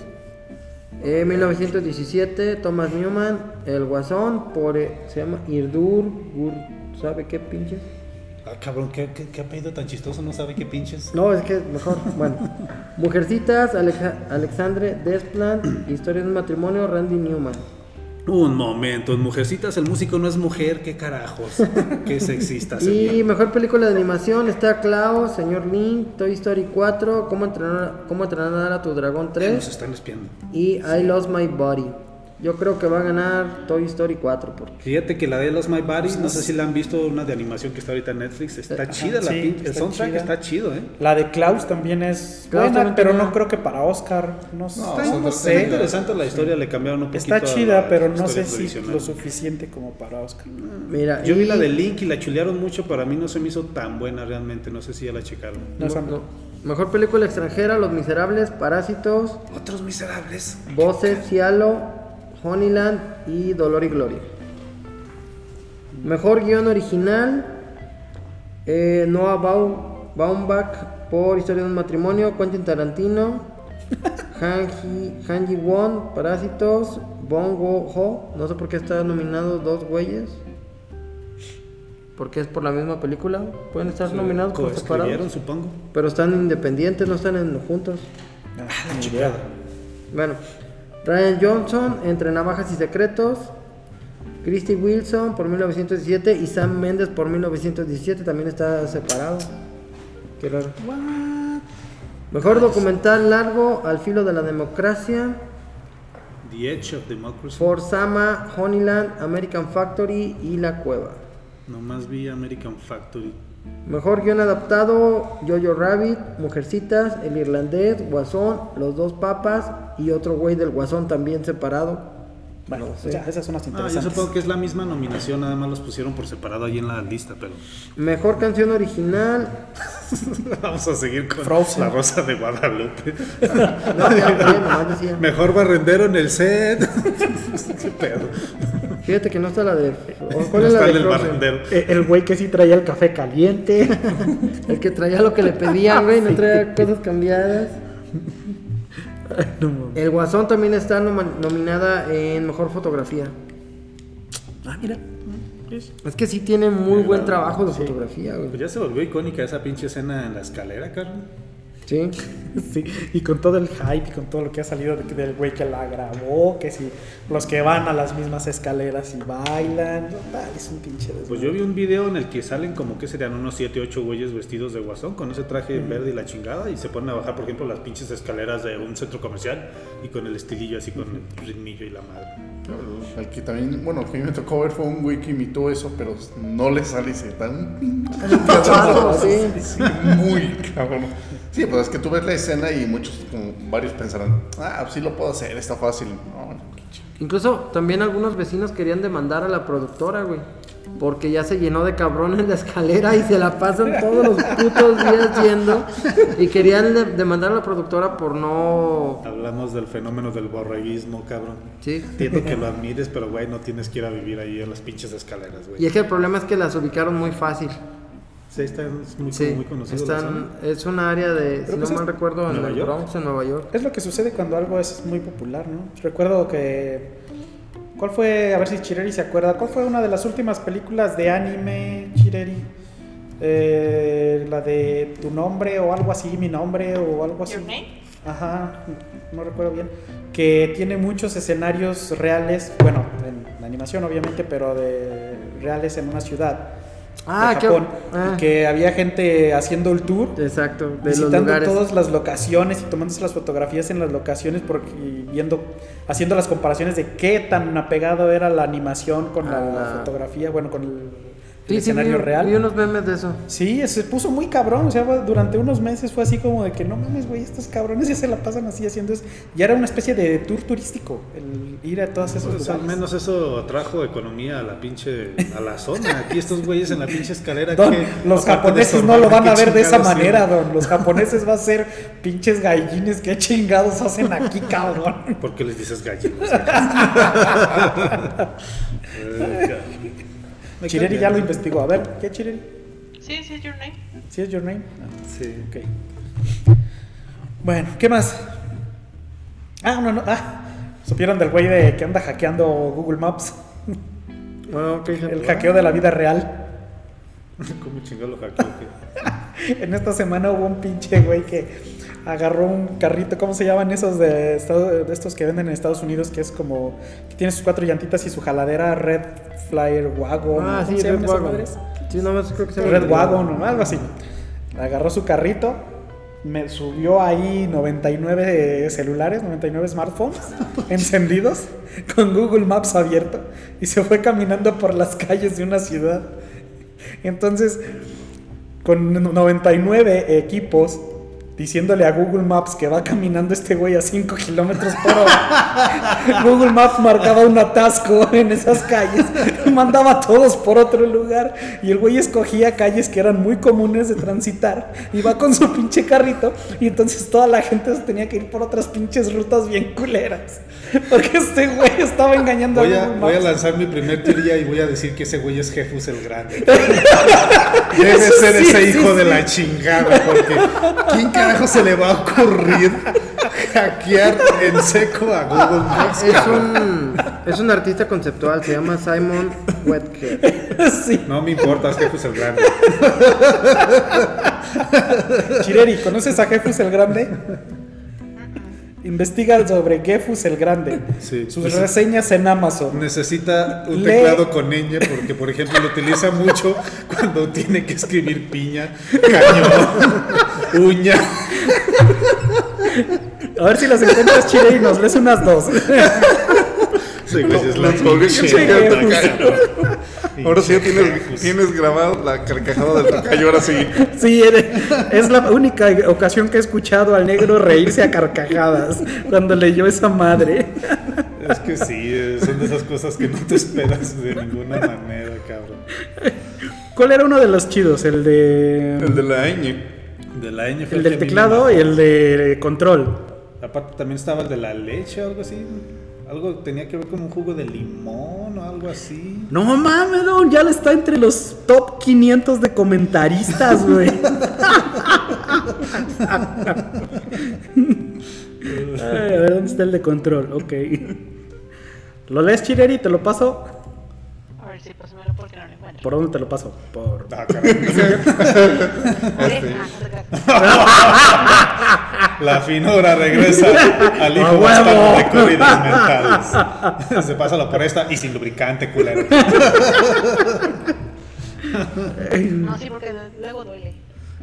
1917, Thomas Newman, El Guasón, por se llama Irdur, ¿sabe qué pinches? Ah, cabrón, ¿qué apellido tan chistoso? No sabe qué pinches. No, es que es mejor. Bueno, Mujercitas, Alexandre Desplat, Historia de un matrimonio, Randy Newman. Un momento, en Mujercitas el músico no es mujer, qué carajos. Qué sexista. Y señor. mejor película de animación está Klaus, Señor Link, Toy Story 4, Cómo entrenar a tu dragón Nos 3 están espiando. y I Lost My Body. Yo creo que va a ganar Toy Story 4 porque Fíjate que la de Lost My Body, no sé si la han visto, una de animación que está ahorita en Netflix. Está chida la sí, pinche. El está soundtrack chida. está chido, ¿eh? La de Klaus también es Klaus buena, también pero tiene- no creo que para Oscar. No, Está sé. interesante la historia, le cambiaron un poquito. Está a chida, la pero no historia sé si tradicional. lo suficiente como para Oscar. mira, Yo y- vi la de Link y la chulearon mucho, pero a mí no se me hizo tan buena realmente. No sé si ya la checaron. No, esa no. no. Mejor película extranjera, Los Miserables, Parásitos, Otros miserables. Voces, Cielo, Honeyland y Dolor y Gloria. Mejor guión original, Noah Baumbach por Historia de un matrimonio. Quentin Tarantino. Han Ji-won, Parásitos. Bong Joon-ho, no sé por qué están nominados dos güeyes. Porque es por la misma película. Pueden estar nominados por separado, supongo. pero están independientes, no están juntos. Ah, chingada. Bueno, Ryan Johnson, Entre Navajas y Secretos. Christy Wilson por 1917 y Sam Mendes por 1917 también está separado. Qué raro. Mejor documental largo, Al filo de la democracia. The Edge of Democracy. For Sama, Honeyland, American Factory y La Cueva. Nomás vi American Factory. Mejor guión adaptado, Jojo Rabbit, Mujercitas, El Irlandés, Guasón, Los Dos Papas y otro güey del Guasón también separado. Bueno, No sé. ya, esas son las Yo interesantes. supongo que es la misma nominación, nada más los pusieron por separado ahí en la lista, pero Mejor canción original. vamos a seguir con Frozen. La Rosa de Guadalupe. No, ya, nomás decía. Mejor barrendero en el set. Qué pedo. Fíjate que no está la de. ¿Cuál No es la está de el Frozen? barrendero. El güey que sí traía el café caliente. El que traía lo que le pedían, güey, no traía cosas cambiadas. No, mames. El Guasón también está nominada en Mejor Fotografía. Ah, mira. Es que sí tiene muy buen trabajo de fotografía, Pues güey. ya se volvió icónica esa pinche escena en la escalera, Carlos. Sí. Sí, y con todo el hype y con todo lo que ha salido del güey que la grabó, que si los que van a las mismas escaleras y bailan, total, es un pinche desmadre. Pues yo vi un video en el que salen como que serían unos 7, 8 güeyes vestidos de guasón con ese traje verde y la chingada y se ponen a bajar, por ejemplo, las pinches escaleras de un centro comercial y con el estilillo así con el ritmillo y la madre. El que también, bueno, que a mí me tocó ver fue un güey que imitó eso, pero no le sale y se da un pinche Paso, sí. Sí, muy cabrón. Sí, pues es que tú ves la escena y muchos, como varios pensarán, pues sí lo puedo hacer, está fácil. No, pinche. Incluso también algunos vecinos querían demandar a la productora, güey. Porque ya se llenó de cabrones la escalera y se la pasan todos los putos días yendo. Y querían demandar a la productora por no. Hablamos del fenómeno del borreguismo, cabrón. Sí. Entiendo que lo admires, pero güey, no tienes que ir a vivir ahí en las pinches escaleras, güey. Y es que el problema es que las ubicaron muy fácil. Sí, está es muy, Sí, muy conocido. la zona. es un área de, Pero si pues no es mal recuerdo, en Nueva el York. Bronx, en Nueva York. Es lo que sucede cuando algo es muy popular, ¿no? Recuerdo que... ¿Cuál fue, a ver si Chireri se acuerda, cuál fue una de las últimas películas de anime, Chireri? La de Tu Nombre o algo así, Mi Nombre o algo así. Your Name. Ajá, no recuerdo bien. Que tiene muchos escenarios reales, bueno, en la animación obviamente, pero de reales en una ciudad de Japón. Y que había gente haciendo el tour, Exacto, de los visitando lugares. todas las locaciones y tomándose las fotografías en las locaciones y viendo, haciendo las comparaciones de qué tan apegado era la animación con la fotografía, bueno, con el escenario real. Vi unos memes de eso. Sí, se puso muy cabrón, o sea, durante unos meses fue así como de que no mames, güey, estos cabrones ya se la pasan así haciendo eso. Ya era una especie de tour turístico, el ir a todos esos Pues al lugares. menos eso trajo economía a la pinche, a la zona. Aquí estos güeyes en la pinche escalera. Don, que, los aparte de japoneses no lo van a ¿qué ver de esa chingados manera, tienen? don. Los japoneses va a ser pinches gallines, qué chingados hacen aquí, cabrón. ¿Por qué les dices gallinos? Chireri ya lo investigó. A ver, ¿qué Chireri? Sí, sí, Your Name. ¿Sí es Your Name? Sí. Ok. Bueno, ¿qué más? ¿Supieron del güey de que anda hackeando Google Maps? El hackeo de la vida real. ¿Cómo chingado lo hackeó? En esta semana hubo un pinche güey que agarró un carrito, ¿cómo se llaman esos de estos que venden en Estados Unidos? Que es como, que tiene sus 4 llantitas y su jaladera Red Flyer Wagon. ¿no? Sí, ¿Cómo se llaman Red esas Wagon. madres? Sí, nomás creo que se llama Red Wagon o algo así. Agarró su carrito, me subió ahí 99 celulares, 99 smartphones encendidos con Google Maps abierto y se fue caminando por las calles de una ciudad. Entonces, con 99 equipos diciéndole a Google Maps que va caminando este güey a 5 kilómetros por hora. Google Maps marcaba un atasco en esas calles, mandaba a todos por otro lugar y el güey escogía calles que eran muy comunes de transitar, iba con su pinche carrito y entonces toda la gente se tenía que ir por otras pinches rutas bien culeras. Porque este güey estaba engañando Voy a a Google Maps. lanzar mi primer teoría y voy a decir que ese güey es Jefus el Grande. Debe ser Sí, ese sí, hijo de sí. la chingada, porque ¿quién carajo se le va a ocurrir hackear en seco a Google Maps? Es un artista conceptual, se llama Simon Whitehead. Sí. No me importa, es Jefus el Grande. Chireri, ¿conoces a Jefus el Grande? Investiga sobre Jefus el Grande. Sí, Sus pues, reseñas en Amazon. Necesita un Lee. teclado con ñ porque, por ejemplo, lo utiliza mucho cuando tiene que escribir piña, cañón, uña. A ver si las encuentras, Chireri, nos lees unas dos. Sí, güey, es la pinche tocayo. Ahora sí ya Jefus. tienes grabado la carcajada del tocayo, ahora sí. Sí, es la única ocasión que he escuchado al negro reírse a carcajadas cuando leyó esa madre. Es que sí, son de esas cosas que no te esperas de ninguna manera, cabrón. ¿Cuál era uno de los chidos? El de... El de la ñ. De la ñ fue El que del a mí me teclado y mató. el de control. Aparte también estaba el de la leche o algo así. Algo tenía que ver con un jugo de limón o algo así. No mames, no, ya está entre los top 500 de comentaristas, güey. Ay, a ver, ¿dónde está el de control? Ok. ¿Lo lees, Chireri? ¿Te lo paso? A ver si pásamelo porque no lo encuentro. ¿Por dónde te lo paso? Por... Ah, caray. La finura regresa al hijo ¡A huevo! bastardo de corridas mentales. Se pásalo por esta y sin lubricante, culero. No, sí, porque luego duele.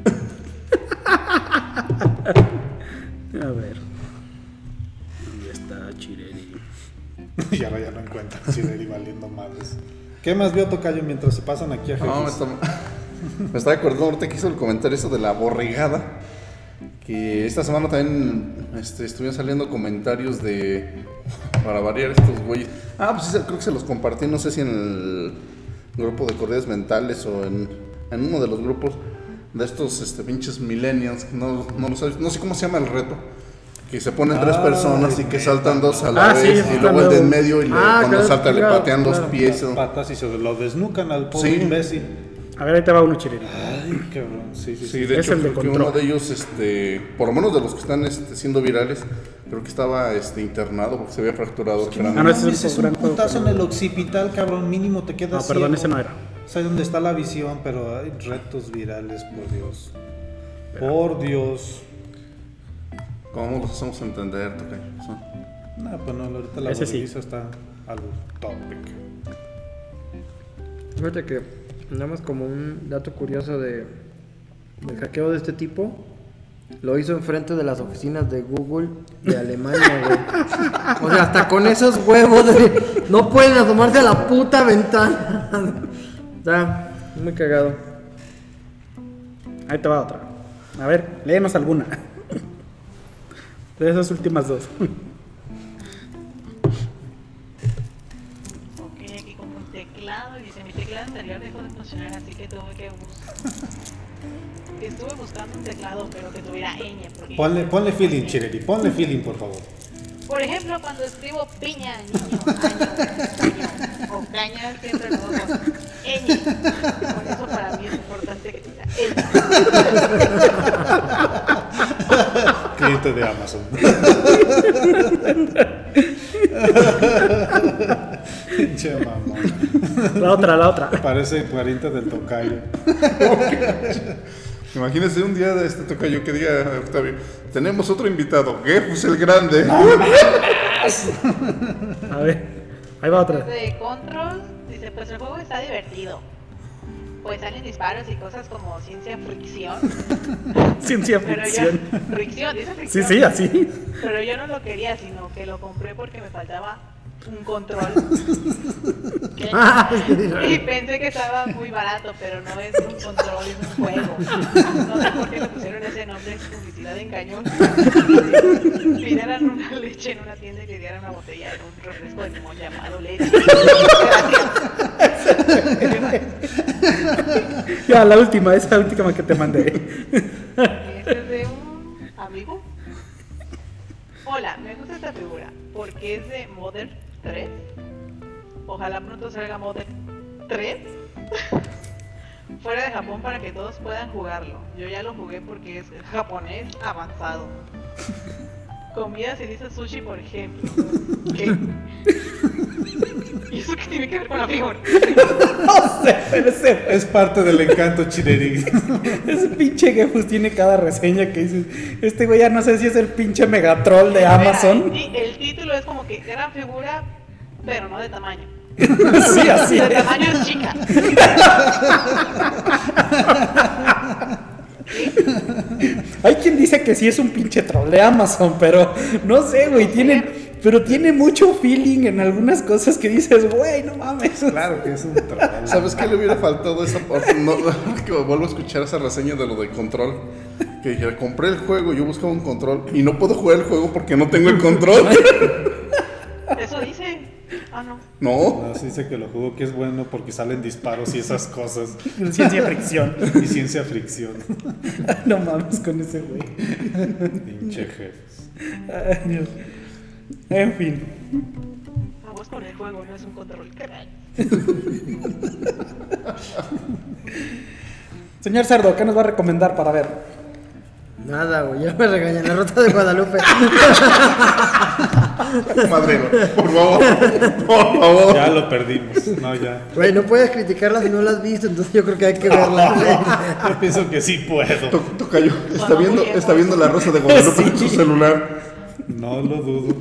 A ver. ¿Dónde está Chireri? Y ahora ya no encuentran Chireri valiendo madres. ¿Qué más vio, tocayo, mientras se pasan aquí a No, Jefus? me estaba acordando ahorita que hizo el comentario eso de la borregada. Que esta semana también estuvieron saliendo comentarios de. Para variar estos güeyes. Ah, pues sí, creo que se los compartí, no sé si en el grupo de corridas mentales o en uno de los grupos de estos pinches millennials. No sé cómo se llama el reto. Que se ponen tres personas y que saltan dos a la Ah, sí, vez. sí, Y luego el de en claro. medio y cuando claro, salta le claro, patean los claro. pies. Patas y se lo desnucan al pobre Sí. imbécil. A ver, ahí te va uno, Chireri. Ay, cabrón. Sí, sí, Sí, sí. de Es hecho, el de creo que control. uno de ellos, por lo menos de los que están siendo virales, creo que estaba internado porque se había fracturado el cráneo. Ah, no, ese Mames, es un gran juego, putazo en pero- el occipital, cabrón. Mínimo te quedas No, perdón, ciego. ese no era. Sé dónde está la visión, pero hay retos virales, por Dios. Por Dios. ¿Cómo los hacemos entender, tocayo? No, pues no, ahorita la Ese sí. bolivisa está algo topic. Fíjate que nada más como un dato curioso del hackeo de este tipo, lo hizo enfrente de las oficinas de Google de Alemania, güey. O sea, hasta con esos huevos no pueden asomarse a la puta ventana. Está muy cagado. Ahí te va otra. A ver, léenos alguna. De esas últimas dos. Ok, aquí con un teclado y dice: mi teclado anterior dejó de funcionar, así que tuve que estuve buscando un teclado, pero que tuviera ñ. Porque, Ponle feeling, Chireri. Ponle feeling, por favor. por ejemplo, cuando escribo piña, niño, año, o caña, siempre lo hago con ñ. Por eso para mí es importante que tenga ñ. Cliente de Amazon. Pinche mamón. La otra. Parece pariente del tocayo. Imagínese un día de tocayo que diga Octavio, tenemos otro invitado, Jefus el Grande. A ver, ahí va otra. De Control, dice: pues el juego está divertido. Pues salen disparos y cosas como ciencia fricción. Ciencia Pero ficción. yo, fricción, dice Sí, fricción. sí, así. Pero yo no lo quería, sino que lo compré porque me faltaba un control. Y pensé que estaba muy barato, pero no es un control, es un juego. No sé por qué le pusieron ese nombre, es publicidad de engañón. Pidieran una leche en una tienda y le dieran una botella de un refresco de limón llamado leche. Ya, la última, esa última que te mandé. Este es de un amigo. Hola, me gusta esta figura porque es de Modern 3. Ojalá pronto salga Modern 3 fuera de Japón para que todos puedan jugarlo. Yo ya lo jugué porque es japonés avanzado. Comida se dice sushi, por ejemplo. ¿Qué? ¿Y eso qué tiene que ver con la figura? No sé, pero Es parte del encanto Chireri. ese pinche Gefus tiene cada reseña que dices, este güey ya no sé si es el pinche Megatroll de Amazon. El título es como que gran figura, pero no de tamaño. Sí, así De es. tamaño es chica. Hay quien dice que sí es un pinche troll de Amazon, pero no sé, güey, tiene mucho feeling en algunas cosas que dices, güey, no mames. Claro que es un troll. ¿Sabes qué le hubiera faltado a esa parte? No, que vuelvo a escuchar esa reseña de lo de control. Que dijera, compré el juego, yo buscaba un control y no puedo jugar el juego porque no tengo el control. Eso dice. Ah, no. No. No, se dice que lo juego que es bueno porque salen disparos y esas cosas. Ciencia fricción. Y ciencia fricción. No mames con ese güey. Pinche jefes. Ay, Dios. En fin. Vamos con el juego, no es un control. Señor Cerdo, ¿qué nos va a recomendar para ver? Nada, güey, ya me regañan. La Ruta de Guadalupe. Madre, por favor. Por favor. Ya lo perdimos. No, ya. Güey, no puedes criticarla si no la has visto, entonces yo creo que hay que verla, güey. Yo pienso que sí puedo. Tocayo, está viendo la Rosa de Guadalupe en su celular. No lo dudo.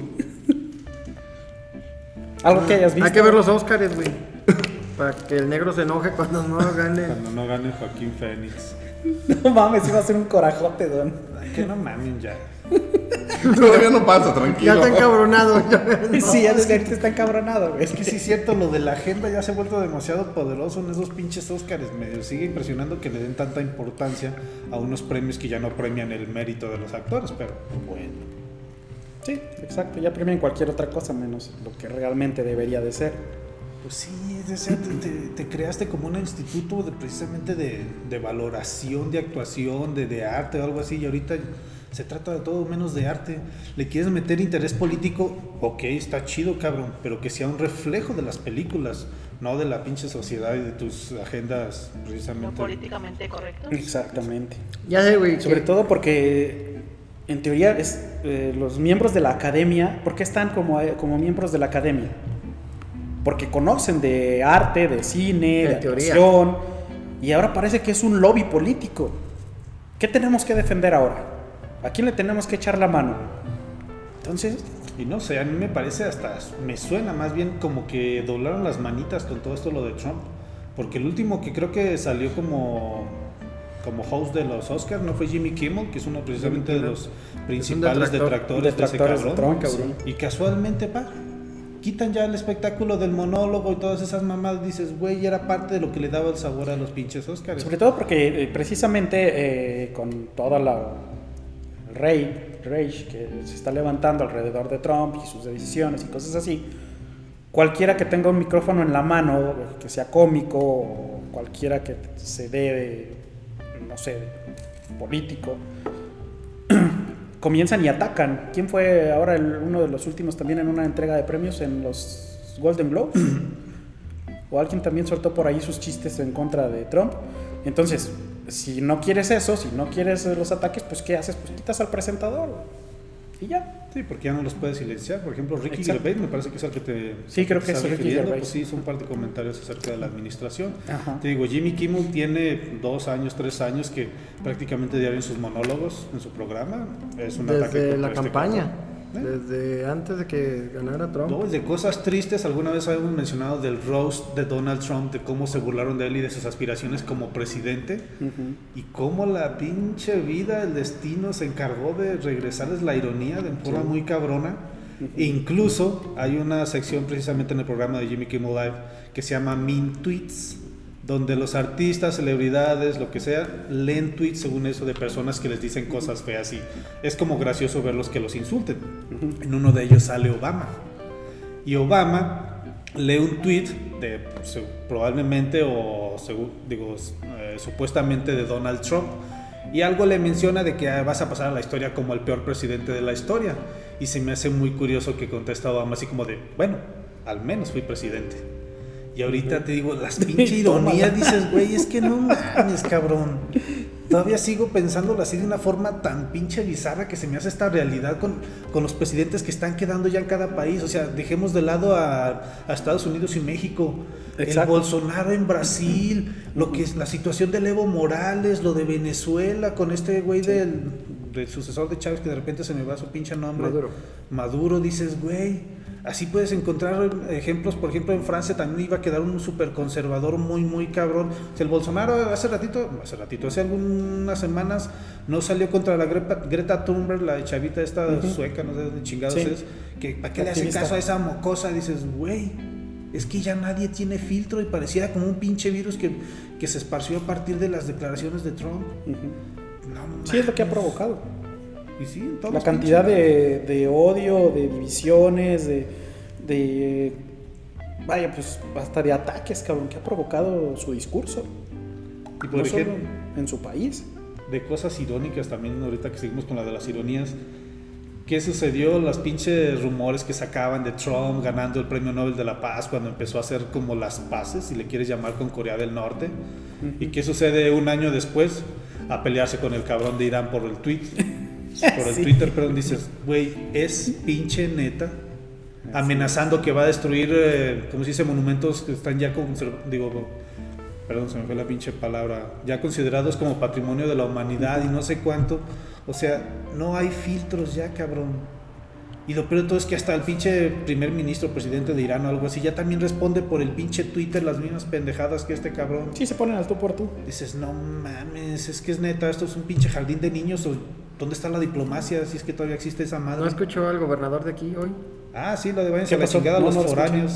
Algo que hayas visto. Hay que ver los Óscares, güey. Para que el negro se enoje cuando no gane. Cuando no gane Joaquín Phoenix. No mames, iba a ser un corajote, don. Ay, que no mamen ya. Todavía no pasa, Ya tranquilo. está encabronado. Sí, ya desde ahorita está encabronado, güey. Es que sí es cierto, lo de la agenda ya se ha vuelto demasiado poderoso en esos pinches Óscares. Me sigue impresionando que le den tanta importancia a unos premios que ya no premian el mérito de los actores, pero bueno. Sí, exacto, ya premian cualquier otra cosa menos lo que realmente debería de ser. Pues sí, te creaste como un instituto precisamente de valoración, de actuación, de arte o algo así, y ahorita se trata de todo menos de arte. Le quieres meter interés político, ok, está chido, cabrón, pero que sea un reflejo de las películas, no de la pinche sociedad y de tus agendas No precisamente. políticamente correcto. Exactamente. Ya sé, güey. Sobre que- todo porque, en teoría, los miembros de la academia, ¿por qué están como miembros de la academia? Porque conocen de arte, de cine, de En teoría. actuación, y ahora parece que es un lobby político. ¿Qué tenemos que defender ahora? ¿A quién le tenemos que echar la mano? Entonces, Y no sé, a mí me parece me suena más bien como que doblaron las manitas con todo esto lo de Trump. Porque el último que creo que salió como host de los Oscars no fue Jimmy Kimmel, que es uno precisamente de los principales detractores de ese detractores de cabrón. Trump, cabrón. Y casualmente, quitan ya el espectáculo del monólogo y todas esas mamadas. Dices, güey, era parte de lo que le daba el sabor a los pinches Oscars. sobre todo porque precisamente con toda la rage que se está levantando alrededor de Trump y sus decisiones y cosas así, cualquiera que tenga un micrófono en la mano, que sea cómico, o cualquiera que se dé de, no sé, político, comienzan y atacan. ¿Quién fue ahora uno de los últimos también en una entrega de premios en los Golden Globes? O alguien también soltó por ahí sus chistes en contra de Trump. Entonces, si no quieres eso, si no quieres los ataques, pues ¿qué haces? Pues quitas al presentador y ya. Sí, porque ya no los puedes silenciar. Por ejemplo, Ricky Exacto. Gervais me parece que es el que te Sí, creo que estás es Ricky refiriendo. Gervais. Pues sí, hizo un par de comentarios acerca de la administración. Ajá. Te digo, Jimmy Kimmel tiene 2 años, 3 años que prácticamente diario en sus monólogos, en su programa, es un ataque Desde contra la este campaña. cabrón. Desde antes de que ganara Trump. No, de cosas tristes, alguna vez habíamos mencionado del roast de Donald Trump, de cómo se burlaron de él y de sus aspiraciones como presidente, y cómo la pinche vida, el destino se encargó de regresarles la ironía de forma muy cabrona. E incluso hay una sección precisamente en el programa de Jimmy Kimmel Live que se llama Mean Tweets, donde los artistas, celebridades, lo que sea, leen tweets según eso de personas que les dicen cosas feas y es como gracioso verlos que los insulten. En uno de ellos sale Obama. Y Obama lee un tweet de probablemente supuestamente de Donald Trump y algo le menciona de que vas a pasar a la historia como el peor presidente de la historia. Y se me hace muy curioso que contesta Obama así como de, bueno, al menos fui presidente. Y ahorita te digo, las pinche ironías, dices, güey, es que no mames, cabrón. Todavía sigo pensándolo así de una forma tan pinche bizarra que se me hace esta realidad con los presidentes que están quedando ya en cada país. O sea, dejemos de lado a Estados Unidos y México. Exacto. El Bolsonaro en Brasil, lo que es la situación de Evo Morales, lo de Venezuela con este güey del sucesor de Chávez, que de repente se me va su pinche nombre. Maduro, dices, güey. Así puedes encontrar ejemplos, por ejemplo en Francia también iba a quedar un súper conservador muy cabrón. O sea, el Bolsonaro hace algunas semanas no salió contra la Greta Thunberg, la chavita esta sueca, no sé de chingados es, que ¿para qué le hace caso a esa mocosa? Dices, güey, es que ya nadie tiene filtro y pareciera como un pinche virus que se esparció a partir de las declaraciones de Trump. Sí, es lo que ha provocado. Y sí, la cantidad de odio, de divisiones, de vaya, pues hasta de ataques, cabrón, que ha provocado su discurso. Y por ejemplo, en su país. De cosas irónicas también, ahorita que seguimos con la de las ironías. ¿Qué sucedió? Los pinches rumores que sacaban de Trump ganando el Premio Nobel de la Paz cuando empezó a hacer como las paces, si le quieres llamar, con Corea del Norte. ¿Y qué sucede un año después? A pelearse con el cabrón de Irán por el tweet. Por el Twitter, perdón, dices, güey, es pinche neta, amenazando que va a destruir, como se dice, monumentos que están ya perdón, se me fue la pinche palabra, ya considerados como patrimonio de la humanidad y no sé cuánto. O sea, no hay filtros ya, cabrón. Y lo peor de todo es que hasta el pinche primer ministro, presidente de Irán o algo así, ya también responde por el pinche Twitter las mismas pendejadas que este cabrón. Sí, se ponen al tú por tú. Dices, no mames, es que es neta, esto es un pinche jardín de niños. ¿Dónde está la diplomacia? Si es que todavía existe esa madre. ¿No escuchó al gobernador de aquí hoy? Ah, sí, lo de váyanse a la chingada los foráneos.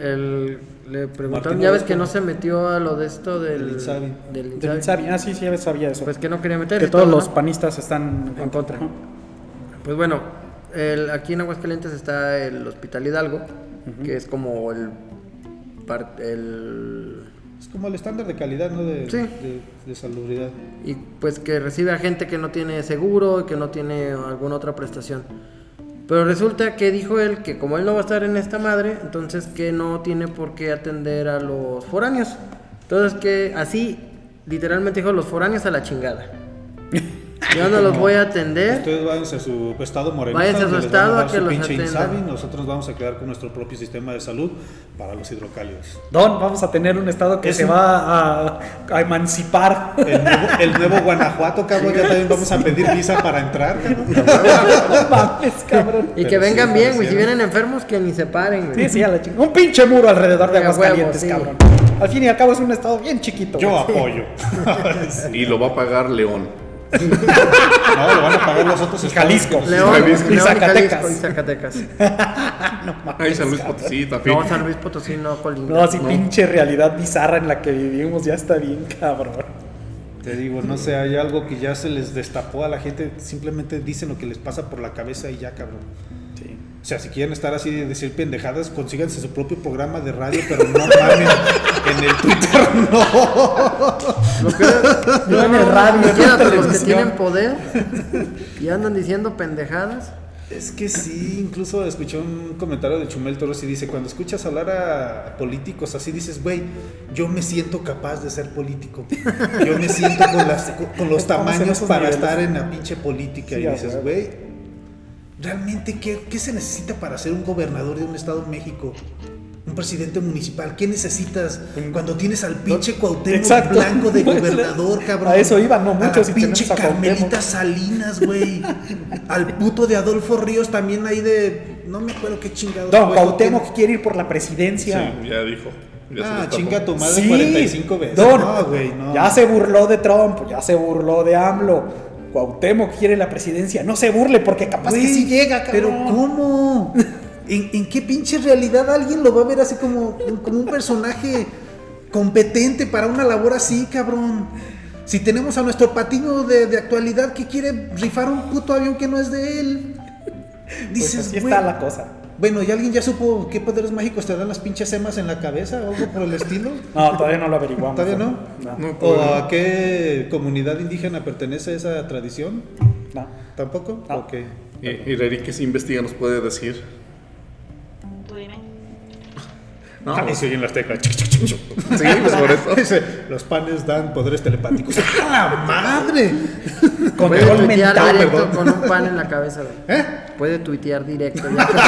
Le preguntaron, ya ves que no se metió a lo de esto del Insabi. Ah, sí, ya sabía eso. Pues que no quería meter. Que todos los panistas están en contra. Pues bueno, aquí en Aguascalientes está el Hospital Hidalgo, que es como es como el estándar de calidad, ¿no? De salubridad. Y pues que recibe a gente que no tiene seguro y que no tiene alguna otra prestación. Pero resulta que dijo él que como él no va a estar en esta madre, entonces que no tiene por qué atender a los foráneos. Entonces que así, literalmente dijo, los foráneos a la chingada. Yo no los voy a atender. Ustedes váyanse a su estado morenista. Váyanse a su estado a que los atendan. Nosotros vamos a quedar con nuestro propio sistema de salud para los hidrocálidos. Vamos a tener un estado que se va a emancipar. El nuevo Guanajuato, cabrón. Ya también vamos a pedir visa para entrar. No mames, cabrón. Y que vengan bien, güey. Si vienen enfermos, que ni se paren, güey. Sí, a la chingada. Un pinche muro alrededor de Aguascalientes, cabrón. Al fin y al cabo es un estado bien chiquito. Yo apoyo. Y lo va a pagar León. No, lo van a pagar los otros estados. Jalisco, León y Zacatecas. Y Zacatecas. Ahí San Luis Potosí también. No, San Luis Potosí no, colinda. No, así pinche realidad bizarra en la que vivimos ya está bien, cabrón. Te digo, no sé, hay algo que ya se les destapó a la gente, simplemente dicen lo que les pasa por la cabeza y ya, cabrón. Sí. O sea, si quieren estar así de decir pendejadas, consíganse su propio programa de radio, pero no mames, en el Twitter No en el radio, pero los que tienen poder y andan diciendo pendejadas. Es que sí, incluso escuché un comentario de Chumel Torres y dice, cuando escuchas hablar a políticos así, dices, güey, yo me siento capaz de ser político. Yo me siento con los tamaños para estar en la pinche política. Sí, y dices, güey, ¿realmente qué se necesita para ser un gobernador de un estado en México? Un presidente municipal, ¿qué necesitas cuando tienes al pinche Cuauhtémoc Blanco de gobernador, cabrón? A eso iban, no muchos. A la pinche Carmelita Salinas, güey. Al puto de Adolfo Ríos también ahí de... No me acuerdo qué chingados. No, Cuauhtémoc quiere ir por la presidencia. Sí, ya dijo. Chinga tu madre 45 veces. No, güey, no. Ya se burló de Trump, ya se burló de AMLO. Cuauhtémoc quiere la presidencia. No se burle porque capaz que sí llega, cabrón. Pero ¿cómo? ¿En qué pinche realidad alguien lo va a ver así como un personaje competente para una labor así, cabrón? Si tenemos a nuestro Patiño de actualidad que quiere rifar un puto avión que no es de él. Dices, pues así está la cosa. Bueno, ¿y alguien ya supo qué poderes mágicos te dan las pinches emas en la cabeza o algo por el estilo? No, todavía no lo averiguamos. ¿Todavía no? No. ¿O a qué comunidad indígena pertenece esa tradición? No. ¿Tampoco? No. Ok. Y Reri, que si investiga nos puede decir. Tú dime. No, y siguen las teclas. Sí, pues por eso. Dice, los panes dan poderes telepáticos. ¡A la madre! Puede Control tuitear mental, directo perdón. con un pan en la cabeza, güey. ¿Eh? Puede tuitear directo.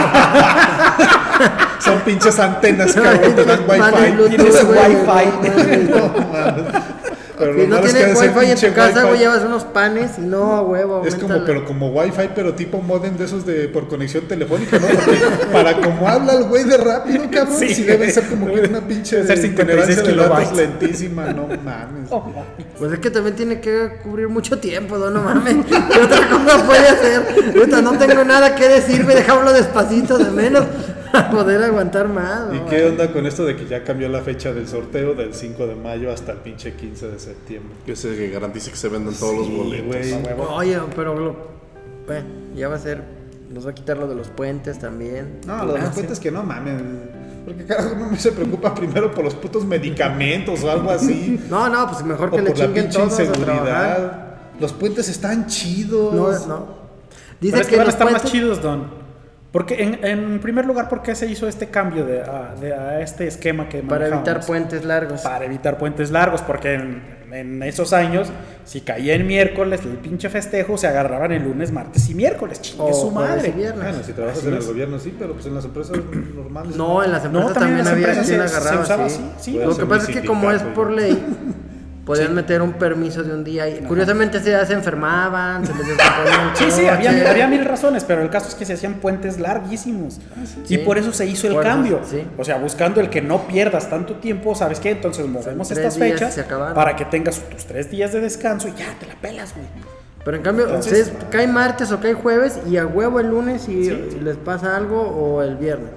Ya. Son pinches antenas, cabrón, te dan Panes wifi. Tienes Bluetooth, güey, wifi. No, mames. Pero Si lo no malo es que tienes ha de ser wifi en tu pinche casa, wifi. güey, llevas unos panes y no, huevo. Es aumenta como, la- pero como wifi, pero tipo modem de esos de por conexión telefónica, ¿no? Porque para como habla el güey de rápido, cabrón, Sí, sí debe ser como que una pinche Debe ser 56 generancia de datos kilobytes. lentísima, no mames. Pues es que también tiene que cubrir mucho tiempo, ¿no? No mames. ¿Qué otra cosa puede hacer? Ahorita no tengo nada que decirme, déjalo despacito de menos para poder aguantar más. ¿Y ¿no? qué onda con esto de que ya cambió la fecha del sorteo del 5 de mayo hasta el pinche 15 de septiembre? Que se garantice que se vendan todos los boletos. güey. Oye, pero bueno, ya va a ser, nos va a quitar lo de los puentes también. No, lo de los puentes que no mames. Porque cada uno se preocupa primero por los putos medicamentos o algo así. No, pues mejor O que le por la chinguen pinche todos a inseguridad. trabajar. Los puentes están chidos. No. Dice Dice que que van a los estar más puentes... chidos, Don. Porque en primer lugar, ¿por qué se hizo este cambio a este esquema que Para evitar manejábamos? puentes largos. Para evitar puentes largos, porque en esos años, si caía en miércoles el pinche festejo, se agarraban el lunes, martes y miércoles. Chingue O su jueves madre. y viernes. Bueno, si trabajas Así en el es. gobierno sí, pero pues en las empresas normales. No, en las empresas también en también las había empresas quien se agarraba, usaba sí. así, sí. Puede Lo ser que pasa mi es que como es sindicato, por ley, podían meter un permiso de un día y curiosamente se enfermaban, se les descomponía el Sí, coche. había mil razones, pero el caso es que se hacían puentes larguísimos. Y Sí. por eso se hizo el Por eso, cambio. sí. O sea, buscando el que no pierdas tanto tiempo, ¿sabes qué? Entonces movemos 3 estas días fechas se acabaron. para que tengas tus 3 días de descanso y ya te la pelas, güey. Pero en cambio, Entonces- cae martes o cae jueves y a huevo el lunes si les pasa algo o el viernes.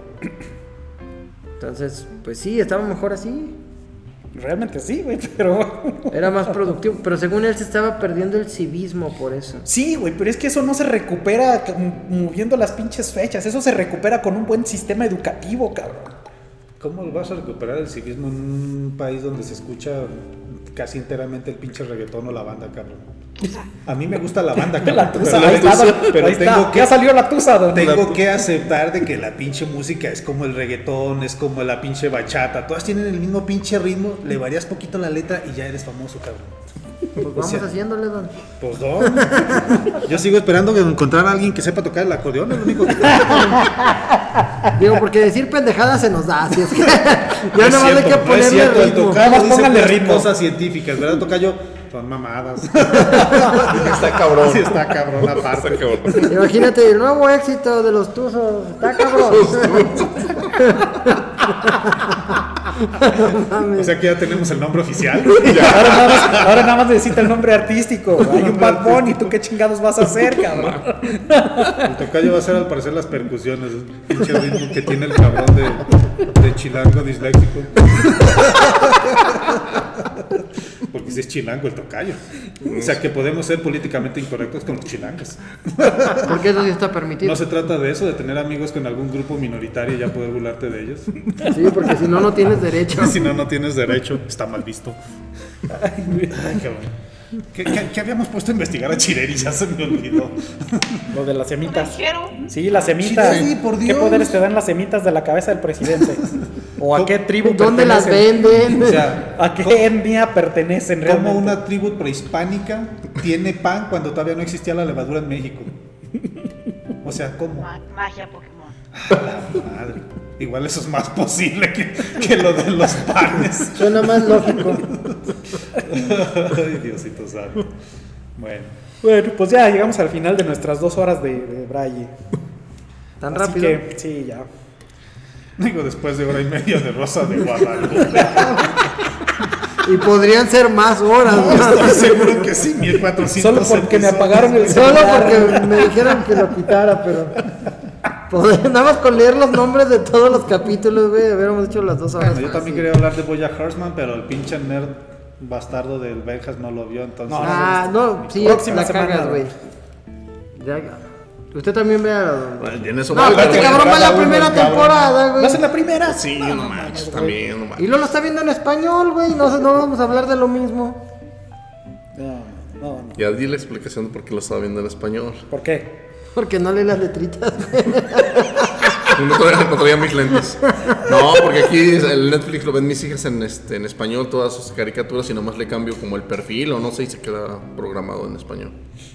Entonces, pues sí, estaba mejor así. Realmente sí, güey, pero... Era más productivo. Pero según él se estaba perdiendo el civismo por eso. Sí, güey, pero es que eso no se recupera moviendo las pinches fechas. Eso se recupera con un buen sistema educativo, cabrón. ¿Cómo vas a recuperar el civismo en un país donde se escucha casi enteramente el pinche reggaetón o la banda, cabrón? A mí me gusta la banda, cabrón. La tusa, pero ahí está, don, pero ahí está. tengo que Ya salió la tusa, don. Tengo que aceptar de que la pinche música es como el reggaetón, es como la pinche bachata. Todas tienen el mismo pinche ritmo, le varías poquito la letra y ya eres famoso, cabrón. Pues vamos sea, haciéndole, don. Pues no. Yo sigo esperando que encontrar a alguien que sepa tocar el acordeón, es lo único que... Digo, porque decir pendejadas se nos da, así es que ya No es nada más hay cierto, que no es ponerle cierto, el ritmo. tocayo Nada más dice pónganle puras ritmo. cosas científicas, ¿verdad, tocayo? Son mamadas. Está cabrón. Sí, está cabrón aparte. Está cabrón. Imagínate el nuevo éxito de los Tuzos, está cabrón. No mames. O sea que ya tenemos el nombre oficial. Ahora nada más necesita el nombre artístico. Hay un Bad Bunny, ¿tú qué chingados vas a hacer, cabrón? El tocayo va a hacer al parecer las percusiones, el pinche ritmo que tiene el cabrón de chilango disléxico. Porque si es chilango el tocayo. O sea que podemos ser políticamente incorrectos con los chilangos. Porque eso sí está permitido. No se trata de eso, de tener amigos con algún grupo minoritario y ya poder burlarte de ellos. Sí, porque si no, no tienes derecho. Si no, no tienes derecho, está mal visto. Ay, cabrón. ¿Qué habíamos puesto a investigar a Chireri? Ya se me olvidó. Lo de las ¿No semitas. dijeron? Sí, las semitas. Sí, por ¿Qué Dios. poderes te dan las semitas de la cabeza del presidente? ¿O a qué tribu ¿Dónde las pertenecen? venden? O sea, ¿A qué etnia pertenecen realmente? ¿cómo una tribu prehispánica tiene pan cuando todavía no existía la levadura en México? O sea, ¿cómo? Magia Pokémon. Madre. Igual eso es más posible que lo de los panes. Suena más lógico. Ay, Diosito santo. Bueno, pues ya llegamos al final de nuestras 2 horas de Braille. Tan Así rápido. que, sí, ya. Digo, después de hora y media de Rosa de Guadalupe. Y podrían ser más horas. ¿no? Estoy seguro que sí, 1400. Solo porque me apagaron el Solo celular. porque me dijeron que lo quitara, pero. Nada más con leer los nombres de todos los capítulos, güey, hubiéramos hecho las 2 horas. Bueno, yo también quería hablar de Boya Horseman, pero el pinche nerd bastardo del Benjas no lo vio, entonces. No, sí, Próxima la semana, cagas, güey. Ya, usted también vea. En eso No, va pero este a cabrón va en la uno, primera cabrón. temporada, güey. ¿Va a ser la primera? Sí, no manches, también, no Y manches. luego lo está viendo en español, güey. No vamos a hablar de lo mismo. No. Ya di la explicación de por qué lo estaba viendo en español. ¿Por qué? Porque no lee las letritas. No traía mis lentes. No, porque aquí el Netflix lo ven mis hijas en español, todas sus caricaturas, y nomás le cambio como el perfil o no sé, y se queda programado en español.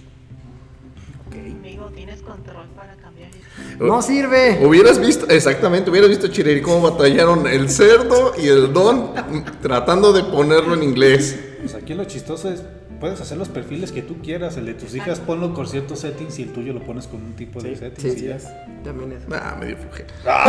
Amigo, tienes control para cambiar eso. No sirve. Hubieras visto Chiriri cómo batallaron el cerdo y el don tratando de ponerlo en inglés. Pues aquí lo chistoso es, puedes hacer los perfiles que tú quieras. El de tus hijas ponlo con ciertos settings y el tuyo lo pones con un tipo de settings. Sí, y ya. también es. Medio flojera.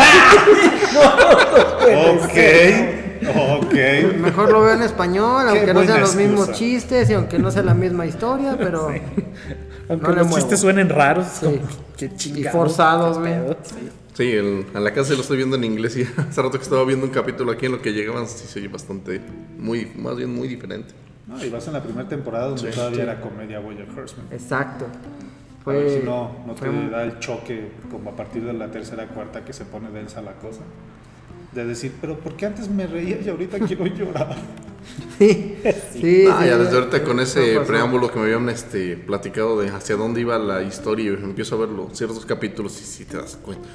Ok. Mejor lo veo en español, aunque no buena sean los excusa. mismos chistes y aunque no sea la misma historia, pero Aunque no le los muevo. chistes suenen raros, Sí. como, qué chingados. Y forzados, güey. Sí. Sí, en la casa lo estoy viendo en inglés y hace rato que estaba viendo un capítulo aquí en lo que llegaban, sí se oye bastante, más bien muy diferente. No, y vas en la primera temporada donde todavía era comedia Bojack Horseman. Exacto. A ver si no fue te da el choque como a partir de la tercera, cuarta que se pone densa la cosa. De decir, pero ¿por qué antes me reía y ahorita quiero llorar? Sí. Ya desde ahorita con ese pasó. preámbulo que me habían platicado de hacia dónde iba la historia, y empiezo a ver ciertos capítulos y sí te das cuenta.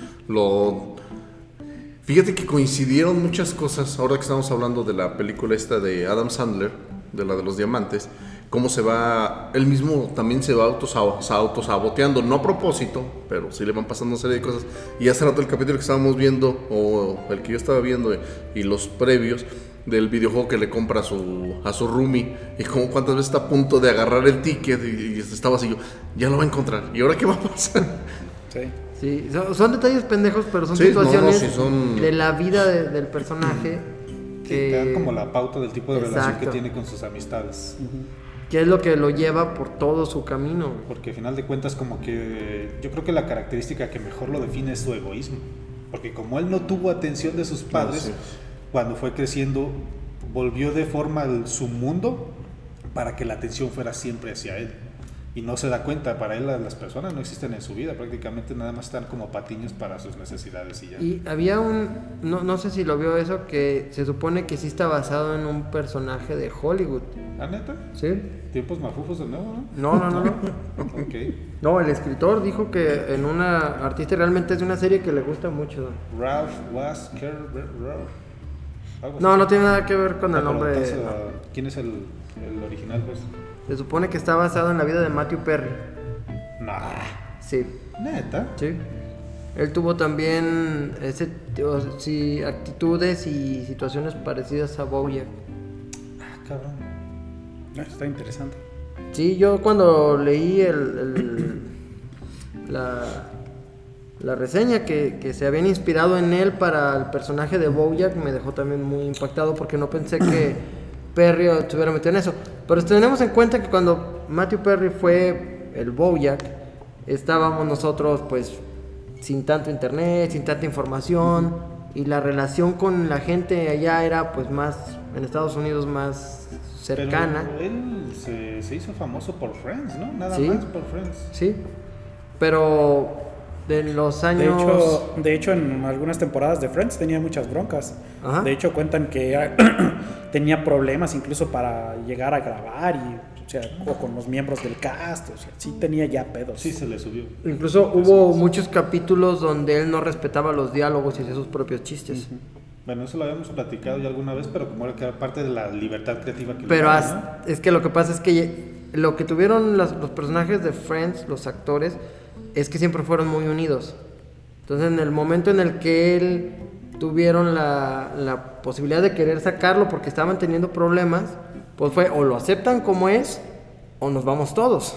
Fíjate que coincidieron muchas cosas, ahora que estamos hablando de la película esta de Adam Sandler, de la de los diamantes, cómo él mismo también se va autosaboteando, no a propósito, pero sí le van pasando una serie de cosas. Y hace rato el capítulo que estábamos viendo, o el que yo estaba viendo, y los previos del videojuego que le compra a su roomie, y como cuántas veces está a punto de agarrar el ticket y estaba así, ya lo va a encontrar, ¿y ahora qué va a pasar? Sí, son detalles pendejos, pero son Sí, situaciones sí son- de la vida del personaje Que te dan como la pauta del tipo de relación Exacto. que tiene con sus amistades. que es lo que lo lleva por todo su camino. Porque al final de cuentas como que yo creo que la característica que mejor lo define es su egoísmo. Porque como él no tuvo atención de sus padres, sí. cuando fue creciendo, volvió de forma su mundo para que la atención fuera siempre hacia él. Y no se da cuenta, para él las personas no existen en su vida, prácticamente nada más están como patiños para sus necesidades y ya. Y había no sé si lo vio eso, que se supone que sí está basado en un personaje de Hollywood. ¿Ah, neta? ¿Sí? ¿Tiempos mafufos de nuevo, no? No. Ok. No, el escritor dijo que en una artista realmente es de una serie que le gusta mucho. Ralph Wasker. algo así. No tiene nada que ver con el Pero nombre. entonces, No. ¿quién es el original, pues? Se supone que está basado en la vida de Matthew Perry. No. Sí, Neta. sí. Él tuvo también actitudes y situaciones parecidas a Bojack. Cabrón. Está interesante. Sí, yo cuando leí la reseña que se habían inspirado en él para el personaje de Bojack, me dejó también muy impactado porque no pensé que Perry estuviera metido en eso. Pero tenemos en cuenta que cuando Matthew Perry fue el Bojack, estábamos nosotros pues sin tanto internet, sin tanta información, y la relación con la gente allá era pues más, en Estados Unidos, más cercana. Pero él se hizo famoso por Friends, ¿no? Nada Sí. más por Friends. Sí, pero de los años... De hecho, en algunas temporadas de Friends tenía muchas broncas. Ajá. De hecho, cuentan que tenía problemas incluso para llegar a grabar o con los miembros del cast. O sea, sí tenía ya pedos. Sí, se le subió. Incluso hubo muchos capítulos donde él no respetaba los diálogos y hacía sus propios chistes. Bueno, eso lo habíamos platicado ya alguna vez, pero como era que era parte de la libertad creativa que le Pero daban, ¿no? es que lo que pasa es que lo que tuvieron los personajes de Friends, los actores, es que siempre fueron muy unidos. Entonces, en el momento en el que él tuvieron la posibilidad de querer sacarlo porque estaban teniendo problemas, pues fue o lo aceptan como es o nos vamos todos.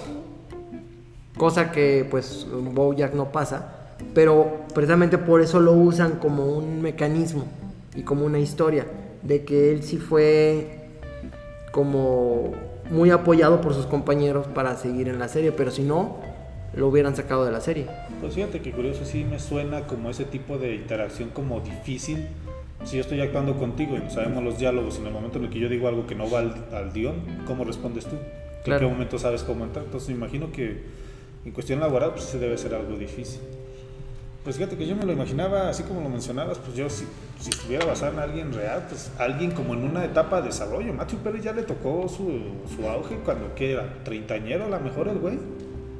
Cosa que pues en Bojack no pasa, pero precisamente por eso lo usan como un mecanismo y como una historia de que él sí fue como muy apoyado por sus compañeros para seguir en la serie, pero si no, lo hubieran sacado de la serie. Pues fíjate que curioso, sí me suena como ese tipo de interacción como difícil. Si yo estoy actuando contigo y no sabemos los diálogos, en el momento en el que yo digo algo que no va al guión, ¿cómo respondes tú? Claro. ¿En qué momento sabes cómo entrar? Entonces me imagino que en cuestión laboral pues sí debe ser algo difícil. Pues fíjate que yo me lo imaginaba, así como lo mencionabas, pues yo si estuviera basado en alguien real, pues alguien como en una etapa de desarrollo. Matthew Perry ya le tocó su auge cuando, ¿qué era? ¿Treintañero a lo mejor el güey?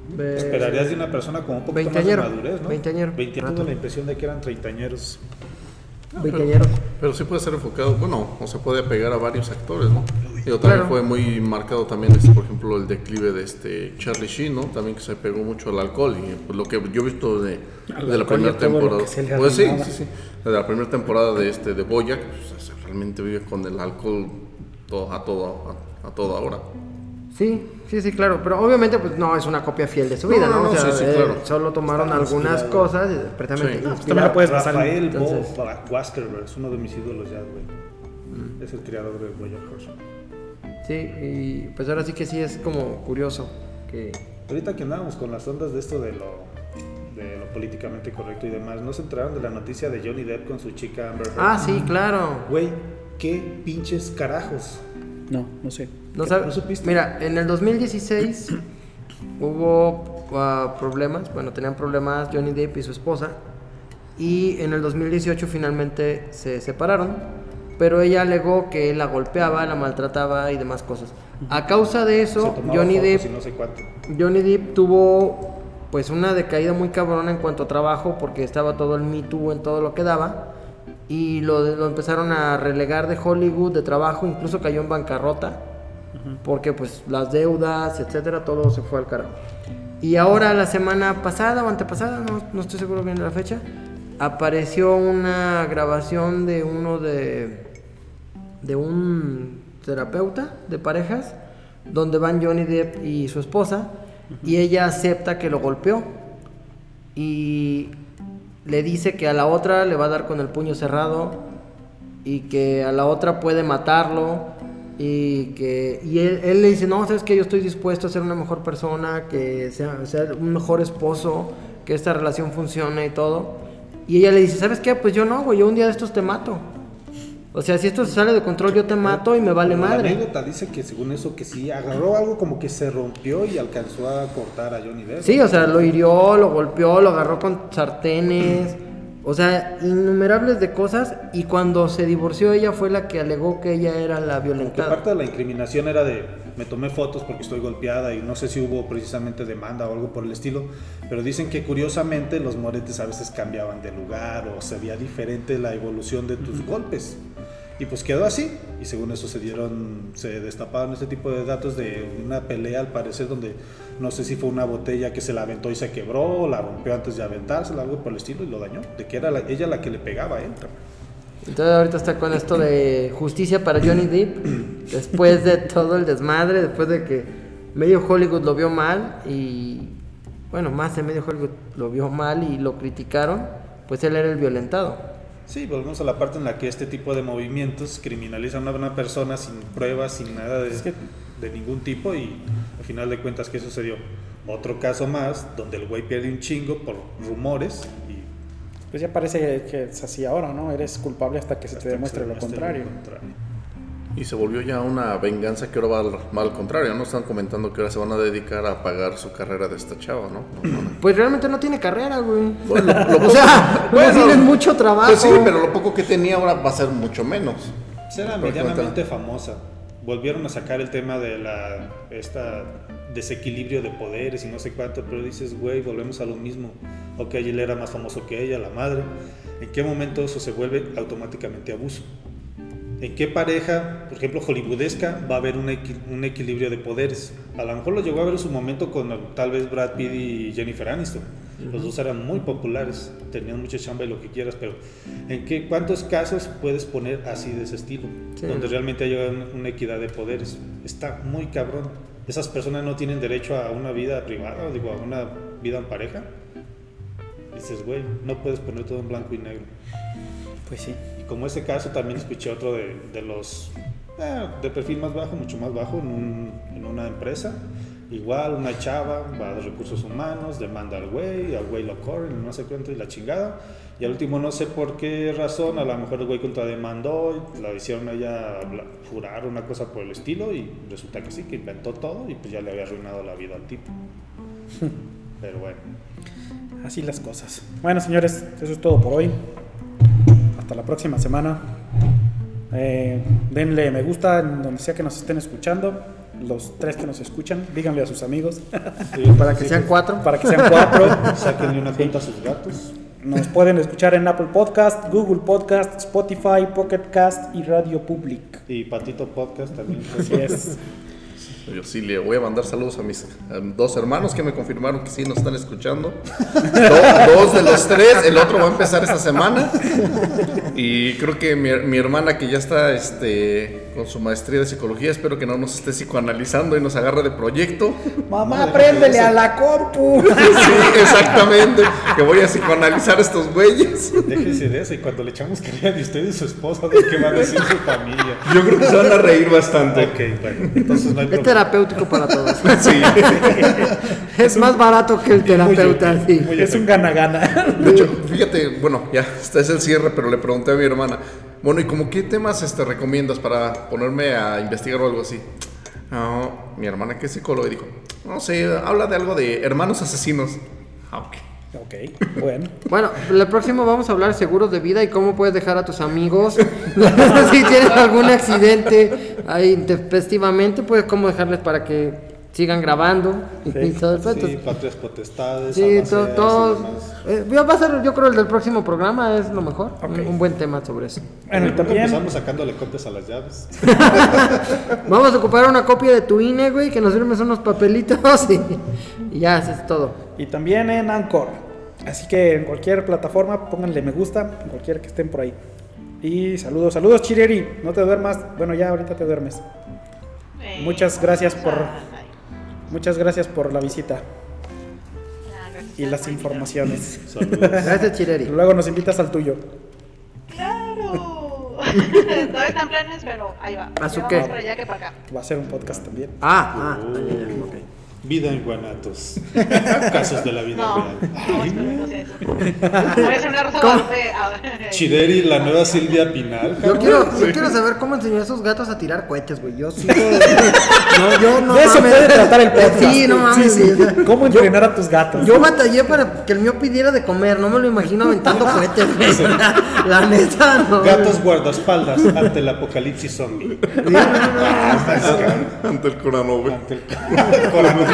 Esperarías de una persona con un poquito más de Veinteañero, madurez, ¿no? veinteañero. Tengo la impresión de que eran treintañeros. Veinteañeros. Pero sí puede ser enfocado, bueno, o se puede pegar a varios actores, ¿no? Digo, también Claro. fue muy marcado también, por ejemplo, el declive de Charlie Sheen, ¿no? También que se pegó mucho al alcohol y pues, lo que yo he visto de la alcohol primera y todo lo temporada. que se le Pues sí, arruinaba. sí. De la primera temporada de Bojack, pues, realmente vive con el alcohol a toda hora. Sí, claro, pero obviamente pues no es una copia fiel de su vida, ¿no? No, O sea, sí, claro. solo tomaron Están algunas inspirados. cosas precisamente Sí, no, pues inspiradas. también lo puedes basar en- Rafael Bo entonces- Waskerberg es uno de mis ídolos ya, güey. Es el creador de Bojack Horseman. Sí, y pues ahora sí que sí es como curioso que... Ahorita que andábamos con las ondas de esto de lo políticamente correcto y demás, ¿no se enteraron de la noticia de Johnny Depp con su chica Amber Heard? Ah, sí, claro. Güey, qué pinches carajos. No sé. No ¿Qué? sabes. ¿No supiste? Mira, en el 2016 hubo problemas, bueno, tenían problemas Johnny Depp y su esposa, y en el 2018 finalmente se separaron, pero ella alegó que él la golpeaba, la maltrataba y demás cosas. A causa de Se eso, tomaba Johnny fotos Depp y no sé cuánto. Johnny Depp tuvo pues una decaída muy cabrona en cuanto a trabajo porque estaba todo el Me Too en todo lo que daba y lo empezaron a relegar de Hollywood, de trabajo, incluso cayó en bancarrota porque pues las deudas, etcétera, todo se fue al carajo. Y ahora la semana pasada o antepasada, no estoy seguro bien de la fecha, apareció una grabación de un terapeuta de parejas donde van Johnny Depp y su esposa y ella acepta que lo golpeó y le dice que a la otra le va a dar con el puño cerrado y que a la otra puede matarlo y él le dice, no, sabes que yo estoy dispuesto a ser una mejor persona, que sea un mejor esposo, que esta relación funcione y todo. Y ella le dice, ¿sabes qué? Pues yo no, güey, yo un día de estos te mato. O sea, si esto se sale de control, yo te mato y me vale Pero madre. La anécdota dice que según eso que sí agarró algo como que se rompió y alcanzó a cortar a Johnny Depp. Sí, o sea, lo hirió, lo golpeó, lo agarró con sartenes, o sea, innumerables de cosas. Y cuando se divorció, ella fue la que alegó que ella era la Como que violentada. parte de la incriminación era de me tomé fotos porque estoy golpeada y no sé si hubo precisamente demanda o algo por el estilo, pero dicen que curiosamente los moretes a veces cambiaban de lugar o se veía diferente la evolución de tus golpes. Y pues quedó así, y según eso se destaparon este tipo de datos de una pelea al parecer donde no sé si fue una botella que se la aventó y se quebró, o la rompió antes de aventársela, algo por el estilo, y lo dañó, de que era ella la que le pegaba a él. Entonces ahorita está con esto de justicia para Johnny Depp, después de todo el desmadre, después de que medio Hollywood lo vio mal y, bueno, más de medio Hollywood lo vio mal y lo criticaron, pues él era el violentado. Sí, volvemos a la parte en la que este tipo de movimientos criminalizan a una persona sin pruebas, sin nada de ningún tipo, y al final de cuentas, ¿qué sucedió? Otro caso más donde el güey pierde un chingo por rumores y Pues ya parece que es así ahora, ¿no? Eres culpable hasta que se te demuestre lo contrario. Y se volvió ya una venganza que ahora va al contrario, ¿no? Están comentando que ahora se van a dedicar a pagar su carrera de esta chava, ¿no? Pues realmente no tiene carrera, güey. Bueno, O sea, no tienen mucho trabajo. Pues sí, pero lo poco que tenía ahora va a ser mucho menos. Era Por medianamente famosa. Volvieron a sacar el tema de desequilibrio de poderes y no sé cuánto, pero dices, güey, volvemos a lo mismo. Ok, él era más famoso que ella, la madre. ¿En qué momento eso se vuelve automáticamente abuso? ¿En qué pareja, por ejemplo, hollywoodesca, va a haber un equilibrio de poderes? A lo mejor lo llegó a ver en su momento con tal vez Brad Pitt y Jennifer Aniston. Los dos eran muy populares, tenían mucha chamba y lo que quieras, pero ¿cuántos casos puedes poner así de ese estilo? Sí. Donde realmente haya una equidad de poderes. Está muy cabrón. Esas personas no tienen derecho a una vida privada, a una vida en pareja. Dices, güey, no puedes poner todo en blanco y negro. Pues sí. Y como ese caso, también escuché otro de los de perfil más bajo, mucho más bajo, en una empresa. Igual, una chava va a los recursos humanos, demanda al güey lo corren, no sé cuánto, y la chingada. Y al último, no sé por qué razón, a lo mejor el güey contrademandó, la hicieron a ella jurar una cosa por el estilo, y resulta que sí, que inventó todo, y pues ya le había arruinado la vida al tipo. Pero bueno. Así las cosas. Bueno, señores, eso es todo por hoy. Hasta la próxima semana. Denle me gusta en donde sea que nos estén escuchando. los 3 que nos escuchan, díganle a sus amigos. Sí, para que sean 4. Para que sean 4. Sáquenle una cuenta a sus gatos. Nos pueden escuchar en Apple Podcast, Google Podcast, Spotify, Pocket Cast y Radio Public. Y Patito Podcast también. Así es. Yo sí le voy a mandar saludos a mis 2 hermanos que me confirmaron que sí nos están escuchando. 2 de los 3, el otro va a empezar esta semana. Y creo que mi hermana que ya está con su maestría de psicología, espero que no nos esté psicoanalizando y nos agarre de proyecto. Mamá, préndele a la compu. Sí, exactamente. Que voy a psicoanalizar a estos güeyes. Déjense de eso y cuando le echamos querida de usted y su esposa, a ver qué va a decir su familia. Yo creo que se van a reír bastante. Ok, bueno, entonces no hay Es problema. terapéutico para todos. Sí. Es más barato que el terapeuta, sí. Es un gana-gana. De hecho, fíjate, bueno, ya, este es el cierre, pero le pregunté a mi hermana, bueno, ¿y como qué temas recomiendas para ponerme a investigar o algo así? No, mi hermana que es psicóloga dijo, no sé, habla de algo de hermanos asesinos. Ah, ok. Ok, bueno. Bueno, el próximo vamos a hablar seguros de vida y cómo puedes dejar a tus amigos. Si tienes algún accidente ahí intempestivamente, pues cómo dejarles para que sigan grabando. Sí. Y todo eso. Sí, Entonces, patrias potestades. sí, almaceas y todo. demás. Va a ser, yo creo, el del próximo programa es lo mejor. Ok. Un buen tema sobre eso. Bueno, y también Empezamos sacándole copias a las llaves. Vamos a ocupar una copia de tu INE, güey, que nos firmes unos papelitos y ya, eso es todo. y también en Anchor. Así que en cualquier plataforma pónganle me gusta, en cualquiera que estén por ahí. Y saludos, Chireri. No te duermas. Bueno, ya ahorita te duermes. Muchas gracias Muchas gracias por la visita y las informaciones. Saludos. Gracias, Chireri. Luego nos invitas al tuyo. ¡Claro! Todavía están planes, pero ahí va. ¿A su Ya qué? vamos para allá que para acá. Va a ser un podcast también. Ok. Vida en Guanatos. Casos de la vida No, real. no, espero que no sea eso. Voy a hacer una rosa Guadalupe. Chideri, la nueva Silvia Pinal. Yo quiero saber cómo enseñó a esos gatos a tirar cohetes, güey. Yo sigo. No, yo no De eso mames. puede tratar el podcast. Sí, no mames. Sí, sí. o sea, ¿Cómo entrenar a tus gatos? yo batallé para que el mío pidiera de comer. No me lo imagino aventando cohetes, güey. La neta, no. Gatos guardaespaldas ante el apocalipsis zombie. Ante el coronavirus. Ante el coronavirus.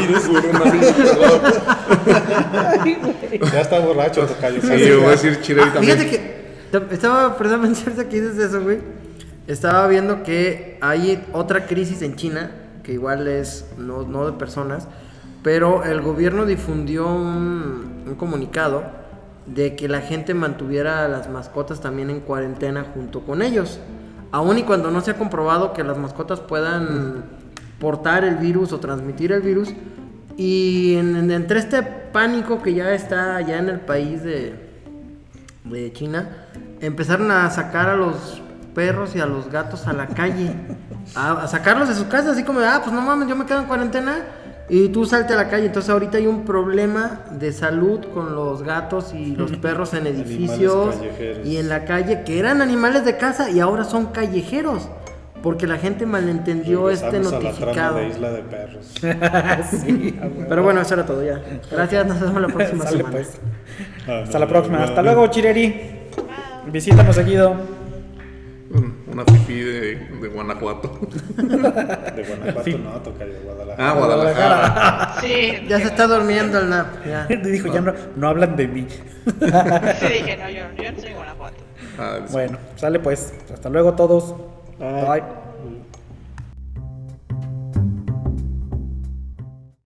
Ya está borracho, tocayo. Sí, yo voy a decir Chireri también. Fíjate que estaba precisamente ahorita que dices eso, güey. Estaba viendo que hay otra crisis en China, que igual es no de personas, pero el gobierno difundió un comunicado de que la gente mantuviera a las mascotas también en cuarentena junto con ellos. Aun y cuando no se ha comprobado que las mascotas puedan portar el virus o transmitir el virus. Y entre este pánico que ya está ya en el país de China, empezaron a sacar a los perros y a los gatos a la calle, a sacarlos de su casa, así como, pues no mames, yo me quedo en cuarentena y tú salte a la calle. Entonces ahorita hay un problema de salud con los gatos y los perros en edificios callejeros. y en la calle, que eran animales de casa y ahora son callejeros, porque la gente malentendió este Regresamos a la trama notificado. de Isla de Perros. Sí, a huevo. Pero bueno, eso era todo ya. Gracias, nos vemos la próxima Sale, semana. pues. Ah, Hasta no, la próxima. no, Hasta no. luego, Chireri. Visítanos seguido. Una fifí de Guanajuato. De Guanajuato no, tocayo, de Guadalajara. Ah, Guadalajara. Sí. Ya se está durmiendo el nap. Ya. Dijo, ya no hablan de mí. Sí, dije, no, yo no soy Guanajuato. Ah, Bueno, sale pues. Hasta luego todos. Ay. Bye.